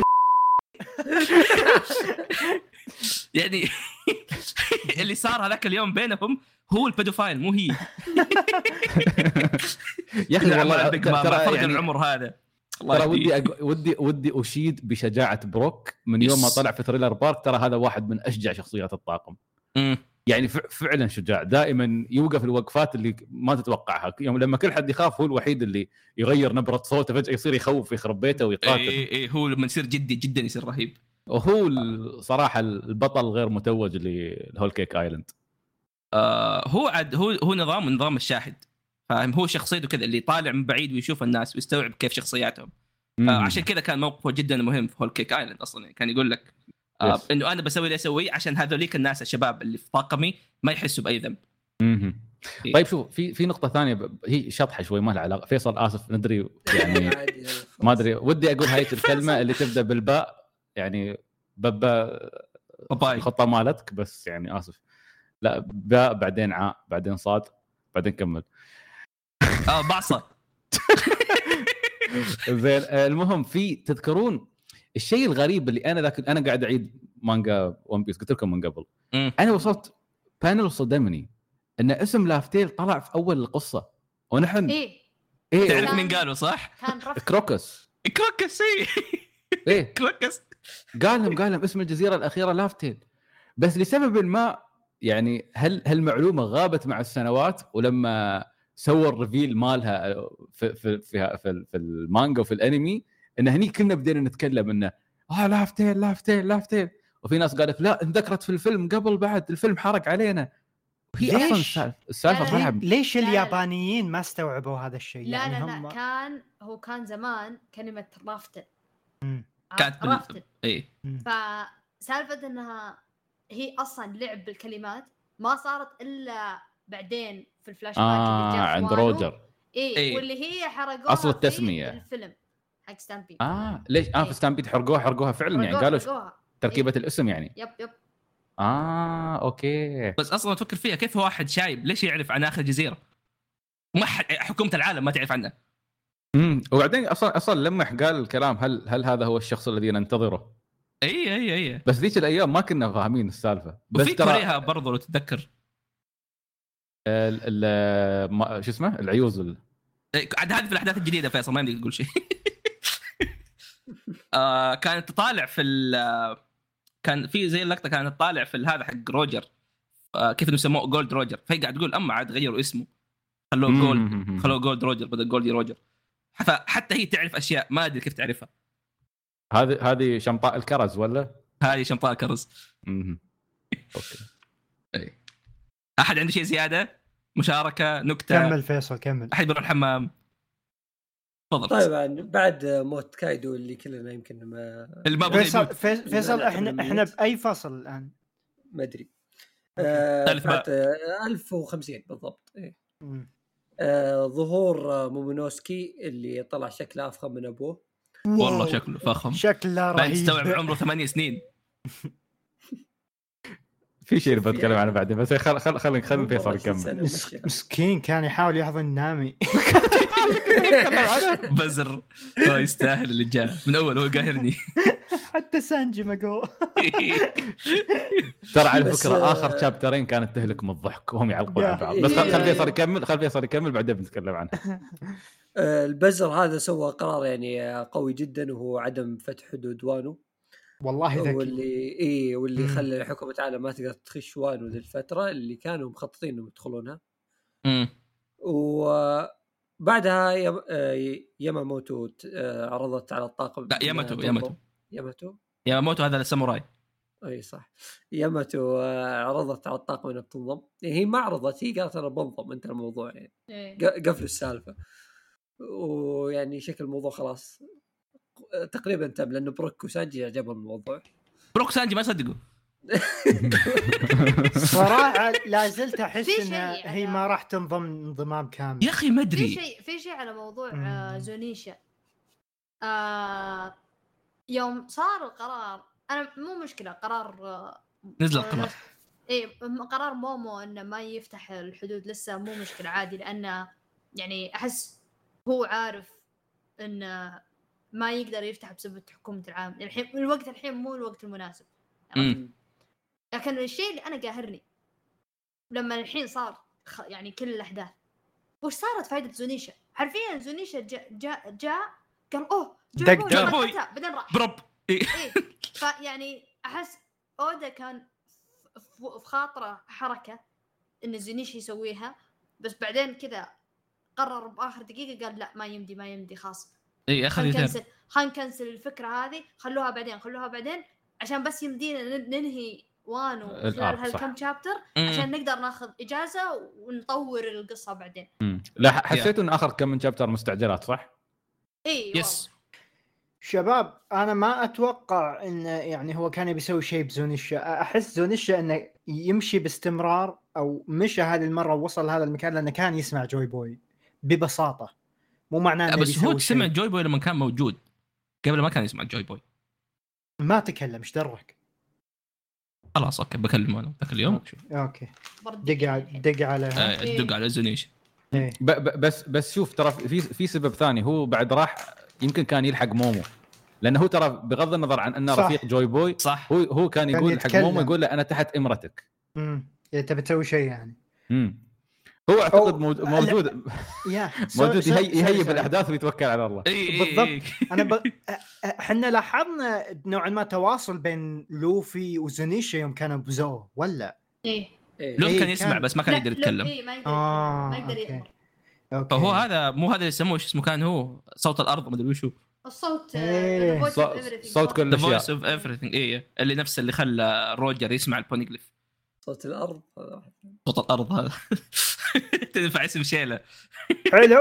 يعني اللي صار هذاك اليوم بينهم هو البيدوفايل مو هي. يا اخي والله ترى فرق العمر هذا ترى ودي اشيد بشجاعه بروك من يوم ما طلع في ثريلر بارك. ترى هذا واحد من اشجع شخصيات الطاقم. يعني فعلا شجاع، دائما يوقف الوقفات اللي ما تتوقعها. يوم لما كل حد يخاف هو الوحيد اللي يغير نبره صوته فجاه يصير يخوف يخرب بيته ويقاتل. اي هو لما يصير جدي جدا يصير رهيب. وهو صراحه البطل غير متوج لهول كيك ايلاند. هو نظام الشاهد، فاهم؟ هو شخصيته كذا اللي طالع من بعيد ويشوف الناس ويستوعب كيف شخصياتهم. عشان كذا كان موقفه جدا مهم في هول كيك ايلاند اصلا. يعني كان يقول لك انه انا بسوي اللي اسويه عشان هذوليك الناس الشباب اللي في طاقمي ما يحسوا باي ذنب. طيب شوف في نقطه ثانيه هي شطحه شوي ما لها علاقه. فيصل اسف ندري يعني ما ادري ودي اقول هاي الكلمه اللي تبدا بالباء يعني بابا الخطه مالتك بس يعني اسف. لا باء بعدين عاء بعدين صاد بعدين كمل. بعصى. زين المهم في تذكرون الشيء الغريب اللي انا قاعد اعيد مانجا ون بيس قلت لكم من قبل. انا وصلت بانل صدمني ان اسم لافتيل طلع في اول القصه ونحن ايه تعرف مين قالوا صح؟ كان كروكس ايه كروكس قالهم اسم الجزيره الاخيره لافتيل بس لسبب ما يعني هل المعلومه غابت مع السنوات ولما سوى الريفيل مالها في المانجا وفي الانمي ان هني كنا بدينا نتكلم انه لافتيل وفي ناس قالت لا انذكرت في الفيلم قبل بعد الفيلم حرق علينا. هي اصلا السالفه صراحه ليش اليابانيين ما استوعبوا هذا الشيء؟ يعني لا كان زمان كلمه رافتل كانت رافتل اي فسالفه انها هي اصلا لعب بالكلمات ما صارت الا بعدين في الفلاش باك اللي جاء عند روجر واللي هي حرقوها اصل التسميه في الفيلم حق ستامبيد. ليش في ستامبيد حرقوها فعلا يعني قالوا تركيبه الاسم يعني يب اوكي. بس اصلا تفكر فيها كيف واحد شايب ليش يعرف عن اخر جزيره ما حكومه العالم ما تعرف عنها. وبعدين اصلا لمح قال الكلام هل هذا هو الشخص الذي ننتظره؟ اي بس ذيك الايام ما كنا فاهمين السالفه. بس وفي كوريها برضو لو تتذكر شو اسمه العيوز عاد هذه في الاحداث الجديده فيصل ما يمديك تقول شيء. كانت تطالع في كان في زي اللقطه كانت تطالع في هذا حق روجر كيف يسموه جولد روجر فهي قاعد تقول اما عاد غيروا اسمه خلوه جولد روجر بدل جولدي روجر. حتى هي تعرف اشياء ما ادري كيف تعرفها. هذه شمطاء الكرز ولا هذه شمطاء الكرز. اوكي اي احد عنده شيء زياده مشاركه نكته؟ كمل فيصل كمل. احد بيروح الحمام تفضل. طيب بعد موت كايدو اللي كلنا يمكن ما فيصل احنا باي فصل الان ما ادري 1050 بالضبط. ظهور مومونوسكي اللي طلع شكله افخم من ابوه. والله شكله فخم شكله رهيب يستوعب عمره 8 سنين. في شيء بتكلم عنه بعدين بس خلينا فيصل يكمل. مسكين كان يحاول يحضن نامي. بزر يستاهل اللي جاء من اول هو قاهرني. حتى سانجي ماجو ترى على فكره اخر شابترين كانت تهلك من الضحك وهم يعلقون على بعض. بس خل فيصل يكمل بعدين بنتكلم عنه. البزر هذا سوى قرار يعني قوي جدا وهو عدم فتح حدود وانو. والله ذكي واللي خلى حكومة العالم ما تقدر تخش وانو ذي الفترة اللي كانوا مخططين انهم يدخلونها. وبعدها ياماموتو عرضت على الطاقم. لا ياماموتو هذا الساموراي. اي صح ياماموتو عرضت على الطاقم انها بتنضم. هي ما عرضت هي قالت انا بنضم انت الموضوع يعني قفلوا السالفة ويعني شكل الموضوع خلاص تقريبا تم لانه بروك وسانجي عجبهم الموضوع. بروك وسانجي ما صدقوا صراحه لا زلت احس ان هي ما راح تنضم انضمام كامل. يا اخي ما ادري في شيء على موضوع زونيشا. يوم صار القرار انا مو مشكله قرار نزل القرار قرار مومو انه ما يفتح الحدود لسه مو مشكله عادي لانه يعني احس هو عارف انه ما يقدر يفتح بسبب حكومة العالم الحين الحين مو الوقت المناسب. لكن الشيء اللي أنا قاهرني لما الحين صار يعني كل الأحداث وش صارت فائدة زونيشا؟ حرفيا زونيشا جاء قال اوه جوي بوي بعدين راح بروب إيه. فيعني احس اودا كان في خاطره حركه ان زونيشي يسويها، بس بعدين كذا قرر باخر دقيقه قال لا ما يمدي خلاص اي اخذ خلينا نكنسل الفكره هذه، خلوها بعدين عشان بس يمدينا ننهي وانو خلال هالكم شابتر عشان نقدر ناخذ اجازه ونطور القصه بعدين. لا حسيت ان اخر كم من شابتر مستعجلات صح؟ اي يس شباب انا ما اتوقع ان يعني هو كان بيسوي شيء بزونيشا. احس زونيشا انه يمشي باستمرار او مشى هذه المره ووصل هذا المكان لانه كان يسمع جوي بوي ببساطه، مو معناه انه بس هو سمع جوي بوي لما كان موجود، قبل ما كان يسمع جوي بوي ما تكلم ايش درك. خلاص اوكي بكلمه انا ذاك اليوم. اوكي دق على زونيش. بس شوف ترى في سبب ثاني، هو بعد راح يمكن كان يلحق مومو، لانه هو ترى بغض النظر عن انه رفيق جوي بوي صح هو كان يقول حق مومو يقول له انا تحت امرتك. تبي تسوي شيء يعني. هو اعتقد موجود يهيب الاحداث ويتوكل على الله. بالضبط. انا احنا لاحظنا نوعا ما تواصل بين لوفي وزونيشا يوم كانوا بزو ولا لوفي كان يسمع بس ما كان يقدر يتكلم. ما يقدر يأمر. فهو هذا مو هذا اللي يسموه اسمه كان هو صوت الارض ما ادري وشو الصوت صوت كل الاشياء voice of everything اللي نفس اللي خلى روجر يسمع البونيغليف. صوت الارض صوت الارض هذا تنفع اسم شيله حلو.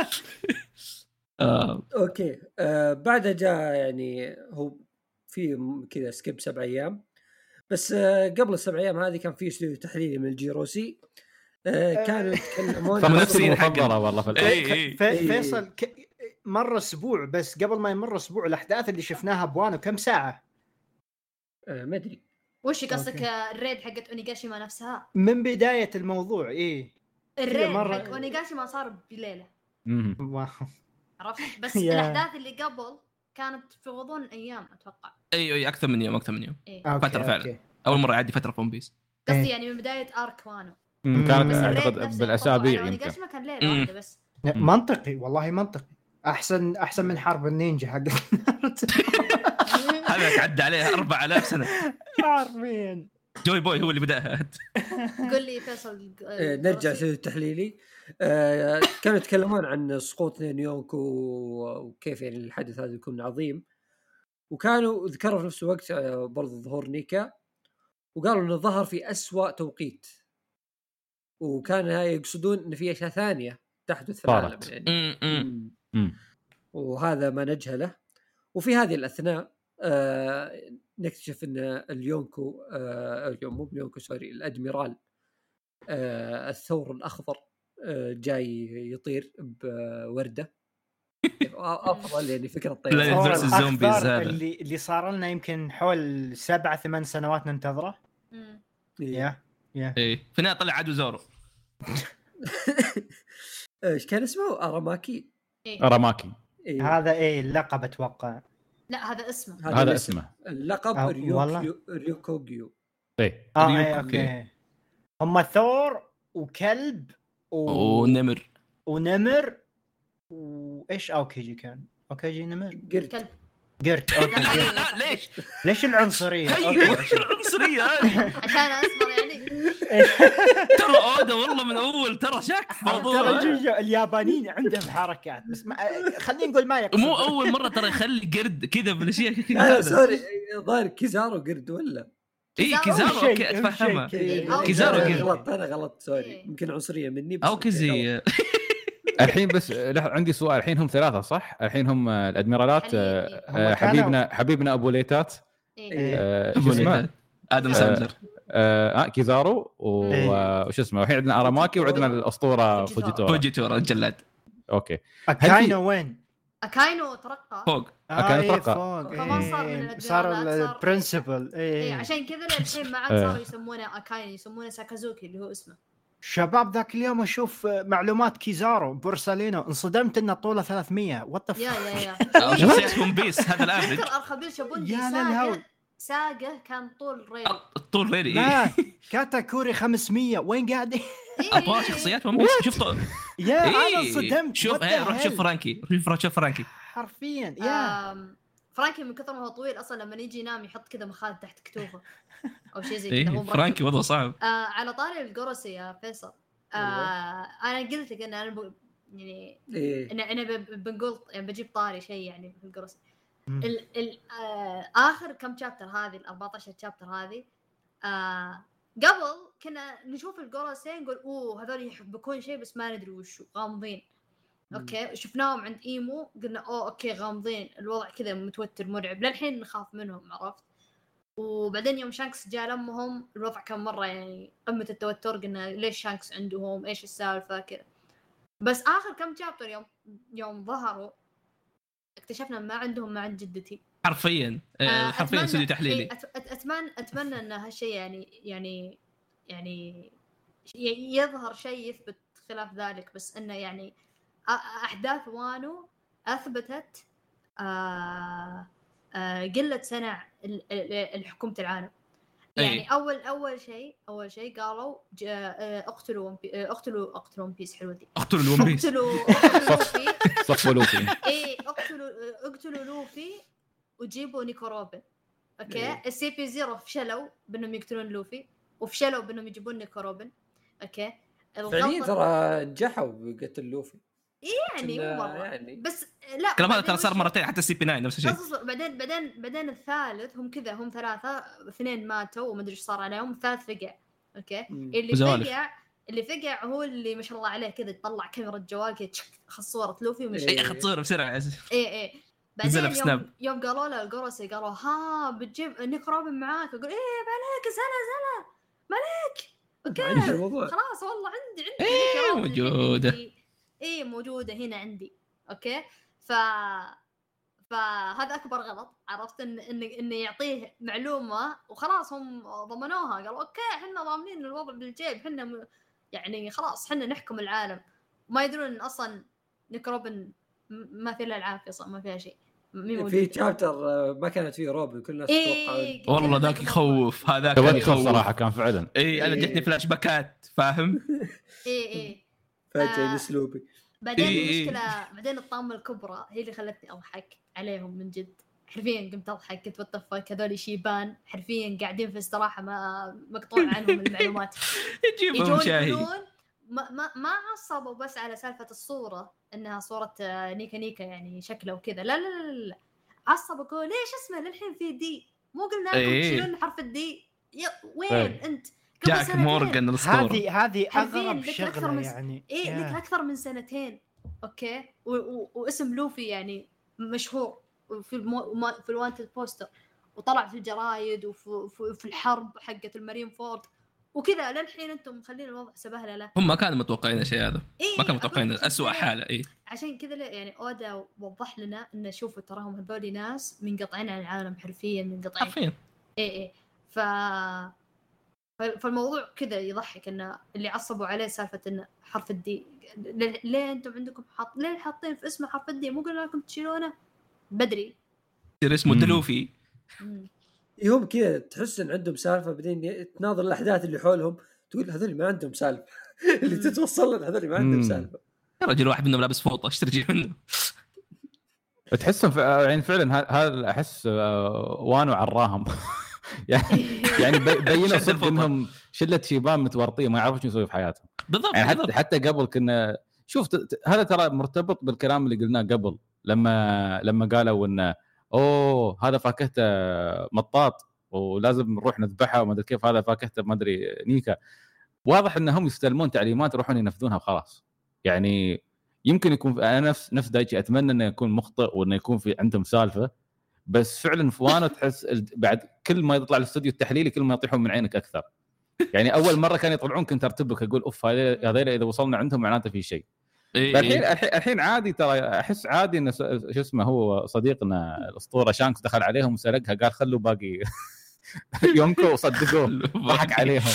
اوكي بعدها جاء يعني هو في كذا سكيب 7 ايام بس قبل ال7 ايام هذه كان في استوديو تحليلي من الجيروسي كانوا يتكلمون فمنافسين حقنا والله فيصل مر اسبوع، بس قبل ما يمر اسبوع الاحداث اللي شفناها بوانو كم ساعه ما ادري وش قصدك. الريد حقت اونيغاشيما نفسها من بدايه الموضوع الريد حق اونيغاشيما صار بليله عرفت بس الاحداث اللي قبل كانت في غضون ايام اتوقع. اي اكثر من يوم فتره فعلا اول مره يعدي فتره فون بيس قصدي يعني من بدايه ارك وانو كانت اعتقد بالاسابيع يمكن. ما كان ليله واحده بس. منطقي والله منطقي. احسن من حرب النينجا حق هذا عدى عليها 4000 سنه عارفين. جوي بوي هو اللي بداها. قل لي فيصل نرجع للتحليلي. كانوا يتكلمون عن سقوط نيونكو وكيف يعني الحدث هذا يكون عظيم، وكانوا ذكروا في نفس الوقت برضو ظهور نيكا، وقالوا انه ظهر في أسوأ توقيت، وكان يقصدون ان في اشياء ثانيه تحدث في العالم يعني. وهذا ما نجهله. وفي هذه الاثناء نكتشف ان اليونكو مو اليونكو سوري الادميرال الثور الاخضر جاي يطير بورده افضل يعني فكره الطيران الزومبيز هذا اللي صار لنا يمكن حول 7-8 سنوات ننتظره. ايه فينا طلع عدو زورو. ايش كان اسمه؟ اراماكي. اراماكي هذا اللقب اتوقع. لا هذا اسمه. هذا اسمه اللقب ريوكوغيو. اوكي هم ثور وكلب ونمر وايش اوكيجي كان اوكيجي نمر كلب قرد. لا ليش العنصريه؟ ليش العنصريه هذه؟ عشان اسمر يعني. ترى اودا والله من اول ترى شك موضوع. ترى اليابانيين عندهم حركات بس خلينا نقول ما يقصد. مو اول مره ترى يخلي قرد كذا بالاشياء. لا سوري ظاهر كيزارو قرد ولا كيزارو اوكي اتفهمها. كيزارو غلط انا غلط سوري يمكن عنصريه مني بس او كزي. الحين بس عندي سؤال. الحين هم 3 صح؟ الحين هم الادميرالات حبيبنا ابو ليتات ادم ساندلر كيزارو وش اسمه. الحين عندنا اراماكي وعندنا الاسطوره فوجيتورا الجلاد. اوكي اكاينو وين؟ اكاينو ترقى فوق. اكاينو ترقى فما صار البرنسبل. عشان كذا الحين ما عاد صاروا يسمونه اكاينو يسمونه ساكازوكي اللي هو اسمه. شباب ذاك اليوم اشوف معلومات كيزارو بورسالينو انصدمت انه طوله 300. وات ذا يا شخصية ون بيس هذا الافرج. فكر ارخبيل شابوندي ساقه كان طول ريلي لا كاتاكوري 500 وين قاعد؟ ابغى شخصيات ون بيس شفت يا انا انصدمت. شوف روح شوف فرانكي حرفيا يا فرانكي من كثر ما هو طويل اصلا لما يجي ينام يحط كذا مخاد تحت كتوفه او شيء زي كذا. هو فرانكي وضعه صعب. على طاري القرصي يا فيصل، انا قلت لك ان انا يعني انا بنقول يعني بجيب طاري شيء يعني في القرصي. اخر كم شابتر هذه 14 شابتر هذه قبل كنا نشوف القرصين نقول هذول يحبكون شيء بس ما ندري وشو، غامضين. اوكي شفناهم عند ايمو قلنا اوكي غامضين، الوضع كذا متوتر مرعب، للحين نخاف منهم عرفت. وبعدين يوم شانكس جاء لمهم الوضع كان مره يعني قمه التوتر، قلنا ليش شانكس عندهم، ايش السالفه كذا. بس اخر كم شابتر يوم ظهروا اكتشفنا ما عندهم ما عند جدتي حرفيا. حرفيا استوديو تحليلي. اتمنى ان هالشيء يعني يظهر شيء يثبت خلاف ذلك، بس انه يعني احداث وانو اثبتت قله صنع الحكومه العالم. يعني اول شيء قالوا اقتلوا ون بيس. حلوه دي، اقتلوا الون بيس، صفوا لوفي. اقتلوا لوفي وجيبوا نيكو روبن. اوكي السي بي زيرو فشلوا بانهم يقتلون لوفي وفشلوا بانهم يجيبون نيكو روبن. اوكي فعليا ترى نجحوا بقتل لوفي يعني مو مرة يعني. بس لا الكلام هذا ترى صار مرتين حتى السي بي 9 نفس الشيء. بعدين الثالث هم كذا، هم ثلاثة، اثنين ماتوا وما ادري ايش صار عليهم، الثالث فقع. اوكي اللي فقع هو اللي ما شاء الله عليه كذا يطلع كاميرا الجوال كذا اخذ صورة لوفي ومشي. اخذ صورة بسرعة. بعدين يوم قالوا له القرصي قالوا بتجيب نيك روبن معاك، اقول مالك زلا مالك. اوكي خلاص والله عندي موجودة. موجودة هنا عندي. اوكي فهذا اكبر غلط، عرفت انه يعطيه معلومة وخلاص هم ضمنوها، قالوا اوكي احنا ضامنين الوضع بالجيب، احنا يعني خلاص احنا نحكم العالم، ما يدرون ان اصلا نيك روبن ما في الا العافية، صح ما فيها شيء. في شابتر ما كانت فيه روبن كل الناس تتوقع والله ذاك يخوف، هذاك يخوف صراحه كان فعلا. انا جتني فلاش باكات فاهم. فجأة يسلوبي. بعدين المشكله بعدين الطامه الكبرى هي اللي خلتني اضحك عليهم من جد، حرفيا قمت اضحك، كنت بتطفى هذول شيبان حرفيا قاعدين في استراحه ما مقطوع عنهم المعلومات. يجيبون شاهي ما عصبوا بس على سالفه الصوره انها صوره نيكا يعني شكله وكذا، لا عصبوا قالوا ليش اسمه للحين في دي، مو قلنا لكم تشيلون حرف الدي وين انت جاك مورغان الاسطوري. هذه اغرب شغله يعني لك اكثر من سنتين. اوكي واسم لوفي يعني مشهور في الوانتد بوستر وطلع في الجرايد وفي الحرب حقه المارين فورد وكذا، للحين انتم مخلين الوضع سبهله له. هم ما كانوا متوقعين الشيء هذا. ما كانوا متوقعين أسوأ حاله. عشان كذا يعني اودا وضح لنا ان شوفوا تراهم هذول ناس منقطعين عن العالم، حرفيا منقطعين. فالموضوع كذا يضحك ان اللي عصبوا عليه سالفه ان حرف الدي، ليه انتم عندكم ليه حاطين في اسمه حرف الدي، مو قلنا لكم تشيلونه بدري يصير اسمه دلوفي. يوم كذا تحس ان عندهم سالفه، بعدين تناظر الاحداث اللي حولهم تقول هذول ما عندهم سالفه. اللي تتوصل لهم هذول ما عندهم سالفه. يا رجل واحد منهم لابس فوطه ايش ترجي منه. تحسهم يعني فعلا هذا احس وانو عراهم. يعني بينوا صدق انهم شله شيبان متورطين ما يعرفوا شو يسوي في حياتهم بالضبط. يعني حتى قبل كنا شوف هذا ترى مرتبط بالكلام اللي قلناه قبل لما قالوا انه هذا فاكهته مطاط ولازم نروح نذبحها وما ادري كيف، هذا فاكهته ما ادري نيكا. واضح انهم يستلمون تعليمات يروحون ينفذونها وخلاص. يعني يمكن يكون انا نفس دايتشي اتمنى انه يكون مخطئ وانه يكون في عندهم سالفه، بس فعلا فوانو تحس بعد كل ما يطلع الاستوديو التحليلي كل ما يطيحون من عينك اكثر. يعني اول مره كان يطلعون كنت ارتبك اقول هذول اذا وصلنا عندهم معناته في شيء. الحين عادي ترى احس عادي ان شو اسمه هو صديقنا الاسطوره شانكس دخل عليهم وسرقها قال خلوا باقي يونكو وصدقوه ضحك عليهم.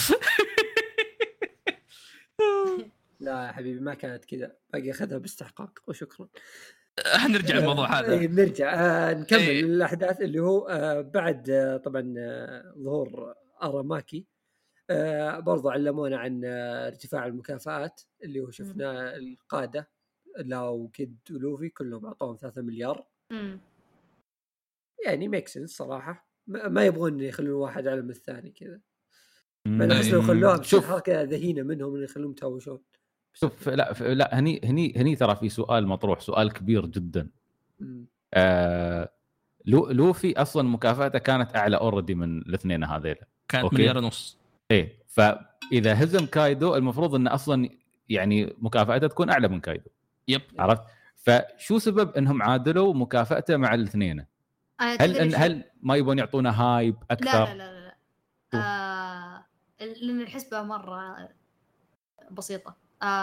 لا يا حبيبي ما كانت كذا، باقي اخذها باستحقاق وشكرا. هنرجع الموضوع هذا نرجع نكمل الاحداث اللي هو بعد طبعا ظهور اراماكي. برضو علمونا عن ارتفاع المكافآت اللي هو شفنا القادة لاو كيد ولوفي كلهم أعطوهم 3 مليار يعني ميك سنس صراحه. ما يبغون يخلون واحد اعلى من الثاني كذا. ما احس لو خلوها بشوف حركه ذهينه منهم ان يخلوهم تهاوشون. شوف لا هني ترى في سؤال مطروح، سؤال كبير جدا. لوفي اصلا مكافاته كانت اعلى اوريدي من الاثنين هذيل، كانت 1.5 مليار. ايه، فاذا هزم كايدو المفروض انه اصلا يعني مكافاته تكون اعلى من كايدو. يب عرفت؟ فشو سبب انهم عادلوا مكافاته مع الاثنين؟ هل ما يبون يعطونا هايب اكثر؟ لا لان الحسبه مره بسيطه.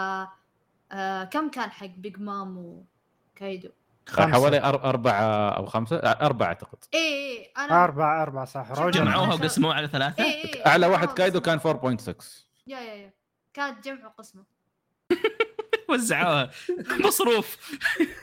كم كان حق بيج مام وكايدو؟ حوالي 4 أو 5 4 اعتقد. ايه انا 4 صح. روجر جمعوها وقسموها على 3. اعلى واحد كايدو كان 4.6. يا كانت جمع وقسمه. وزعوها مصروف.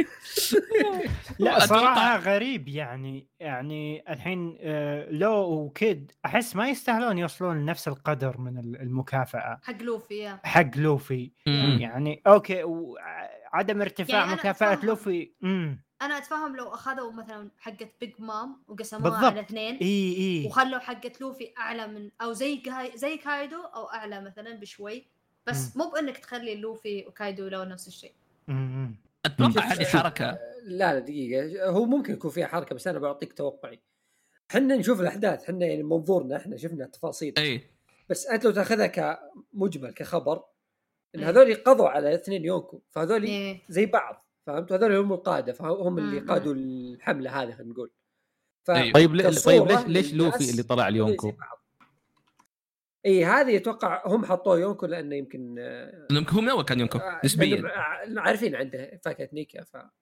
لا صراحه غريب يعني الحين لو وكيد احس ما يستاهلون يوصلون لنفس القدر من المكافاه حق لوفي يعني اوكي. وعدم ارتفاع يعني مكافاه لوفي انا اتفهم لو اخذوا مثلا حقه بيج مام وقسموها على 2 وخلوا حقه لوفي اعلى من او زي كايدو او اعلى مثلا بشوي، بس مو بانك تخلي لوفي وكايدو لو نفس الشيء. اتوقع هذه حركه. لا دقيقه، هو ممكن يكون فيها حركه بس انا بعطيك توقعي. احنا نشوف الاحداث، احنا يعني منظورنا احنا شفنا التفاصيل. بس انت لو تاخذها كمجمل كخبر ان هذول قضوا على 2 يونكو، فهذول زي بعض، فهمت؟ هذول هم القاده، فهم اللي قادوا الحمله هذه خلينا نقول. طيب ليش لوفي اللي طلع اليونكو؟ هذه يتوقع هم حطوه يونكو لانه يمكن هو من اول كان يونكو نسبيا عارفين عنده فاكهه نيكا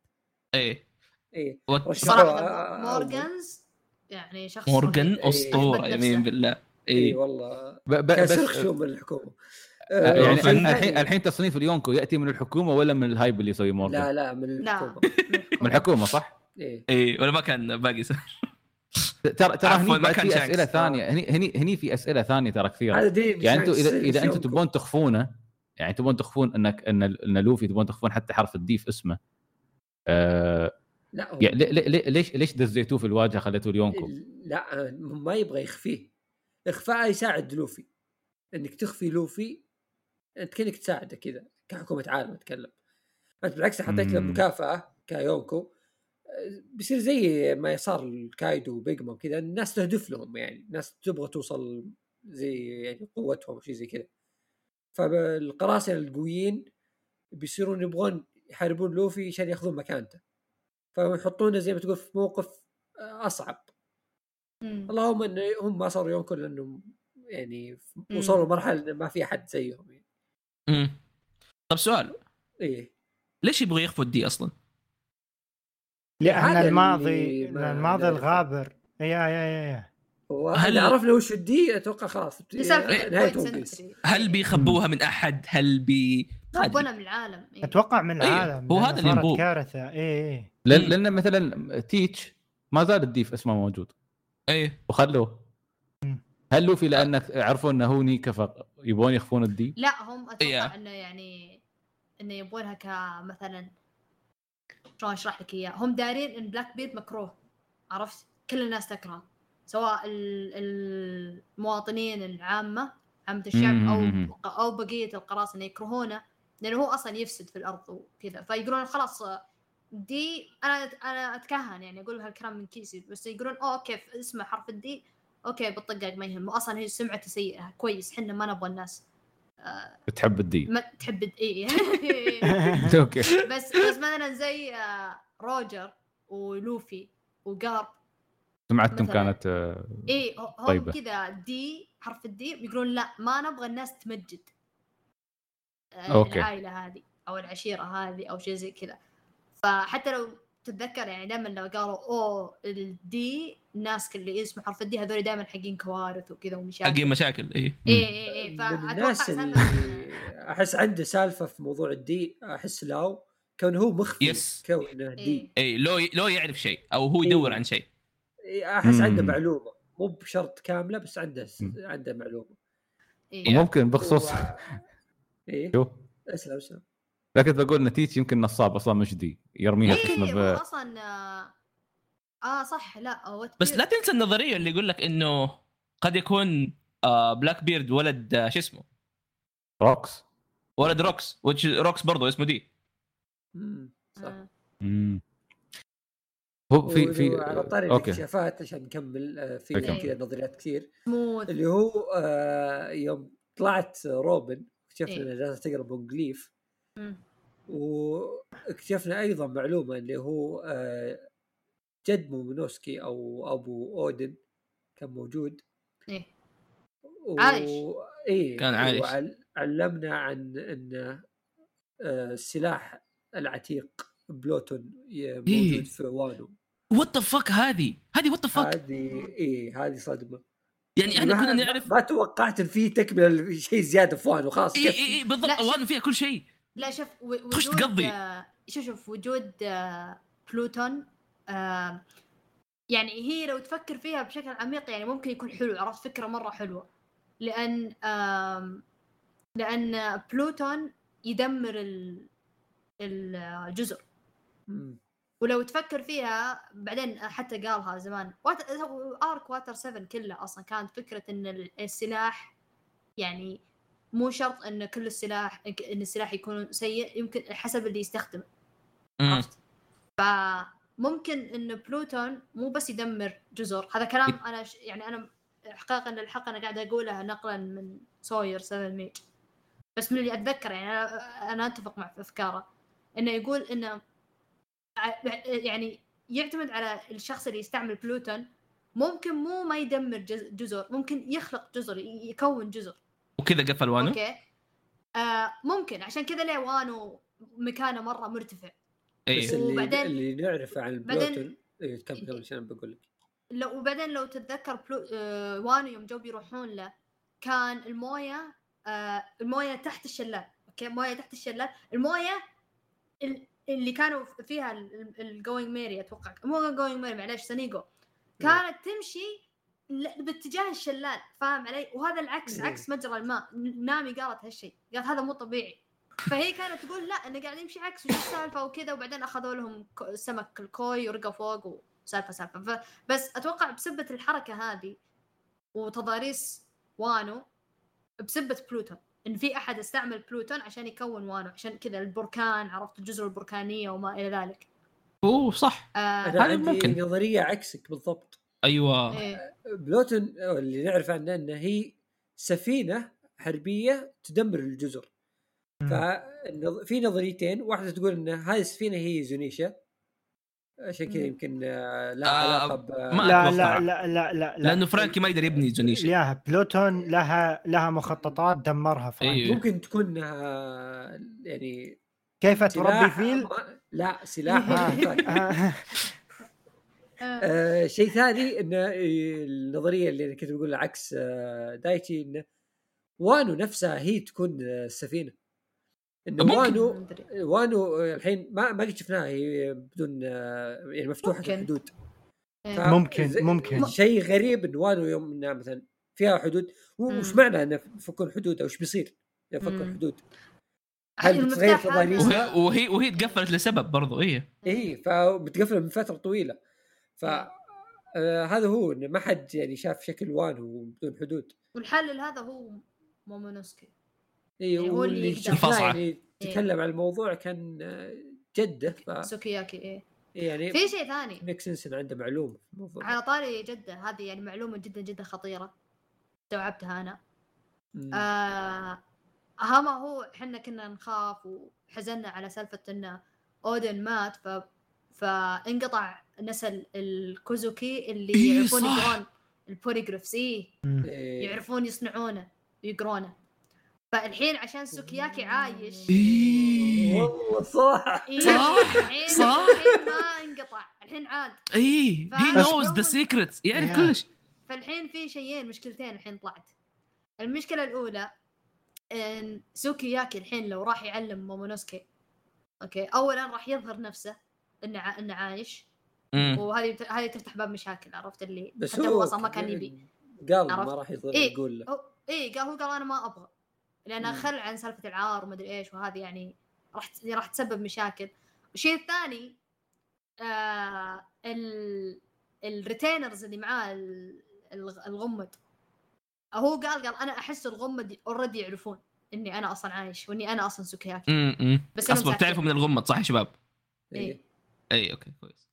صراحه مورغانز يعني شخص مورغان اسطوره يمين بالله. والله بس شو من الحكومه يعني الحين تصنيف اليونكو ياتي من الحكومه ولا من الهايب اللي يسوي مورغان؟ لا من الحكومه. من الحكومه صح؟ ولا ما كان باقي ترى هني بعد في اسئله ثانيه. هني في اسئله ثانيه ترى كثيره. يعني انتم اذا انتم تبون تخفونه، يعني تبون تخفون ان لوفي تبون تخفون حتى حرف الدي في اسمه. لا يعني ليش دزيتوه في الواجهه خليتوه اليونكو؟ لا ما يبغى يخفيه. اخفاء يساعد لوفي، انك تخفي لوفي انت كأنك تساعده كذا كحكومه عالم. اتكلم انت بالعكس حطيت له مكافاه كيونكو، بيصير زي ما صار الكايدو وبيجما وكذا، الناس تهدف لهم، يعني الناس تبغى توصل زي يعني قوتهم وشي زي كذا. فالقراصنة القويين بيصيرون يبغون يحاربون لوفي عشان ياخذون مكانته، فيحطونه زي ما تقول في موقف أصعب. اللهم إن هم ما صاروا يونكو لأنه يعني وصلوا مرحلة ما في أحد زيهم يعني. طب سؤال، ليش يبغوا يخفوا الدي أصلاً؟ لأن الماضي الغابر. يا هل عرفنا وش الدي؟ أتوقع خلاص هل بيخبوها من أحد؟ هل خبونا من العالم؟ أتوقع من العالم. هو هذا اللي ينبوه كارثة. لأن مثلا تيتش ما زال الدي في اسمه موجود وخلوه. هل لوفي لأنك عرفوا أنه هو نيكا يبون يخفون الدي؟ لا هم أتوقع أنه يعني إنه يبونها كمثلا شلون أشرح لك إياه. هم دارين إن بلاك بيرد مكروه، عرفت؟ كل الناس تكره، سواء المواطنين العامة عامة الشعب أو بقية القراصنة يكرهونه لأنه هو أصلا يفسد في الأرض وكذا. فيقولون خلاص دي أنا أتكهن يعني أقول هالكلام من كيسي، بس يقولون أوكي اسمه حرف الدي أوكي بالطقاق ما يهم، أصلا هي سمعته سيئة كويس، حنا ما نبغى الناس تحب الدي ما تحب اوكي. بس مثلا زي روجر ولوفي وقارب سمعتهم كانت هم كذا دي حرف الدي يقولون لا ما نبغى الناس تمجد العائلة هذه أو العشيرة هذه أو شيء زي كذا. فحتى لو تتذكر يعني دائما لو قالوا الدي الناس اللي اسمه حرف الدي هذول دائما حقين كوارث وكذا ومشاكل حقين مشاكل. فالناس اللي احس عنده سالفه في موضوع الدي، احس لاو كون هو مخفي كونه دي لو يعرف شيء او هو يدور عن شيء، احس عنده معلومه مو بشرط كامله بس عنده معلومه. وممكن بخصوص شو اسلم لكن بقول نتيجة يمكن نصاب اصلا مش دي يرميها اصلا صح. لا بس لا تنسى النظريه اللي يقول لك انه قد يكون بلاك بيرد ولد شو اسمه روكس، ولد روكس، روكس برضو اسمه دي. صح. هو في على طاري الاكتشافات عشان نكمل في كذا نظريات كثير اللي هو يوم طلعت روبن اكتشفنا انها جالسه تقرا بونجليف. واكتشفنا ايضا معلومه اللي هو جد مومونوسكي او ابو اودن كان موجود. عايش. كان عايش. وعلمنا عن ان السلاح العتيق بلوتون موجود في وانو. وات ذا فك هذه وات ذا فك هذه صدمه. يعني احنا كنا نعرف، ما توقعت ان في تكمل شيء زياده في وانو. خلاص بالضبط وانو فيها كل شيء. لا شوف وجود شوف وجود بلوتون يعني هي لو تفكر فيها بشكل عميق يعني ممكن يكون حلو. عرفت فكره مره حلوه لان بلوتون يدمر الجزر. ولو تفكر فيها بعدين حتى قالها زمان آرك واتر 7 كله أصلا كانت فكرة إن السلاح يعني مو شرط إن كل إن السلاح يكون سيء، يمكن حسب اللي يستخدمه. عرفت؟ فممكن إن بلوتون مو بس يدمر جزر. هذا كلام أنا يعني أنا حقيقة إن الحلقة أنا قاعدة أقولها نقلا من سوير 7 ميج، بس من اللي أتذكر يعني أنا أتفق مع أفكاره إنه يقول إنه يعني يعتمد على الشخص اللي يستعمل بلوتون. ممكن مو ما يدمر جزر، ممكن يخلق جزر، يكون جزر وكذا قفل وانو. اوكي ممكن عشان كذا ليه وانو مكانه مره مرتفع. بس اللي نعرفه عن البلوتون كم عشان بقول لك وبعدين لو تتذكر وانو يوم جو بيروحون له كان المويه تحت الشلال. اوكي مويه تحت الشلال، المويه اللي كانوا فيها الجوينج ميري اتوقع مو جوينج ميري معليش سانيغو كانت تمشي باتجاه الشلال. فاهم علي؟ وهذا العكس عكس مجرى الماء. نامي قالت هالشيء، قالت هذا مو طبيعي. فهي كانت تقول لا انه قاعد يمشي عكس وش السالفه وكذا. وبعدين اخذوا لهم سمك الكوي ورقوا فوق وسالفه. بس اتوقع بسبه الحركه هذه وتضاريس وانو بسبه بلوتون ان في احد استعمل بلوتون عشان يكون وانو، عشان كذا البركان عرفت الجزر البركانيه وما الى ذلك. صح. هذا ممكن نظريه عكسك بالضبط. ايوه بلوتون اللي نعرف عنه انه هي سفينه حربيه تدمر الجزر. ففي نظريتين، واحده تقول ان هذه السفينه هي زونيشا عشان كذا يمكن لا علاقه لا لانه فرانكي ما يقدر يبني زونيشا. لا بلوتون لها مخططات دمرها فرانكي. ممكن تكون يعني كيف تربي فيل. لا سلاح شيء ثاني ان النظريه اللي انا كنت بقول عكس دايتشي ان وانو نفسها هي تكون السفينه. انه وانو الحين ما قد شفناها هي بدون يعني مفتوحه الحدود. ممكن شيء غريب ان وانو يوم مثلا فيها حدود وش معنى انه فكوا الحدود او ايش بيصير يفكوا الحدود؟ هل بتغير تضاريسها وهي تقفلت لسبب برضو فبتقفل من فتره طويله. هذا هو إن ما حد يعني شاف شكل وانو بدون حدود. والحل هذا هو مومونوسكي. يعني هو اللي يعني تكلم عن الموضوع كان جده سوكياكي. يعني في شيء ثاني نيكسنسن عنده معلومه في الموضوع على طاري جده. هذه يعني معلومه جدا جدا خطيره استوعبتها انا. ما هو احنا كنا نخاف وحزننا على سالفه ان اودن مات فانقطع نسل الكوزوكي اللي يعرفون يقرون البوليغرافز. يعرفون يصنعونه ويقرونه. فالحين عشان سوكياكي عايش والله صح الحين ما انقطع، الحين عاد he knows the secrets يعرف كلش. فالحين في شيئين مشكلتين الحين طلعت. المشكلة الأولى إن سوكياكي الحين لو راح يعلم مومونوسكي أوكي أولا راح يظهر نفسه إنه عايش وهذه تفتح باب مشاكل. عرفت اللي حتى هو أصلا ما كان يبي قال ما راح يقول له قال أنا ما أبغى لأن خل عن سالفة العار وما أدري إيش وهذه يعني راح تسبب مشاكل. والشيء الثاني الريتينرز اللي معاه الغمد، هو قال انا احس الغمد اوريدي يعرفون اني انا اصلا عايش واني انا اصلا سوكياكي. بس اصبر تعرفوا من الغمد صح يا شباب؟ اي اوكي كويس.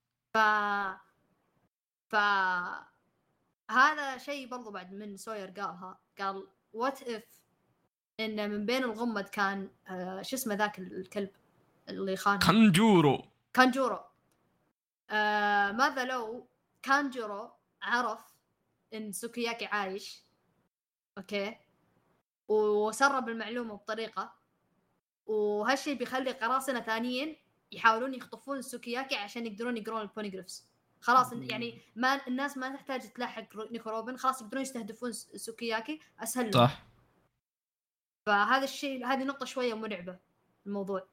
هذا شيء برضو بعد من سوير قال وات اف ان من بين الغمد كان شو اسمه ذاك الكلب اللي خان كانجورو. ماذا لو كانجورو عرف ان سوكياكي عايش اوكي وسرب المعلومه بطريقه، وهالشيء بيخلي قراصنه ثانيين يحاولون يخطفون سوكياكي عشان يقدرون يقرون البونيغرافز. خلاص يعني ما الناس ما تحتاج تلاحق نيكو روبن، خلاص يقدرون يستهدفون سوكياكي اسهل لهم. صح. فهذا الشيء هذه نقطه شويه مرعبه الموضوع.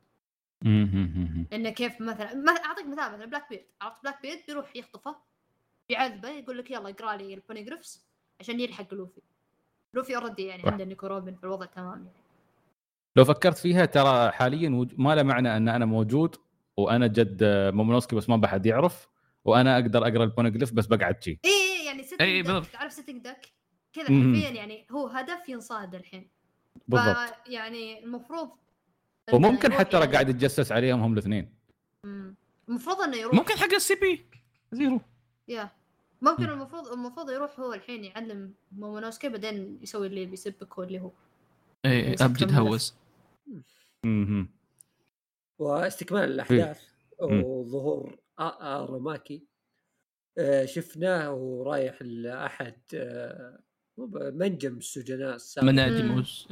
انه كيف مثلا اعطيك مثلا بلاك بيرد، عرفت بلاك بيرد بيروح يخطفه بيعذبه يقول لك يلا اقرا لي البونيغرافز عشان يلحق لوفي اوريدي يعني عنده نيكو روبن في الوضع تمام يعني. لو فكرت فيها ترى حاليا ما له معنى ان انا موجود وانا جد مومونوسكي بس ما بحد يعرف وانا اقدر اقرا البونيغليف بس بقعد شي. يعني تعرف سيتنج دك كذا حرفيا يعني هو هدف ينصاد الحين بالضبط. يعني المفروض وممكن حتى يعني قاعد يتجسس عليهم هم الاثنين. المفروض انه يروح ممكن حق السي بي زيرو ممكن المفروض يروح هو الحين يعلم مومونوسكي بعدين يسوي اللي بيسبك هو اللي هو ابجد هوس. واستكمال الاحداث وظهور أراماكي شفناه ورايح لاحد منجم السجناء السابق منادموس.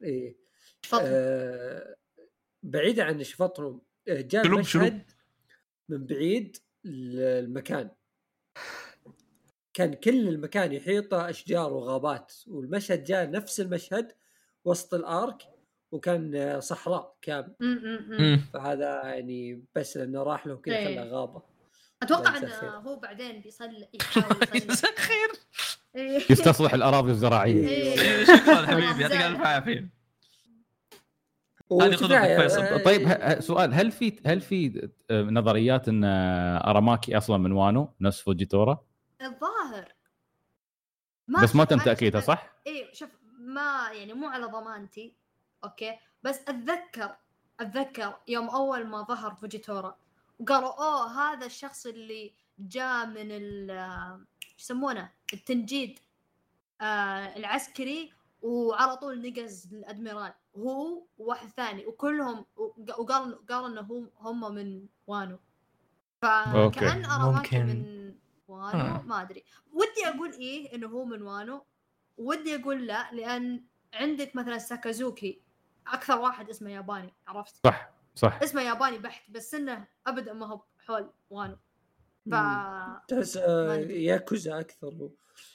بعيد عن شفطهم جاء المشهد من بعيد المكان، كان كل المكان يحيطه أشجار وغابات، والمشهد جاء نفس المشهد وسط الآرك وكان صحراء كامل. فهذا يعني بس لأنه راح له كذا خلى غابة. أتوقع أنه هو بعدين يحاول يسخر يستصلح الأراضي الزراعية. شكرا حبيبي يعطيك الف عافية. هذه خطوة فيصل. طيب سؤال، هل في نظريات ان أراماكي اصلا من وانو نفس فوجيتورا؟ الظاهر بس ما تم تاكيدها صح؟ شوف ما يعني مو على ضمانتي اوكي، بس اتذكر يوم اول ما ظهر فوجيتورا وقالوا هذا الشخص اللي جاء من يسمونه التنجيد العسكري وعلى طول نقز الادميرال هو وواحد ثاني وكلهم وقال انه هم من وانو. فكأن أراماكي من وانو ما ادري. ودي اقول انه هو من وانو، ودي اقول لا لان عندك مثلا ساكازوكي اكثر واحد اسمه ياباني، عرفت؟ صح اسمه ياباني بحت بس انه ابدا ما هو حول وانو. تحس ياكوزا اكثر.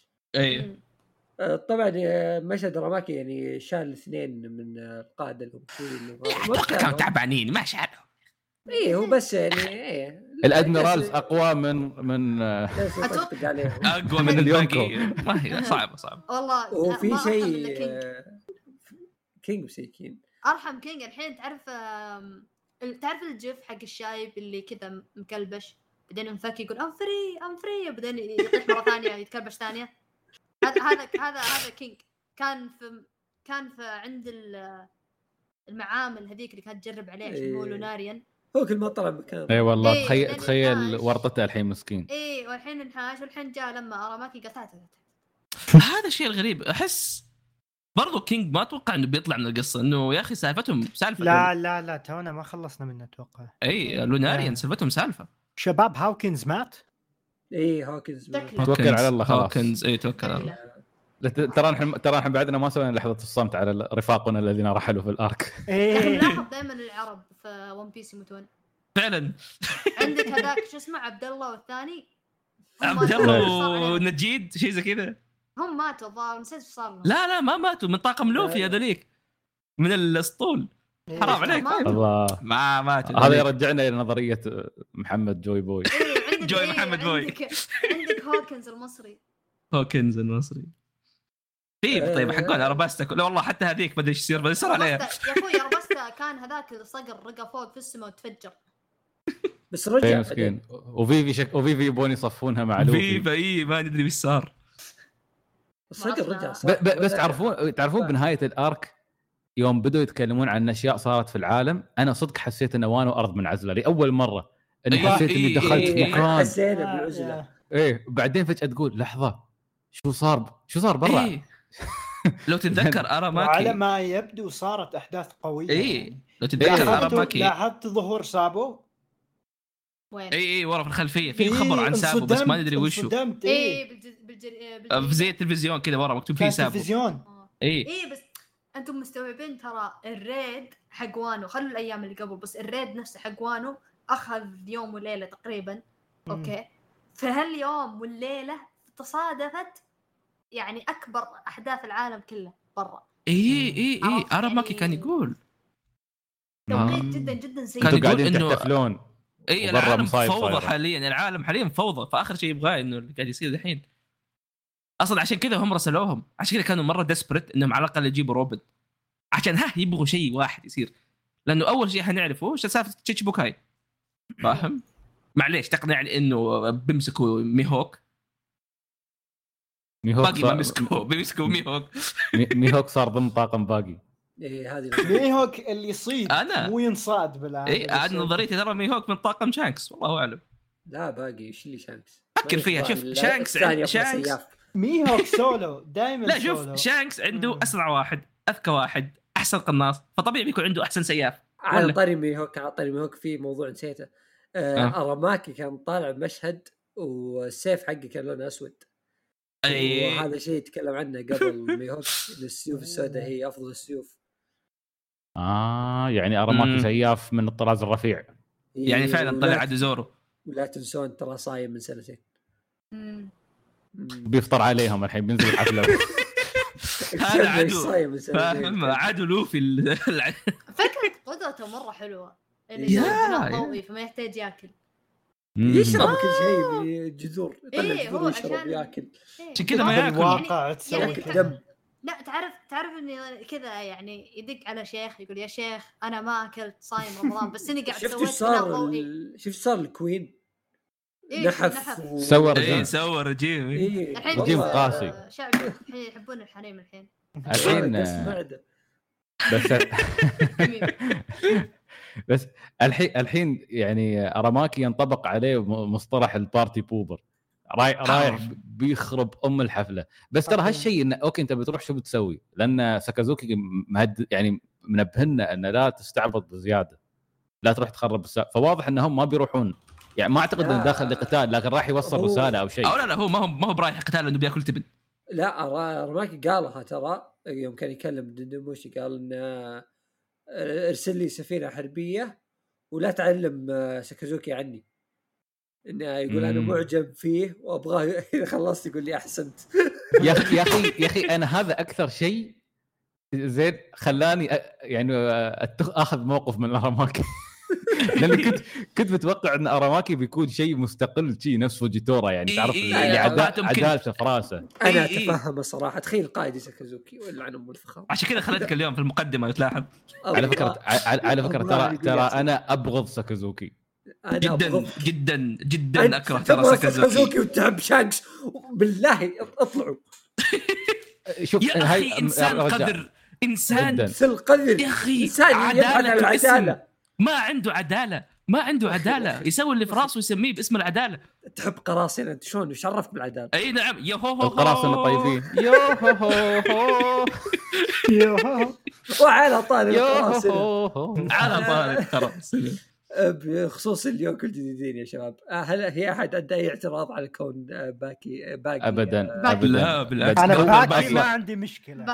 اي طبعا مشهد أراماكي يعني شال اثنين من القاده المكتوبين كانوا تعبانين ما شالوا. هو بس يعني الادميرالز اقوى من اتوقع عليه اقوى من الباقي. ما هي صعبه والله. وفي شيء كينج مسكين ارحم كينج الحين. تعرف الجيف حق الشايب اللي كذا مكلبش بعدين انفك يقول ام فري وبعدين يطيح مره ثانيه يتكلبش ثانيه. هذا كينج كان في عند المعامل هذيك اللي كانت تجرب عليه عشان هو لوناريان. هو كل ما طلع مكان اي والله تخيل ورطته الحين مسكين. والحين انحاش والحين جاء لما أراماكي قطعته. هذا الشيء الغريب. احس برضو كينج ما اتوقع انه بيطلع من القصه انه يا اخي سالفتهم سالفه. لا تونا ما خلصنا منه اتوقع. لوناريان سالفتهم سالفه. شباب هاوكنز مات. هاوكنز توكل على الله خلاص. هاوكنز توكل على الله. ترى احنا بعدنا ما سوينا لحظه الصمت على رفاقنا الذين رحلوا في الارك. لاحظ دائما العرب في ون بيس يموتون فعلا. عندك هذاك شو اسمه عبد الله والثاني عبد الله ونجيد شيء زي كذا هم ماتوا الظاهر. نسيت ايش صار لهم. لا ما ماتوا من طاقم لوفي هذوليك من الاسطول. حرام عليك الله ما ماتوا. هذا يرجعنا الى نظريه محمد جوي بوي. جوي محمد بوي. عندك هوكنز المصري طيب حقون اراباستا. لا والله حتى هذيك ما ادري ايش يصير عليها يا اخوي. اراباستا كان هذاك الصقر رقى فوق في السماء وتفجر. بس رجع مسكين. وفيفي يبون يصفونها مع لوفي. فيفي ما ندري ايش صار. الصدق رجع بس تعرفون بنهايه الارك يوم بدوا يتكلمون عن اشياء صارت في العالم، انا صدق حسيت ان وانو ارض من عزله لاول مره، اني حسيت اني دخلت في مكان حسينا بالعزله. بعدين فجاه تقول لحظه شو صار برا. لو تتذكر اراماكي على ما يبدو صارت احداث قويه. يعني. لو تتذكر اراماكي لاحظت ظهور سابو وين؟ اي ورا في الخلفيه في خبر عن سابو بس ما ندري وشو. في زي التلفزيون كذا ورا مكتوب فيه سابو. التلفزيون اي بس انتم مستوعبين ترى الريد حق وانو، خلوا الايام اللي قبل، بس الريد نفسه حق وانو اخذ يوم وليله تقريبا. اوكي، فهاليوم والليله تصادفت يعني اكبر احداث العالم كله برا. اي اراماكي كان يقول توقيت جدا جدا سيء. كان يقول انه انه تحتفلون العالم فوضى حاليا، العالم حاليا فوضى، فاخر شيء يبغاه انه اللي قاعد يصير الحين اصلا. عشان كذا هم رسلوهم، عشان كذا كانوا مره ديسبريت انهم على الاقل يجيبوا روبن، عشان يبغوا شيء واحد يصير، لانه اول شيء حنعرفه وش سالفه تشيتشبوكاي. فاهم؟ معليش تقنع انه بيمسكوا ميهوك باقي ما بيمسكوا ميهوك صار ضمن طاقم باقي. ايه هذه ميهوك اللي يصيد مو ينصاد بالعاده. اي عاد نظريتي ترى ميهوك من طاقم شانكس، والله اعلم. لا باقي ايش اللي شانكس فكر فيها. شوف شانكس ميهوك سولو دائما. لا شوف شانكس عنده اسرع واحد، اذكى واحد، احسن قناص، فطبيعي بيكون عنده احسن سياف. على طاري ميهوك في موضوع نسيته. اراماكي كان طالع بمشهد والسيف حقه كان لونه اسود. وهذا شيء يتكلم عنه قبل ميهوك. السيوف السوداء هي افضل السيوف. يعني اراماكي سياف من الطراز الرفيع. يعني فعلا طلع عدو زورو. ولا تنسون ترى صايم من سنتين. بيفطر عليهم الحين بينزل الحفله. هذا عدو فاهم، عدو لوفي. فكرة قدرته مرة حلوة، اللي ضوئي فما يحتاج ياكل، يشرب كل شيء بجذور، يطلع جذور ويشرب وياكل. عشان كذا ما ياكل. الواقع تسوي دم. لا تعرف اني كذا يعني يدق على شيخ يقول يا شيخ انا ما اكلت صايم رمضان بس اني قاعد اسوي. شفت صار الكوين نحف سوى رجيم. رجيم قاسي. شعب الحين يحبون الحريم الحين. بس الحين يعني اراماكي ينطبق عليه مصطلح البارتي بوبر. رايح بيخرب الحفله. بس ترى هالشيء انه اوكي انت بتروح شو بتسوي، لان ساكازوكي يعني منبهنا ان لا تستعبط بزياده، لا تروح تخرب السالفه. فواضح انهم ما بيروحون، يعني ما اعتقد انه داخل لقتال، لكن راح يوصل رساله او شيء. لا هو ما هو برايح قتال لانه بياكل تبن. لا اراماكي قالها ترى يوم كان يكلم دندوموشي، قال انه ارسل لي سفينه حربيه ولا تعلم ساكازوكي عني، انه يقول انا معجب فيه وابغاه. خلصت يقول لي احسنت. يا اخي انا هذا اكثر شيء زين خلاني يعني اخذ موقف من اراماكي. لأن كنت متوقع ان اراماكي بيكون شيء مستقل شيء نفس فوجيتورا، يعني تعرف عدالته في راسه. انا اتفهم الصراحه. تخيل قائد ساكازوكي ولا عنه الفخام. عشان كذا خليتك اليوم في المقدمه تلاحظ. على فكره ترى انا ابغض ساكازوكي جدا جدا جدا. اكره ترى ساكازوكي وتحب شانكس بالله اطلعوا. شوف يا اخي انسان قدر، انسان في القدر يا اخي. انسان يبحث عن العداله، ما عنده عداله يسوي اللي في راسه ويسميه باسم العداله. تحب قراصنة انت شلون يشرفك بالعداله؟ اي نعم. يا هو القراصنة الطيبين. وعلى طاري القراصنة، على طاري القراصنة بخصوص اليوكو الجديدين يا شباب. هل هي احد عنده اي اعتراض على كون باقي؟ ابدا لا بالعكس. انا باقي ما عندي مشكله.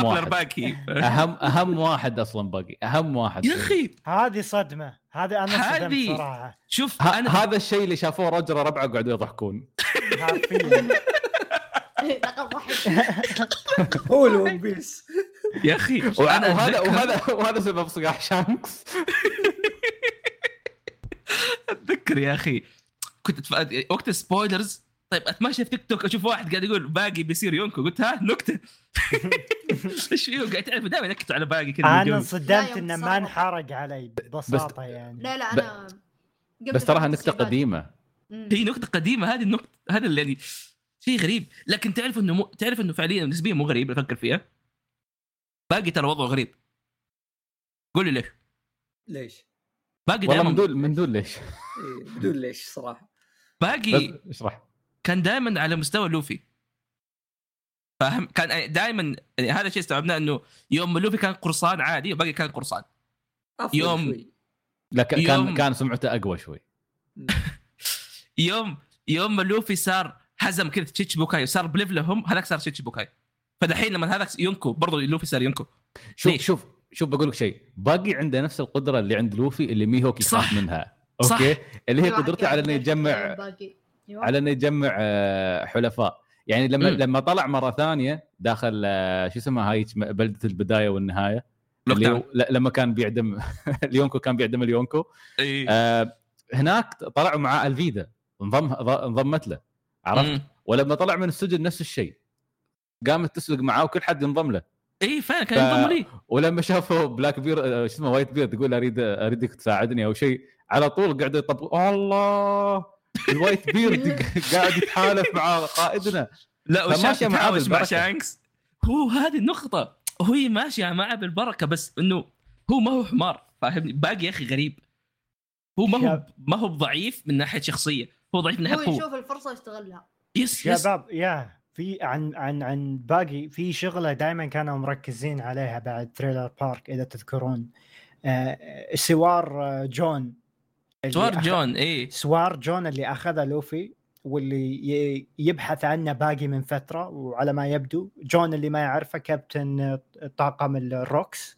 اهم واحد اصلا باقي، اهم واحد يا اخي. هذه صدمه، هذه انا صدمت صراحه. شوف هذا الشيء اللي شافوه رجل ربعه قاعدوا يضحكون. هو الون بيس يا اخي. وهذا سبب صياح شانكس. اتذكر يا اخي كنت وقت السبويلرز، طيب اتمشى في تيك توك اشوف واحد قاعد يقول باقي بيصير يونكو، قلت ها نكته. ايش فيه؟ قاعد تعرف دائما نكت على باقي كذا. انا صدمت انه ما انحرق علي ببساطه يعني. لا انا بس تراها نكته قديمه. هي نكته قديمه هذه النكته، هذا اللي يعني شيء غريب. لكن تعرف انه فعليا نسبيا مو غريب افكر فيها. باقي ترى وضعه غريب. قول لي ليش باقي والله من دون ليش بدون ليش صراحه. باقي اشرح. كان دائما على مستوى لوفي، فاهم؟ كان دائما يعني هذا الشيء استوعبناه انه يوم لوفي كان قرصان عادي وباقي كان قرصان. يوم شوي. لا كان سمعته اقوى شوي. يوم لوفي صار هزم كذا تشيتشبوكاي وصار بليف لهم، هذاك صار تشيتشبوكاي. فدحين لما هذاك يونكو برضو لوفي صار يونكو. شوف بقول لك شيء، باقي عنده نفس القدره اللي عند لوفي اللي ميهوك يخاف منها. اوكي صح. اللي هي قدرته على انه يجمع حلفاء. يعني لما طلع مره ثانيه داخل شو اسمها هاي بلده البدايه والنهايه اللي لما كان بيعدم اليونكو، كان بيعدم اليونكو. هناك طلعوا معاه الفيدا انضمت له، عرفت؟ ولما طلع من السجن نفس الشيء، قامت تسلق معاه وكل حد ينضم له. اي فعلا كان ينضم لي. ولما شافوا بلاك بير شو اسمه وايت بير تقول اريدك تساعدني او شيء، على طول قاعد يطبق الله الوايت بير قاعد يتحالف مع قائدنا. لا وماشي مع شانكس. هو هذه النقطه، هو ماشي معه بالبركه، بس انه هو ما هو حمار، فاهمني؟ باقي يا اخي غريب. هو ما هو ضعيف من ناحيه شخصيه، هو ضعيف من ناحيه قوه. هو يشوف الفرصه يستغلها. يس شباب في عن باقي في شغله دائما كانوا مركزين عليها بعد تريلر بارك اذا تذكرون. سوار جون سوار جون اللي اخذه لوفي واللي يبحث عنه باقي من فتره، وعلى ما يبدو جون اللي ما يعرفه كابتن طاقم الروكس.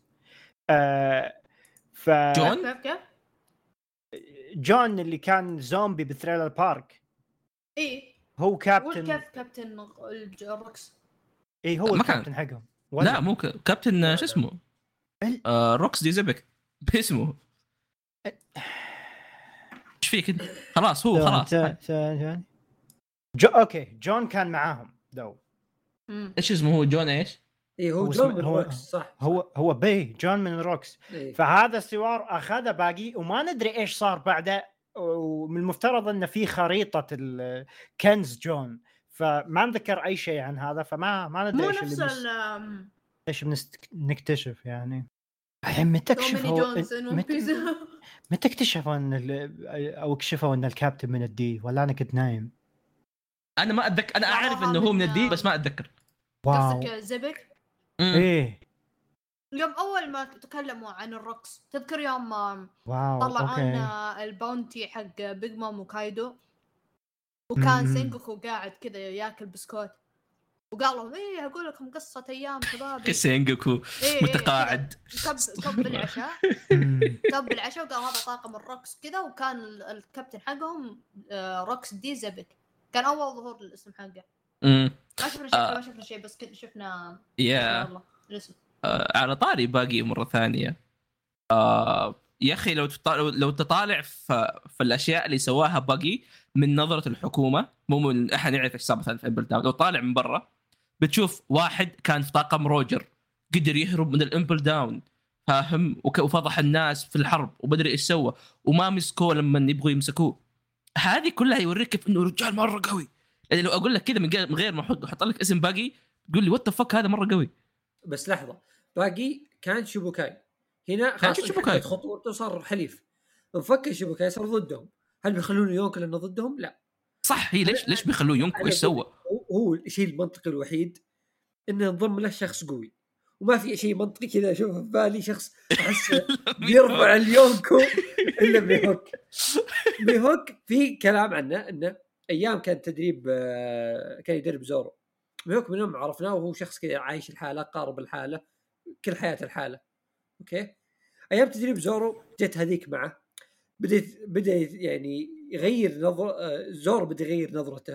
جون اللي كان زومبي بثريلر بارك. هو كابتن الروكس. هو الكابتن حقهم. لا مو كابتن شو اسمه روكس دي زبك باسمه. ايش فيك خلاص هو خلاص اوكي جون كان معاهم دو. ايش اسمه هو جون ايش؟ هو جون من روكس صح. هو جون من روكس. فهذا السوار اخذ باقي وما ندري ايش صار بعده، ومن المفترض انه في خريطه الكنز جون، فما نذكر اي شيء عن هذا، فما ندري ايش نكتشف يعني. الحين متى اكتشفوا او اكتشفوا ان الكابتن من الدي، ولا انا كنت نايم؟ انا ما اتذكر. انا اعرف انه هو من الدي بس ما اتذكر. قصدك زبك؟ ايه يوم اول ما تكلموا عن الروكس، تذكر يوم طلعوا لنا الباونتي حق بيج مام وكايدو، وكان سينجوكو قاعد كذا ياكل بسكوت، وقالوا ايه اقول لكم قصه ايام شبابي. سينجوكو متقاعد كب العشاء وقال هذا طاقم الروكس كذا، وكان الكابتن حقهم روكس دي زبك. كان اول ظهور للاسم حقه. ما شفنا شيء بس كنا شفنا والله الاسم. على طاري باقي مره ثانيه. يا اخي لو تطالع في الاشياء اللي سواها باقي من نظره الحكومه، مو من احد يعرف ايش صار مثلا في امبل داون. لو طالع من برا بتشوف واحد كان في طاقم روجر قدر يهرب من الامبل داون، فاهم؟ وفضح الناس في الحرب وبدري ايش سوى، وما مسكوه لما يبغوا يمسكوه. هذه كلها يوريك كيف انه رجال مره قوي. يعني لو اقول لك كذا من غير ما احط لك اسم باقي تقول لي وات ذا فك، هذا مره قوي. بس لحظه، باقي كان شوبوكاي هنا خلاص خطوته صار حليف، انفك شوبوكاي صار ضدهم. هل بيخلونه يونكو لانه ضدهم؟ لا صح. هي ليش بيخلوه يونكو؟ ايش سوى؟ هو الشيء المنطقي الوحيد انه انضم له شخص قوي، وما في شيء منطقي كذا اشوفه في بالي شخص احس بيرفع اليونكو الا ميهوك. في كلام عنه انه ايام كان تدريب كان يدرب زورو. ميهوك من يوم عرفناه وهو شخص كذا عايش الحاله، قارب الحاله، كل حياة الحاله. اوكي، ايام تدريب زورو جت هذيك معه، بدا يعني يغير نظر زورو، بدا يغير نظرته.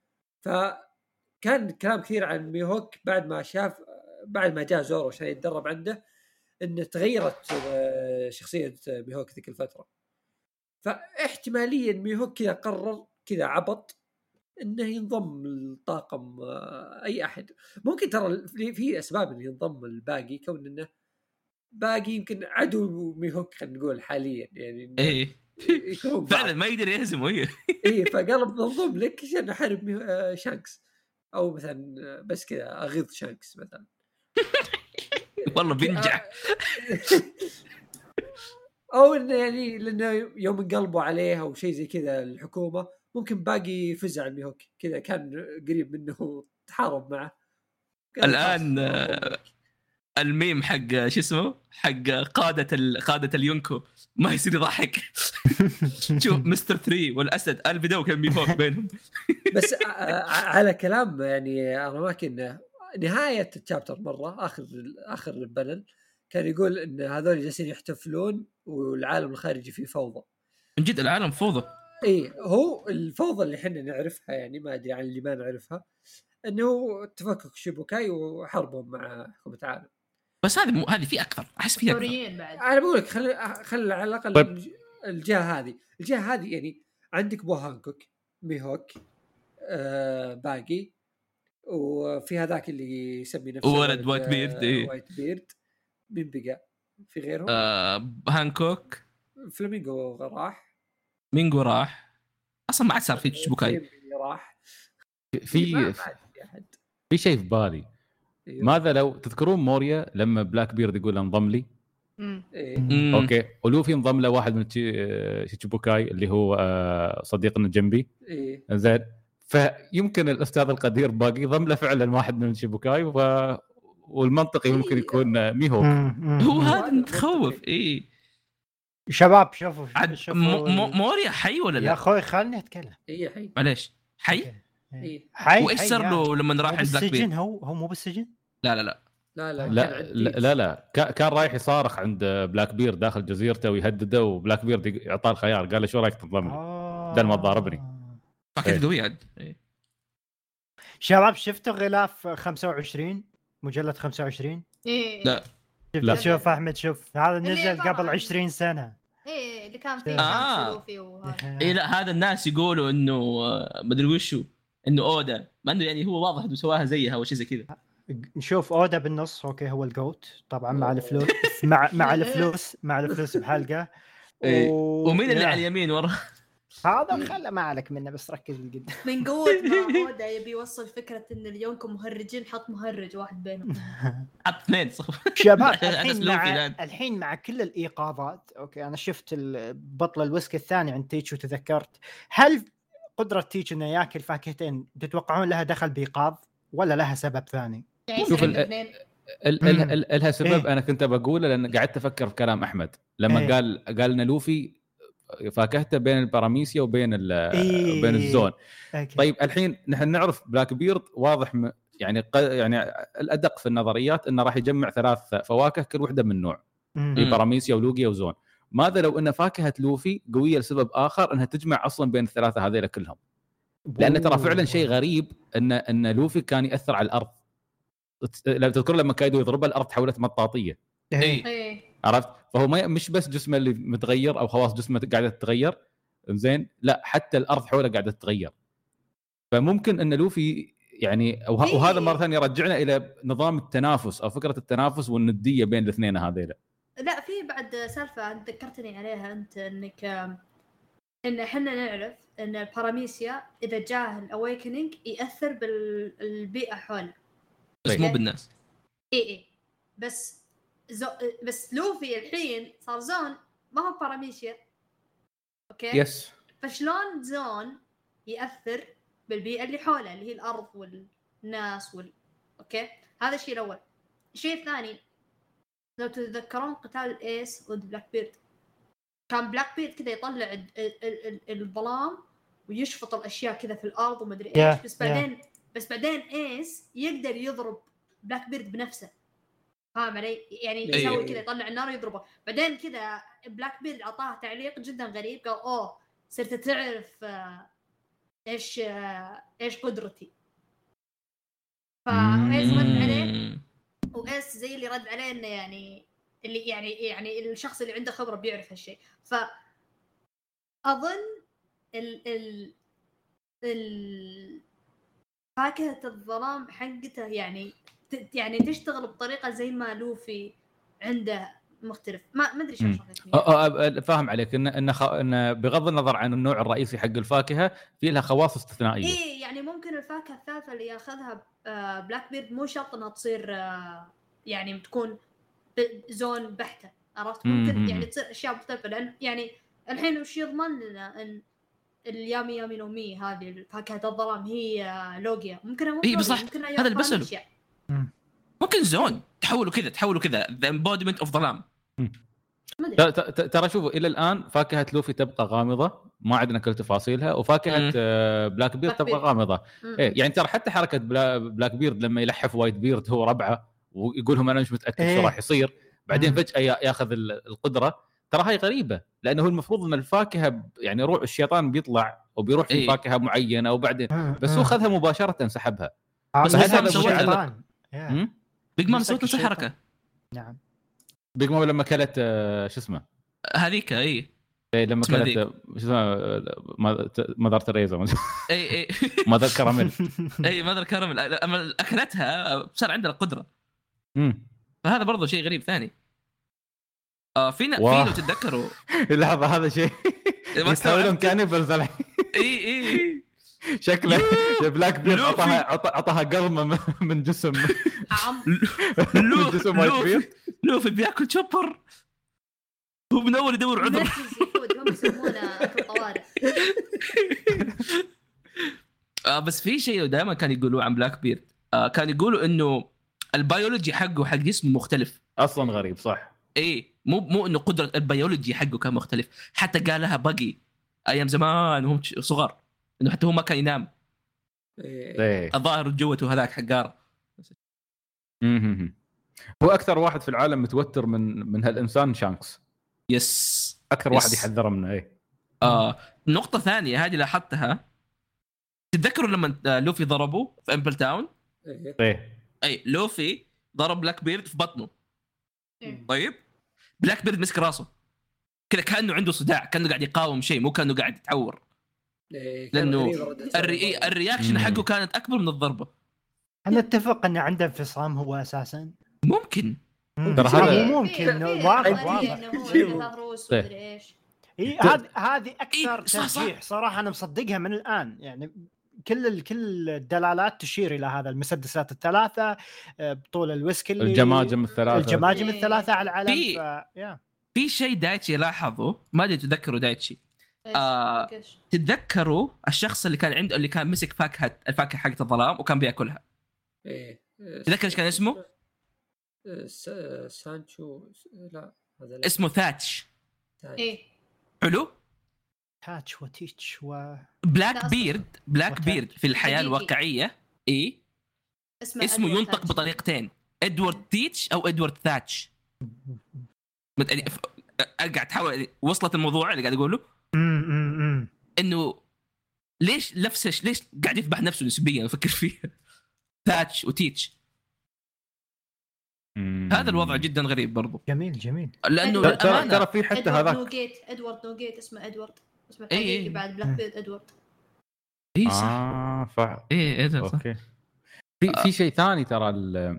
فكان كلام كثير عن ميهوك بعد ما جاء زورو عشان يتدرب عنده، ان تغيرت شخصيه ميهوك ذيك الفتره. فاحتماليا ميهوك كذا قرر كذا عبط انه ينضم الطاقم. اي احد ممكن، ترى في اسباب انه ينضم الباقي، كون انه باقي يمكن عدو ميهوك خلينا نقول حاليا يعني. فعلا ما يقدر يهزمه. ايه فقلب منظوم لك عشان احارب شانكس، او مثلا بس كذا اغيظ شانكس مثلا. والله بينجح. او انه يعني لانه يوم انقلبوا عليه او شيء زي كذا الحكومه، ممكن باقي فزع ميهوك كذا كان قريب منه تحارب معه. الان الميم حق شو اسمه حق قادة اليونكو ما يصير يضحك. شوف مستر 3 والاسد الفيديو كان ميفوك بينهم. بس على كلام يعني انا ممكن نهايه الشابتر مره اخر البانل كان يقول ان هذول جالسين يحتفلون والعالم الخارجي فيه فوضى. من جد العالم فوضى. ايه هو الفوضى اللي احنا نعرفها، يعني ما ادري عن اللي ما نعرفها، انه تفكك شيبوكاي وحربهم مع حكومة العالم. بس هذه في اكثر، احس في اكثر. بعد انا بقول لك خل على الاقل طيب. الجهه هذه يعني عندك بو هانكوك، ميهوك، باقي، وفي هذاك اللي يسمي نفسه ولد وايت بيرد. وايت بيرد. مين بقى في غيرهم؟ هانكوك، فلامينغو راح، مينغو راح اصلا، ما عاد صار في شيبوكاي. راح في شيء في بالي. أيوه. ماذا لو تذكرون موريا لما بلاك بيرد يقول انضم لي؟ اوكي، ولوفي انضم له واحد من شيبوكاي اللي هو صديقنا جنبي. زين، فيمكن الاستاذ القدير باقي ضم له فعلا واحد من شيبوكاي والمنطقي ممكن يكون ميهوك. هو هذا متخوف. شباب شوفوا موريا حي ولا لا؟ يا اخوي خلني اتكلم. حي. معليش، حي. حي. وايش صار له لما راح البلاك بيرد؟ هو مو بالسجن؟ لا كان رايح يصارخ عند بلاك بيرد داخل جزيرته ويهدده، وبلاك بيرد يعطاه الخيار، قال له شو رايك تنضم لي بدل ما تضاربني. فكيت قوي عاد. شباب شفتوا غلاف 25 مجلد 25؟ لا شوف احمد، شوف هذا نزل قبل 20 سنه. اللي كان فيه سلوفي وهذا. لا هذا الناس يقولوا انه مدري وشو، انه اودا ما انه يعني هو واضح انه سواها زيها او شيء زي كذا. نشوف اودا بالنص، اوكي هو الجوت طبعا مع الفلوس مع الفلوس بحلقه. ومين اللي على اليمين ورا؟ هذا خله ما عليك منه، بس ركز القدام. من قوة ما اودا يبي يوصل فكرة ان اليونكم مهرجين، حط مهرج واحد بينهم. حط اثنين شباب. الحين مع كل الايقاظات، اوكي انا شفت بطل الويسكي الثاني عند تيتشو وتذكرت، هل قدرة تيتشو انه ياكل فاكهتين تتوقعون لها دخل بايقاظ ولا لها سبب ثاني؟ شوف لها سبب. انا كنت بقوله لان قعدت افكر في كلام احمد لما قال لنا لوفي فاكهته بين الباراميسيا وبين بين الزون. طيب الحين نحن نعرف بلاك بيرد واضح يعني الادق في النظريات انه راح يجمع 3 فواكه كل وحده من نوع، باراميسيا ولوجيا وزون. ماذا لو ان فاكهه لوفي قويه لسبب اخر، انها تجمع اصلا بين ال3 هذيل كلهم؟ لان ترى فعلا شيء غريب ان لوفي كان ياثر على الارض. لو تذكر لما كايدو يضربها الارض تحولت مطاطيه. عرفت؟ فهو مش بس جسمه اللي متغير او خواص جسمه قاعده تتغير، زين، لا حتى الارض حوله قاعده تتغير. فممكن ان لوفي يعني وهذا مره ثانيه يرجعنا الى نظام التنافس او فكره التنافس والنديه بين الاثنين هذيلا. لا في بعد سالفه ذكرتني عليها انت، انك ان احنا نعرف ان الباراميسيا اذا جاه الاويكنينج ياثر بالبيئه حوله، بس مو بالناس. بس لوفي الحين صار زون، ما هو باراميسيا. اوكي يس. فشلون زون ياثر بالبيئه اللي حوله اللي هي الارض والناس اوكي هذا الشيء الاول. الشيء الثاني، لو تتذكرون قتال ايس ضد بلاك بيرد، كان بلاك بيرد كذا يطلع الظلام ويشفط الاشياء كذا في الارض وما ادري ايش. بس بعدين ايس يقدر يضرب بلاك بيرد بنفسه، فاهم علي؟ يعني يسوي كذا، يطلع النار ويضربه. بعدين كذا بلاك بيرد عطاه تعليق جدا غريب، قال صرت تعرف ايش قدرتي. فايس رد عليه، وايس زي اللي رد عليه انه يعني اللي يعني الشخص اللي عنده خبرة بيعرف هالشيء. فأظن فاكهة الظلام حقته يعني تشتغل بطريقة زي ما لوفي عنده مختلف. ما ادري شو اشرح لك. فاهم عليك ان بغض النظر عن النوع الرئيسي حق الفاكهه في لها خواص استثنائيه. اي يعني ممكن الفاكهه الثالثه اللي ياخذها بلاك بيرد مو شرط انها تصير يعني تكون زون بحته، عرفت؟ ممكن يعني تصير اشياء مختلفه، لان يعني الحين وش يضمن لنا ان اليامي يامي نومي هذه فاكهه الظلام هي لوجيا؟ ممكن اي بصح هذا اللي بسأله. ممكن زون تحولوا كذا the embodiment of ظلام. ترى شوفوا الى الان فاكهه لوفي تبقى غامضه، ما عندنا كل تفاصيلها، وفاكهه بلاك بيرد تبقى غامضه. إيه يعني ترى حتى حركه بلاك بيرد لما يلحف وايت بيرد هو ربعه ويقول لهم انا مش متاكد شو راح يصير، بعدين فجاه ياخذ القدره، ترى هاي غريبه، لانه هو المفروض ان الفاكهه يعني روح الشيطان بيطلع وبيروح في فاكهه معينه وبعدين بس هو خذها مباشره سحبها. بس هذا سويت بيج مام سوت نفس الحركه. نعم بيج مام لما كلت شو اسمه هذيك اي لما كلت شو اسمه مدار تريزا اي مدار كراميل اي مدار كراميل اما اكلتها صار عندها القدره. فهذا برضو شيء غريب ثاني. فينا تتذكروا اللحظه هذا شيء يستوعبون كانيبلز الحين. اي شكله بلاك بيرد عطاها قرمه من جسم لوفي بياكل شوبر، هو من اول يدور عذر. هم يسمونه طوارئ. بس في شيء دائما كان يقولوا عن بلاك بيرد، كان يقولوا انه البيولوجي حقه حق جسمه مختلف اصلا. غريب صح. ايه مو انه قدره البيولوجي حقه كان مختلف، حتى قالها باقي ايام زمان وهم صغار انه حتى هو ما كان ينام. الظاهر جوته هذاك حقار. هو اكثر واحد في العالم متوتر من هالانسان شانكس. يس اكثر واحد يحذره منه. ايه نقطه ثانيه هذه لاحظتها، تتذكروا لما لوفي ضربه في امبل تاون؟ اي لوفي ضرب بلاك بيرد في بطنه. طيب بلاك بيرد مسك راسه كذا كانه عنده صداع، كانه قاعد يقاوم شيء، مو كانه قاعد يتعور. لانه الرياكشن حقه كانت اكبر من الضربه. انا اتفق ان عنده انفصام هو اساسا. ممكن ترى هذا ممكن واضح هذه اكثر ترجيح صراحه انا مصدقها من الان. يعني كل الدلالات تشير الى هذا. المسدسات الثلاثه، بطول الويسكي، الجماجم الثلاثه على العلم. في شيء دايتشي لاحظه، ما ادري تذكروا دايتشي؟ تتذكروا الشخص اللي كان عنده اللي كان مسك الفاكهه حقت الظلام وكان بياكلها؟ تذكر ايش كان اسمه؟ سانشو. لا هذا اسمه ثاتش. حلو. تاتش وتيتش بلاك بيرد في الحياه الواقعيه اسمه ينطق بطريقتين، ادوارد تيتش او ادوارد ثاتش. قاعد تحاول وصلت الموضوع اللي قاعد اقوله انه ليش قاعد يذبح نفسه نسبيا افكر فيها تاتش وتيتش. هذا الوضع جدا غريب برضو. جميل لانه ترى في حتى هذاك ادوارد نوغيت اسمه الحقيقي بعد بلاك بيرد ادوارد. صح. اوكي. في شيء ثاني ترى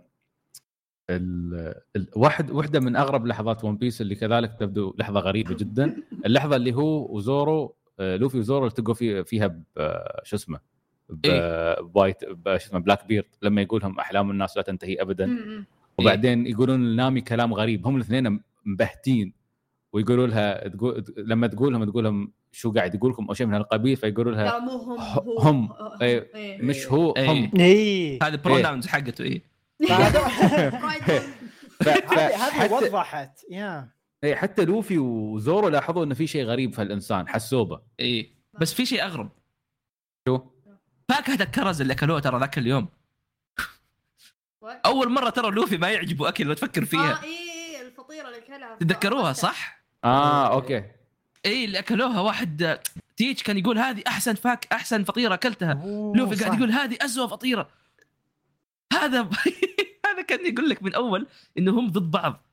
واحدة من أغرب لحظات ون بيس اللي كذلك تبدو لحظة غريبة جدا، اللحظة اللي هو وزورو لوفي وزورو التقوا فيها شو اسمه بايت شو اسمه بلاك بيرد، لما يقولهم أحلام الناس لا تنتهي أبدا. وبعدين يقولون لنامي كلام غريب، هم الاثنين مبهتين ويقولوا لها لما تقول لهم شو قاعد يقول لكم او شيء من هالقبيل، فيقولوا لها هم مش هو هم. هذه بروناونز حقته. هذه وضحت حتى لوفي وزورو لاحظوا انه في شيء غريب في الانسان، حسوبه. بس في شيء اغرب. شو؟ فاكهه الكرز اللي اكلوها ترى ذاك اليوم اول مره ترى لوفي ما يعجبه اكل لو تفكر فيها. الفطيره اللي اكلها تذكروها صح؟ اوكي. اللي اكلوها واحد تيتش كان يقول هذه احسن فطيره اكلتها، لوفي قاعد يقول هذه أسوأ فطيره. هذا كان يقول لك من اول انهم ضد بعض.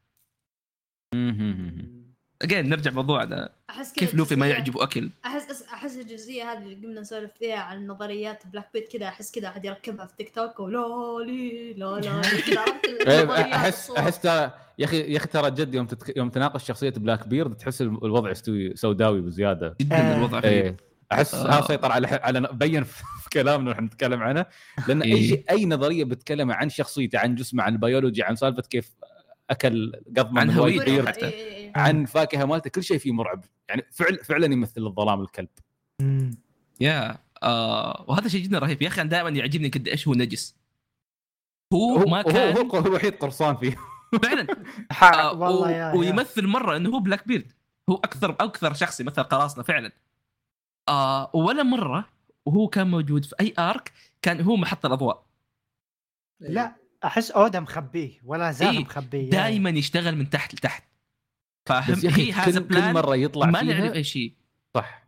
نرجع موضوعنا، كيف لوفي ما يعجبه اكل. احس الجزئيه هذه اللي قمنا نسولف فيها عن نظريات بلاك بيت كذا، احس كذا احد يركبها في تيك توك ولا لا كذا. احس يا اخي ترى جد يوم تناقش شخصيه بلاك بيرد تحس الوضع سوداوي بزياده جدا الوضع غريب. احس هذا سيطر على بين في كلامنا نحن نتكلم عنه، لان اي شيء اي نظريه بتكلم عن شخصيته، عن جسمه، عن البيولوجي، عن سالفه كيف اكل قضمه من وايت بيرد، عن فاكهه مالته، كل شيء فيه مرعب يعني. فعلا يمثل الظلام الكلب. يا وهذا شيء جدا رهيب يا اخي. انا دائما يعجبني قد ايش هو نجس. هو ما كان هو الوحيد قرصان فيه فعلا. ويمثل مره انه هو بلاك بيرد، هو اكثر شخص يمثل قراصنه فعلا. ولا مره وهو كان موجود في اي ارك كان هو محط الاضواء. لا احس اودا مخبيه ولا زال مخبيه، دائما يشتغل من تحت لتحت. فاهم؟ هي هذا كل مره يطلع ما فيها نعرف اي شيء. صح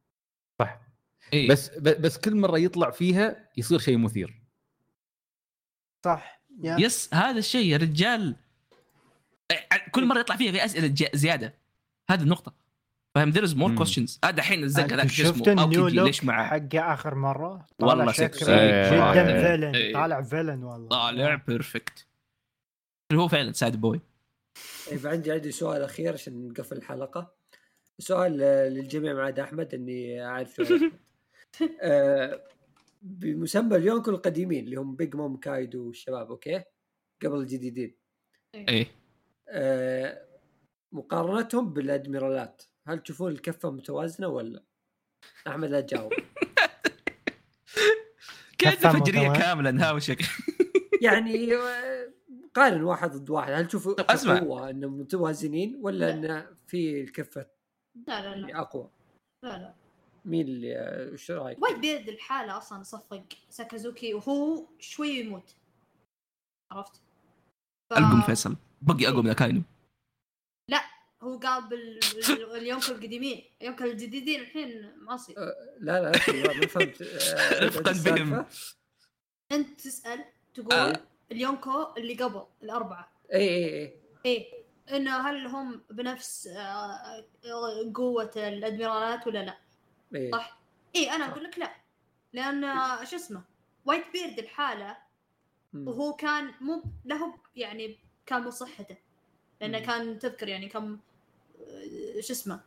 بس كل مره يطلع فيها يصير شيء مثير. صح يس هذا الشيء يا رجال، كل مره يطلع فيها في اسئله زياده. هذه النقطه، فاهم؟ there is more questions. هذا الحين الزق هذاك اسمه اوكي ليش معه حق اخر مره والله جدا فيلن طالع فيلن والله طالع بيرفكت. هو فعلا ساد بوي. عندي سؤال اخير عشان نقفل الحلقه. سؤال للجميع ما عدا احمد، اني عارف بمسمى اليونكو القديمين اللي هم بيج موم كايدو والشباب، اوكي، قبل الجديدين، مقارنتهم بالادميرالات، هل تشوفون الكفه متوازنه ولا؟ احمد لا تجاوب. كيف فجريه كامله نهاوشك يعني قارن واحد ضد واحد، هل تشوفوا قوه انهم متوازنين ولا ان في الكفه لا اقوى؟ لا مين اللي وش رايك؟ وايت بيرد الحاله اصلا صفق ساكازوكي وهو شوي يموت، عرفت؟ القم فيصل بقي اقوى من اكاينو. لا هو قابل اليونكو القديمين، اليونكو الجديدين الحين معصي. لا ما فهمت. رفقا بهم. انت تسال تقول اليونكو اللي قبل الاربعه اي انه هل هم بنفس قوه الادميرالات ولا لا؟ صح. انا اقول لك لا، لان شو اسمه وايت بيرد الحاله وهو كان مو له يعني كان بصحته، لانه كان تذكر يعني كم شو اسمه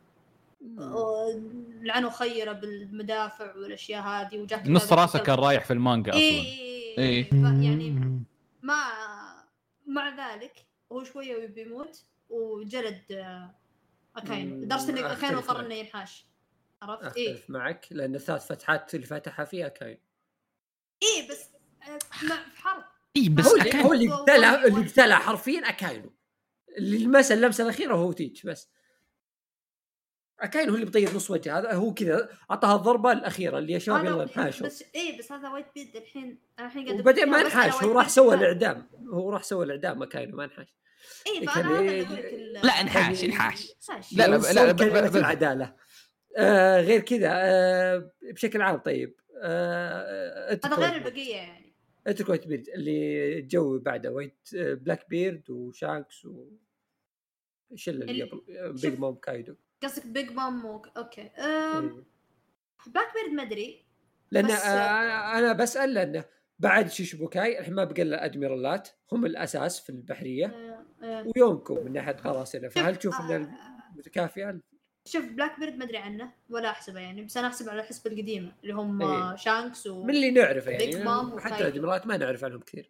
لعنه خيره بالمدافع والاشياء هذه، وجاك نص راسه كان رايح في المانجا اصلا. يعني ما مع ذلك هو شويه بيموت وجلد اكاينو لدرجه ان اكاينو قرر انه ينحاش، عرفت؟ اختلف معك لان الثلاث فتحات اللي فتحها فيها اكاينو بس في حرب بس هو اللي ابتلع حرفيا اكاينو، اللي المسا اللمسه الاخيره هو تيج بس. اكاينو هو اللي بيطير نص وجه، هذا هو كذا اعطاها الضربه الاخيره اللي يا شباب يلا انحاشوا. بس هذا وايت بيد الحين قاعد وبعدين ما انحاش، هو راح سوى الاعدام اكاينو ما انحاش. لا انحاش لا كلمة العداله. غير كذا بشكل عام. طيب هذا غير البقيه يعني. انت وايت بيرد اللي جو بعده وايت بلاك بيرد وشانكس ايش اللي قبل بيج مام كايدو. قصدك بيج مام اوكي. بلاك بيرد ما ادري، لان انا بسال لانه بعد شيشبوكاي الحين ما بقى الا ادميرالات هم الاساس في البحريه ويونكو من ناحيه قراصنه، فهل تشوف انه متكافئه؟ شوف بلاك بيرد ما ادري عنه ولا احسبه يعني، بس انا احسب على الحسبه القديمه اللي هم شانكس من اللي نعرفه يعني، حتى الادميرالات ما نعرف عنهم كثير.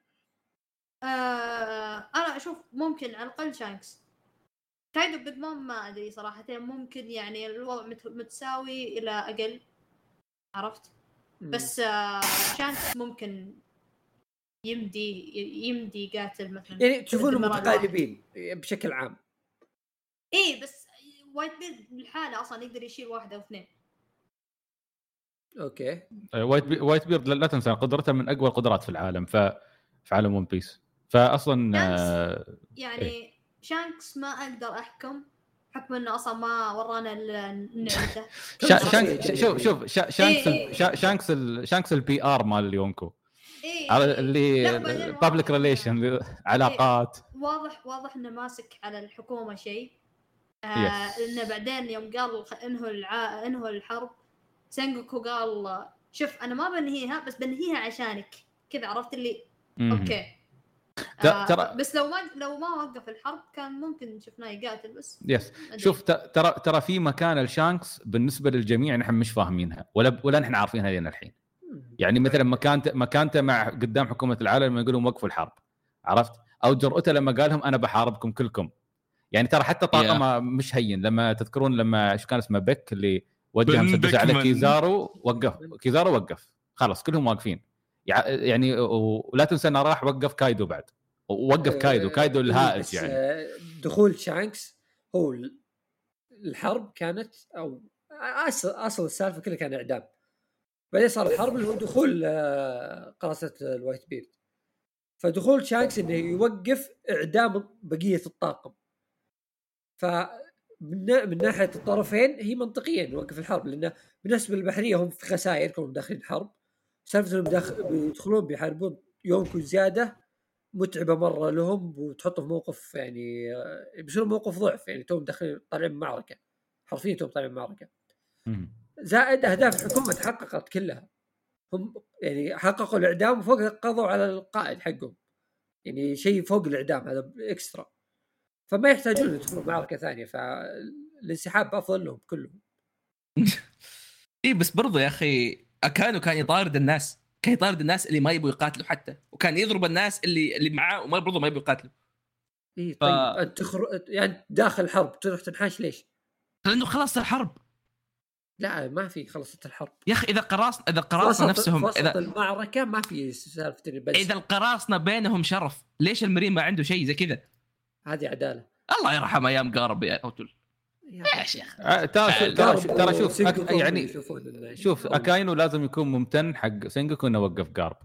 انا اشوف ممكن على الاقل شانكس. كايدو بيج مام ما ادري صراحه، ممكن يعني الوضع متساوي الى اقل، عرفت؟ بس شانكس ممكن يمدي قاتل مثلا، يعني تشوفون متقاربين بشكل عام. بس وايت بيرد بالحاله اصلا يقدر يشيل واحد او اثنين. اوكي. وايت بيرد لا تنسى قدرته من اقوى القدرات في العالم، في عالم ون بيس، فاصلا يعني شانكس ما اقدر احكم حكم انه اصلا ما ورانا نعمته. شانكس البي ار مال اليونكو، اللي بابليك ريليشن علاقات. واضح انه ماسك على الحكومه شيء. لأنه بعدين يوم قال انهوا الحرب، سانجوكو قال شوف انا ما بنهيها بس بنهيها عشانك كذا، عرفت اللي اوكي. بس لو ما وقف الحرب كان ممكن شفناه يقاتل بس. يس شوف ترى في مكان الشانكس بالنسبه للجميع نحن مش فاهمينها ولا نحن عارفينها لين الحين. يعني مثلا مكانته مع قدام حكومه العالم لما يقولون وقفوا الحرب، عرفت؟ او جرأته لما قال لهم انا بحاربكم كلكم. يعني ترى حتى طاقمه مش هين. لما تذكرون لما ايش كان اسمه بيك اللي وجه مسدس على كيزارو، وقف خلاص كلهم واقفين. يعني ولا تنسى انه راح وقف كايدو بعد، ووقف كايدو الهائج. يعني دخول شانكس هو الحرب كانت او اصل السالفه كلها كان اعدام، بعدين صار الحرب اللي هو دخول قراصنة الوايت بيرد. فدخول شانكس انه يوقف اعدام بقيه الطاقم، من ناحيه الطرفين هي منطقيا يوقف الحرب، لانه بالنسبه للبحريه هم في خسائر كلهم داخلين الحرب. سالفه انهم بيدخلون بيحاربون يونكو زياده متعبه مره لهم، وتحطوا في موقف يعني بيصير موقف ضعف. يعني توم داخلين طالعين معركه، حرفيا توم طالعين معركه. زائد اهداف الحكومه تحققت كلها، هم يعني حققوا الاعدام وفوق قضوا على القائد حقهم، يعني شيء فوق الاعدام هذا اكسترا. فما يحتاجون يدخلوا معركه ثانيه، فالانسحاب افضل لهم كلهم. اي بس برضو يا اخي كان يطارد الناس، كان يطارد الناس اللي ما يبغوا يقاتلوا حتى، وكان يضرب الناس اللي معاه وما برضو ما يبغوا يقاتلوا. اي طيب انت يعني داخل الحرب تروح تنحاش ليش؟ لانه خلصت الحرب. لا ما في خلصت الحرب يا اخي. اذا قراصنة نفسهم اذا المعركه ما في سالفه بس اذا القراصنة بينهم شرف، ليش المرين ما عنده شيء زي كذا؟ هذه عداله. الله يرحم ايام قارب يا رجل. يا شيخ ترى شوف يعني شوف اكاينو لازم يكون ممتن حق سينجوكو انه وقف قارب،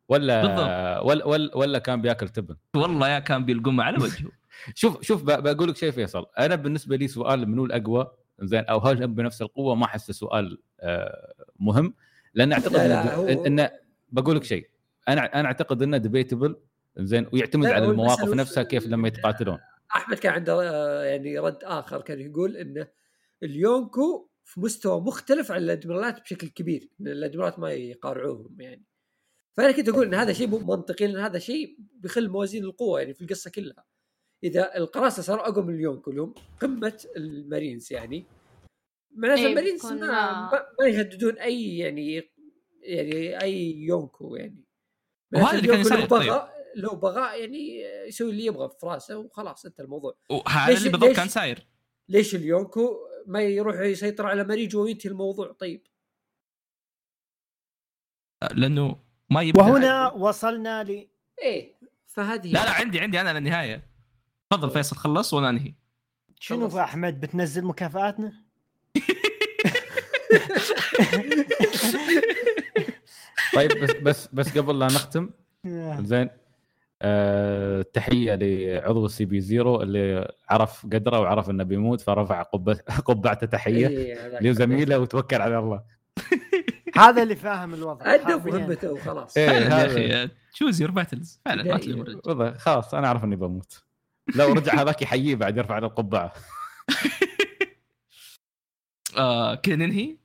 ولا كان بياكل تبن. والله يا كان بيلقمه على وجهه. شوف بقول لك شيء فيصل، انا بالنسبه لي سؤال منو الاقوى زين او هل بنفس القوه، ما احس سؤال مهم، لان اعتقد ان بقول لك شيء، انا اعتقد انه ديبيتبل زين، ويعتمد على المواقف نفسها كيف لما يتقاتلون. احمد كان عنده يعني رد اخر، كان يقول انه اليونكو في مستوى مختلف عن الادميرالات بشكل كبير، ان الادميرالات ما يقارعوهم يعني. فانا كنت اقول ان هذا شيء مو منطقي، لان هذا شيء بيخل موازين القوه يعني في القصه كلها. اذا القراصنه صاروا اقوى من اليونكو اللي هم قمه المارينز، يعني معناته المارينز ما يهددون اي يعني اي يونكو يعني. وهذا اللي كان يصير. لو بغى يعني يسوي اللي يبغى في راسه وخلاص انت الموضوع. وهذا اللي بالضبط كان صاير. ليش اليونكو ما يروح يسيطر على مريجو وينتهي الموضوع؟ طيب لانه ما يبدأ. وهنا وصلنا ل فهذه لا عندي انا للنهايه. تفضل فيصل خلص وانا انهي. شنو في احمد بتنزل مكافآتنا؟ طيب بس قبل لا نختم زين، تحيه لعضو السي بي زيرو اللي عرف قدره وعرف انه بيموت فرفع قبعته تحيه لزميله وتوكل على الله. هذا اللي فاهم الوضع، ادى مهمته وخلاص. يا اخي تشوز يور باتلز فعلا. ما والله خلاص انا اعرف اني بموت، لو رجع هذاك يحييه بعد يرفع له القبعه. كذا ننهي.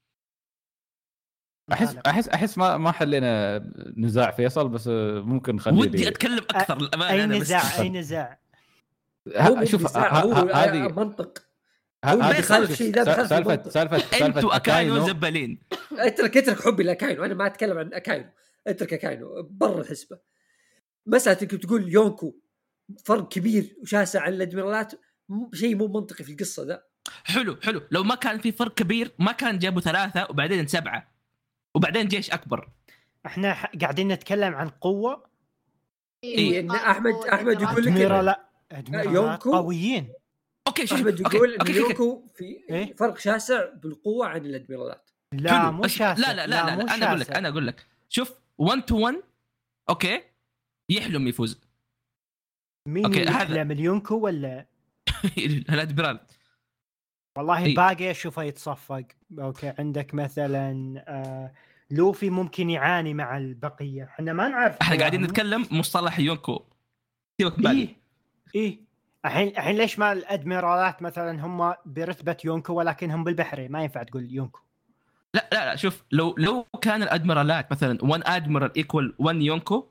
احس ما حلينا نزاع فيصل، بس ممكن نخلي ودي اتكلم اكثر للامانه. اي نزاع شوف هذه منطق. هذه سالفه انتوا اكاينو زبالين. اترك حبي لاكاينو، انا ما اتكلم عن اكاينو، اترك اكاينو برا الحسبه. مساله انك تقول يونكو فرق كبير وشاسع عن الادميرالات، شيء مو منطقي في القصه ذا. حلو لو ما كان في فرق كبير ما كان جابوا 3 وبعدين 7 وبعدين جيش اكبر. احنا قاعدين نتكلم عن قوه. ان احمد يقول لك لا يونكو قويين. اوكي شوف احمد يقول ان يونكو في فرق شاسع بالقوه عن الادميرالات. لا مو شاسع. لا انا اقول لك شوف 1 to 1 اوكي يحلم يفوز. مين يحلم اليونكو ولا الادميرال؟ والله باقي اشوفه يتصفق. اوكي عندك مثلا لوفي ممكن يعاني مع البقيه، احنا ما نعرف. احنا قاعدين نتكلم مصطلح يونكو. سيبك بالي. الحين ليش ما الادميرالات مثلا هم برتبه يونكو ولكنهم بالبحري؟ ما ينفع تقول يونكو. لا شوف لو كان الادميرالات مثلا 1 ادميرال ايكوال 1 يونكو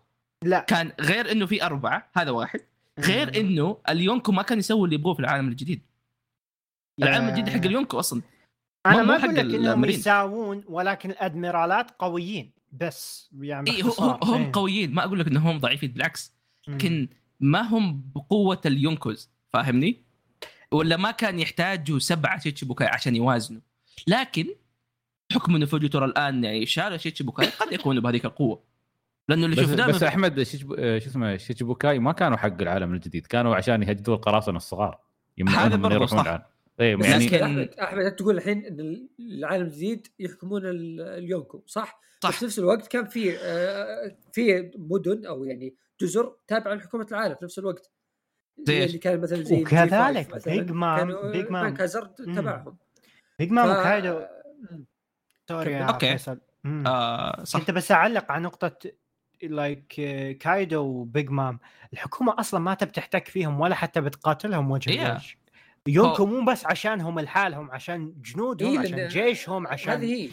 لا كان غير انه في 4 هذا واحد، غير انه اليونكو ما كان يسوي اللي يبغوه في العالم الجديد. العالم الجديد حق اليونكو اصلا انا ما اقول لك انهم يساوون، ولكن الادميرالات قويين بس يعني إيه هم قويين، ما اقول لك انهم ضعيفين، بالعكس لكن ما هم بقوه اليونكوز، فاهمني؟ ولا ما كان يحتاجوا 7 شيتشيبوكاي عشان يوازنوا، لكن حكم انه فوجيتورا الان يعني شال شيتشيبوكاي قد يكونوا بهذيك القوه، لانه اللي شفناه بس احمد شو اسمه شيتشيبوكاي ما كانوا حق العالم الجديد، كانوا عشان يهددوا القراصنة الصغار يمنعونهم من يروحون العالم. طيب يعني احمد تقول الحين ان العالم الجديد يحكمون اليونكو صح؟ بس في نفس الوقت كان في مدن او يعني جزر تابعه لحكومه العالم في نفس الوقت، زي اللي كان مثلا زي وكذلك بيج مان كازر تبعهم بيج مان وكايدو. سوري يا فيصل. كنت بس اعلق على نقطه لايك كايدو وبيج مام، الحكومه اصلا ما تحتك فيهم ولا حتى بتقاتلهم وجه وجه. يونكو مو بس عشانهم لحالهم، عشان جنودهم عشان جيشهم عشان هذه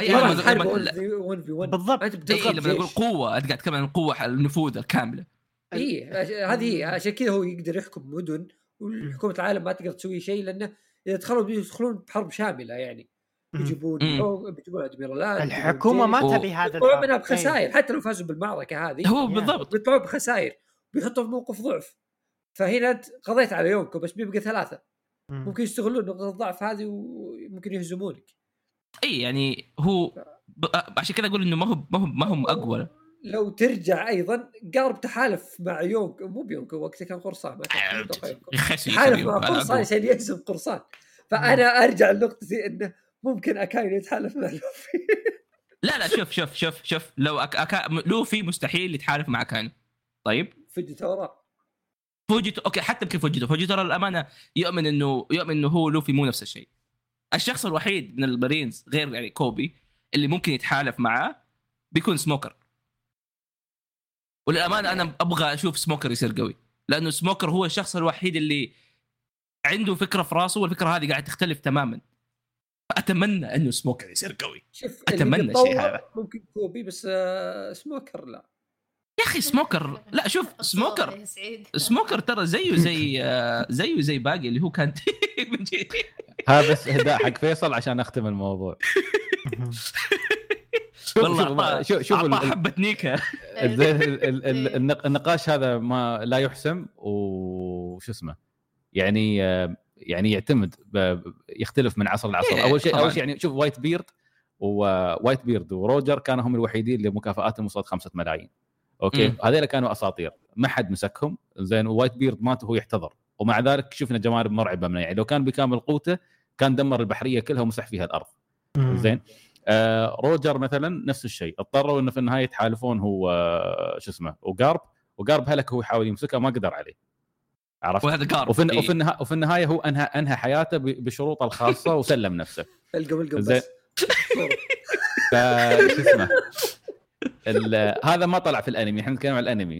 بالضبط. لما نقول قوه انت قاعد تتكلم عن القوه النفوذ الكامله. هذه عشان كذا هو يقدر يحكم مدن والحكومه العالم ما تقدر تسوي شيء، لانه اذا يدخلون بحرب شامله يعني بيجيبون ادميرالات. الحكومه ما تبي هذا الحرب منها بخسائر حتى لو فازوا بالمعركه هذه هو بالضبط بيطلعوا بخسائر بيحطوا في موقف ضعف. فهنا قضيت على يونكو بس بيبقى 3 ممكن يستغلون نقطه الضعف هذه وممكن يهزمونك. اي يعني هو عشان كذا اقول انه ما هم اقوى. لو ترجع ايضا قارب تحالف مع يونكو، مو بيونكو وقتها كان قرصان، ما كان تحالف مع قرصان عشان يهزم قرصان. فانا ارجع لنقطتي انه ممكن اكاينو يتحالف مع لوفي. لا شوف لو لوفي مستحيل يتحالف مع كاينو. طيب فوجيتورا اوكي، حتى يمكن فوجيتورا الامانه يؤمن انه هو لوفي مو نفس الشيء. الشخص الوحيد من المارينز غير يعني كوبي اللي ممكن يتحالف معاه بيكون سموكر. وللامانه انا ابغى اشوف سموكر يصير قوي، لانه سموكر هو الشخص الوحيد اللي عنده فكره في راسه والفكره هذه قاعده تختلف تماما. اتمنى انه سموكر يصير قوي، اتمنى الشيء هذا. ممكن كوبي بس سموكر لا يا اخي سموكر لا. شوف سموكر ترى زيه زي باقي اللي هو كان ها بس اهداء حق فيصل عشان اختم الموضوع. والله شوف حبة نيكا. النقاش هذا ما لا يحسم وش اسمه يعني يعتمد يختلف من عصر لعصر. اول شيء يعني شوف وايت بيرد وروجر كانوا هم الوحيدين اللي مكافآتهم وصلت 5 ملايين. اوكي هذول كانوا اساطير ما حد مسكهم زين. وايت بيرد مات وهو يحتضر، ومع ذلك شفنا جوانب مرعبه منه. يعني لو كان بكامل قوته كان دمر البحريه كلها ومسح فيها الارض. زين روجر مثلا نفس الشيء، اضطروا انه في النهايه يتحالفون هو شو اسمه وقارب هلك هو يحاول يمسكه ما قدر عليه، عرفت؟ وهذا قارب وفي النهايه هو انهى حياته بشروطه الخاصه وسلم نفسه. القبل زين شو اسمه هذا ما طلع في الانمي، احنا نتكلم عن الانمي.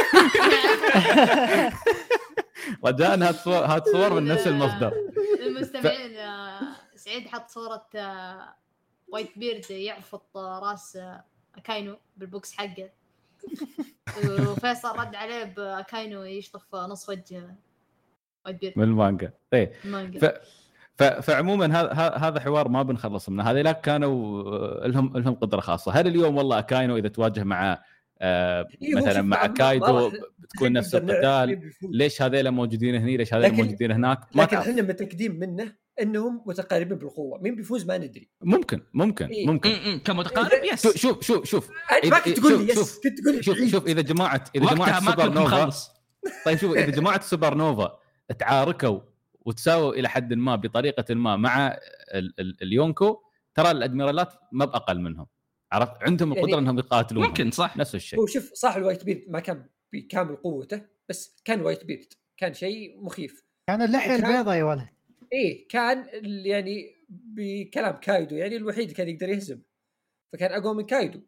رجاء هات صور من نفس المصدر. المستمعين سعيد حط صورة وايت بيرد يعفط راس أكاينو بالبوكس حقه، وفيصل رد عليه بأكاينو يشطف نص وجه وايت بيرد من المانجا. ايه فعموما هذا حوار ما بنخلص منه. هذه لك كانوا لهم قدره خاصه. هل اليوم والله أكاينو اذا تواجه مع مثلا مع كايدو بتكون نفس القتال؟ ليش هذول موجودين هنا ليش هذول موجودين هناك؟ لكن احنا متاكدين منه انهم متقاربين بالقوه. مين بيفوز ما ندري. ممكن كمتقارب يس. شوف ما كنت تقول لي يس، كنت تقول لي شوف اذا جماعه السوبر نوفا. طيب شوف اذا جماعه السوبر نوفا تعاركوا وتساووا الى حد ما بطريقه ما مع اليونكو، ترى الادميرالات ما باقل منهم، عرفت؟ عندهم القدره يعني انهم يقاتلون. ممكن صح نفس الشيء. هو شوف صح الوايت بيرد ما كان بكامل قوته، بس كان وايت بيرد كان شيء مخيف. كان اللحيه البيضاء يا ولد. ايه كان يعني بكلام كايدو يعني الوحيد كان يقدر يهزم، فكان اقوى من كايدو.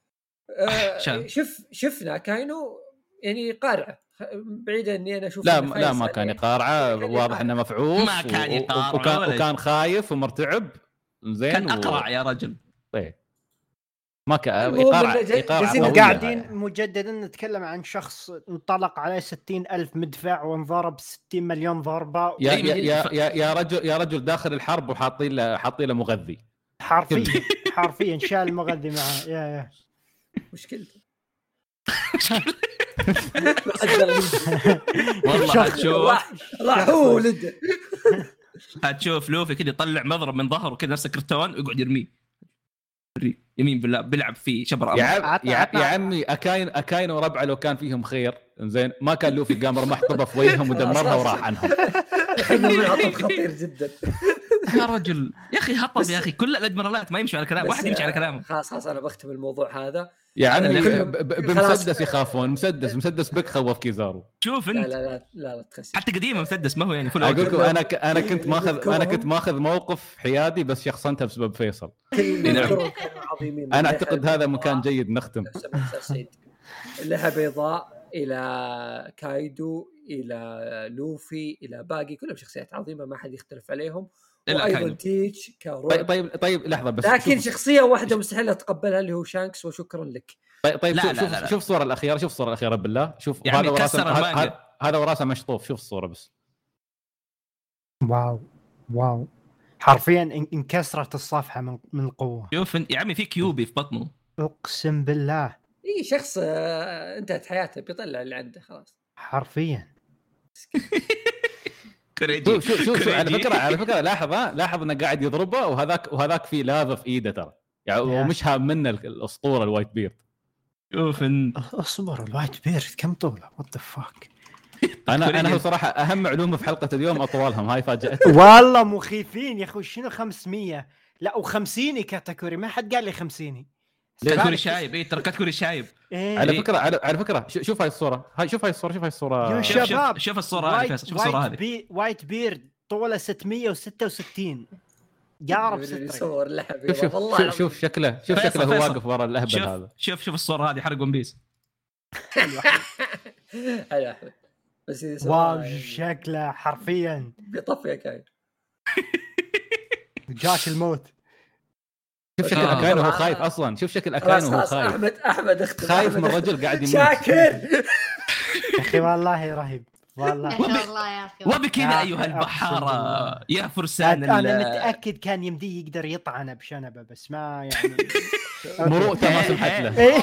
شفنا كاينو يعني قارعه بعيدا اني انا اشوف لا ما كان يقارعه، واضح انه مفعوص ما كان يقارع وكان خايف ومرتعب. زين كان اقرع يا رجل. طيب ما ايقاع قاعدين مجددا نتكلم عن شخص انطلق عليه 60,000 مدفع وانضرب 60 مليون ضربه. يا رجل داخل الحرب وحاطين له مغذي حرفيا شال المغذي معه. يا مشكلته والله راحوا ولده. هتشوف لوفي كذا يطلع مضرب من ظهره كذا نفس كرتون ويقعد يرميه يمين بالله بيلعب فيه شبر يا عمي اكاين وربعه لو كان فيهم خير زين ما كان لوفي قام رمح طبه في وجههم ودمرها وراح عنهم. خطير جدا يا رجل يا اخي هطل يا اخي كل الادميرالات ما يمشوا على كلام واحد يمشي على كلامه. خلاص انا بختم الموضوع هذا يا عمي بمسدس يخافون مسدس بك خوف كيزارو. شوف انت لا تخسر حتى قديمه مسدس ما هو يعني اقول لكم انا كنت ماخذ موقف حيادي بس شخصنتها بسبب فيصل. انا اعتقد هذا مكان جيد نختم. لها بيضاء الى كايدو الى لوفي الى باقي كلهم شخصيات عظيمه ما حد يختلف عليهم وايضا تيتش كارول. طيب لحظه بس لكن شخصيه واحده مستحيل اتقبلها اللي هو شانكس وشكرا لك. طيب لا. شوف الصوره الاخيره بالله شوف يعني هذا وراسه مشطوف. شوف الصوره بس واو حرفيا انكسرت الصفحه من القوه. شوف يا عمي في كيوبي في بطنه اقسم بالله. اي شخص انتهت حياته بيطلع اللي عنده خلاص حرفيا. شوف على فكره لاحظ انه قاعد يضربه وهذاك في لاذا في ايده ترى يعني ومش هام منه الاسطوره الوايت بيرد. شوف اصبر الوايت بيرد كم طوله وات ذا فاك. انا هو صراحه اهم معلومه في حلقه اليوم اطوالهم هاي فاجأتني والله مخيفين يا اخوي. شنو 500 لا و50 كاتيجوري ما حد قال لي 50 كاتيجوري شايب. ترى كاتيجوري شايب على فكره شوف هاي الصوره يا شباب شوف الصوره هذه شوف الصوره هذه وايت بيرد طوله 666 قارب صور لحبي والله. شوف شكله هو واقف ورا الاهبل هذا. شوف الصوره هذه حرق ون بيس. حلو احمد بس واو شكله حرفيا بيطفي كاين جاك الموت. شوف شكل أكاين وهو خايف أصلاً. شوف شكل أكاين وهو خايف. أحمد خايف من الرجل قاعد يموت. شاكر يا أخي والله رهيب والله. يا أخي وبكذا أيها البحارة يا فرسان. أنا متأكد كان يمدي يقدر يطعنه بشنبه بس ما يعني مروءته ما سمحت له.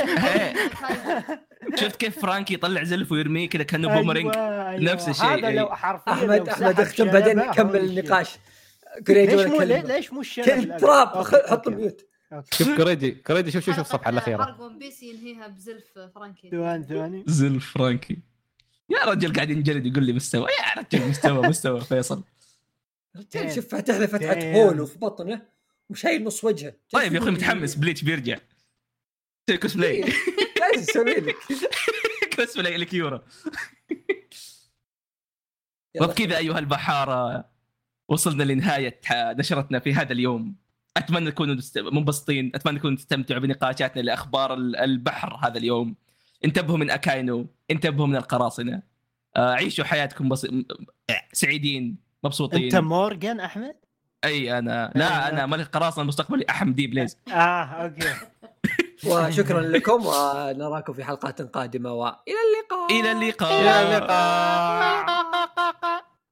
شفت كيف فرانكي يطلع زلف ويرميه كذا كأنه بومرينج. نفس الشيء. هذا لو حرفيا أحمد اختم بعدين نكمل النقاش. ليش مو الشنب تراب حط ميوت. شوف كريدي شوف الصفحه الاخيره. حرق ون بيس ينهيها بزلف فرانكي. ثواني زلف فرانكي يا رجل قاعد ينجلد يقول لي مستوى يا رجل مستوى فيصل. شوف فتح له فتحه هولو في بطنه وشايل نص وجهه. طيب يا اخوي متحمس بليتش بيرجع كوسبلاي. ايش اسوي لك كوسبلاي لك يورا. وبكذا ايها البحاره وصلنا لنهايه نشرتنا في هذا اليوم. اتمنى تكونوا منبسطين. اتمنى تكونوا تستمتعوا بنقاشاتنا لاخبار البحر هذا اليوم. انتبهوا من اكاينو انتبهوا من القراصنه. عيشوا حياتكم سعيدين مبسوطين. انت مورغان احمد؟ اي انا لا انا ملك القراصنه المستقبلي احمد دي بليز. اوكي. وشكرا لكم ونراكم في حلقات قادمه والى اللقاء. الى اللقاء.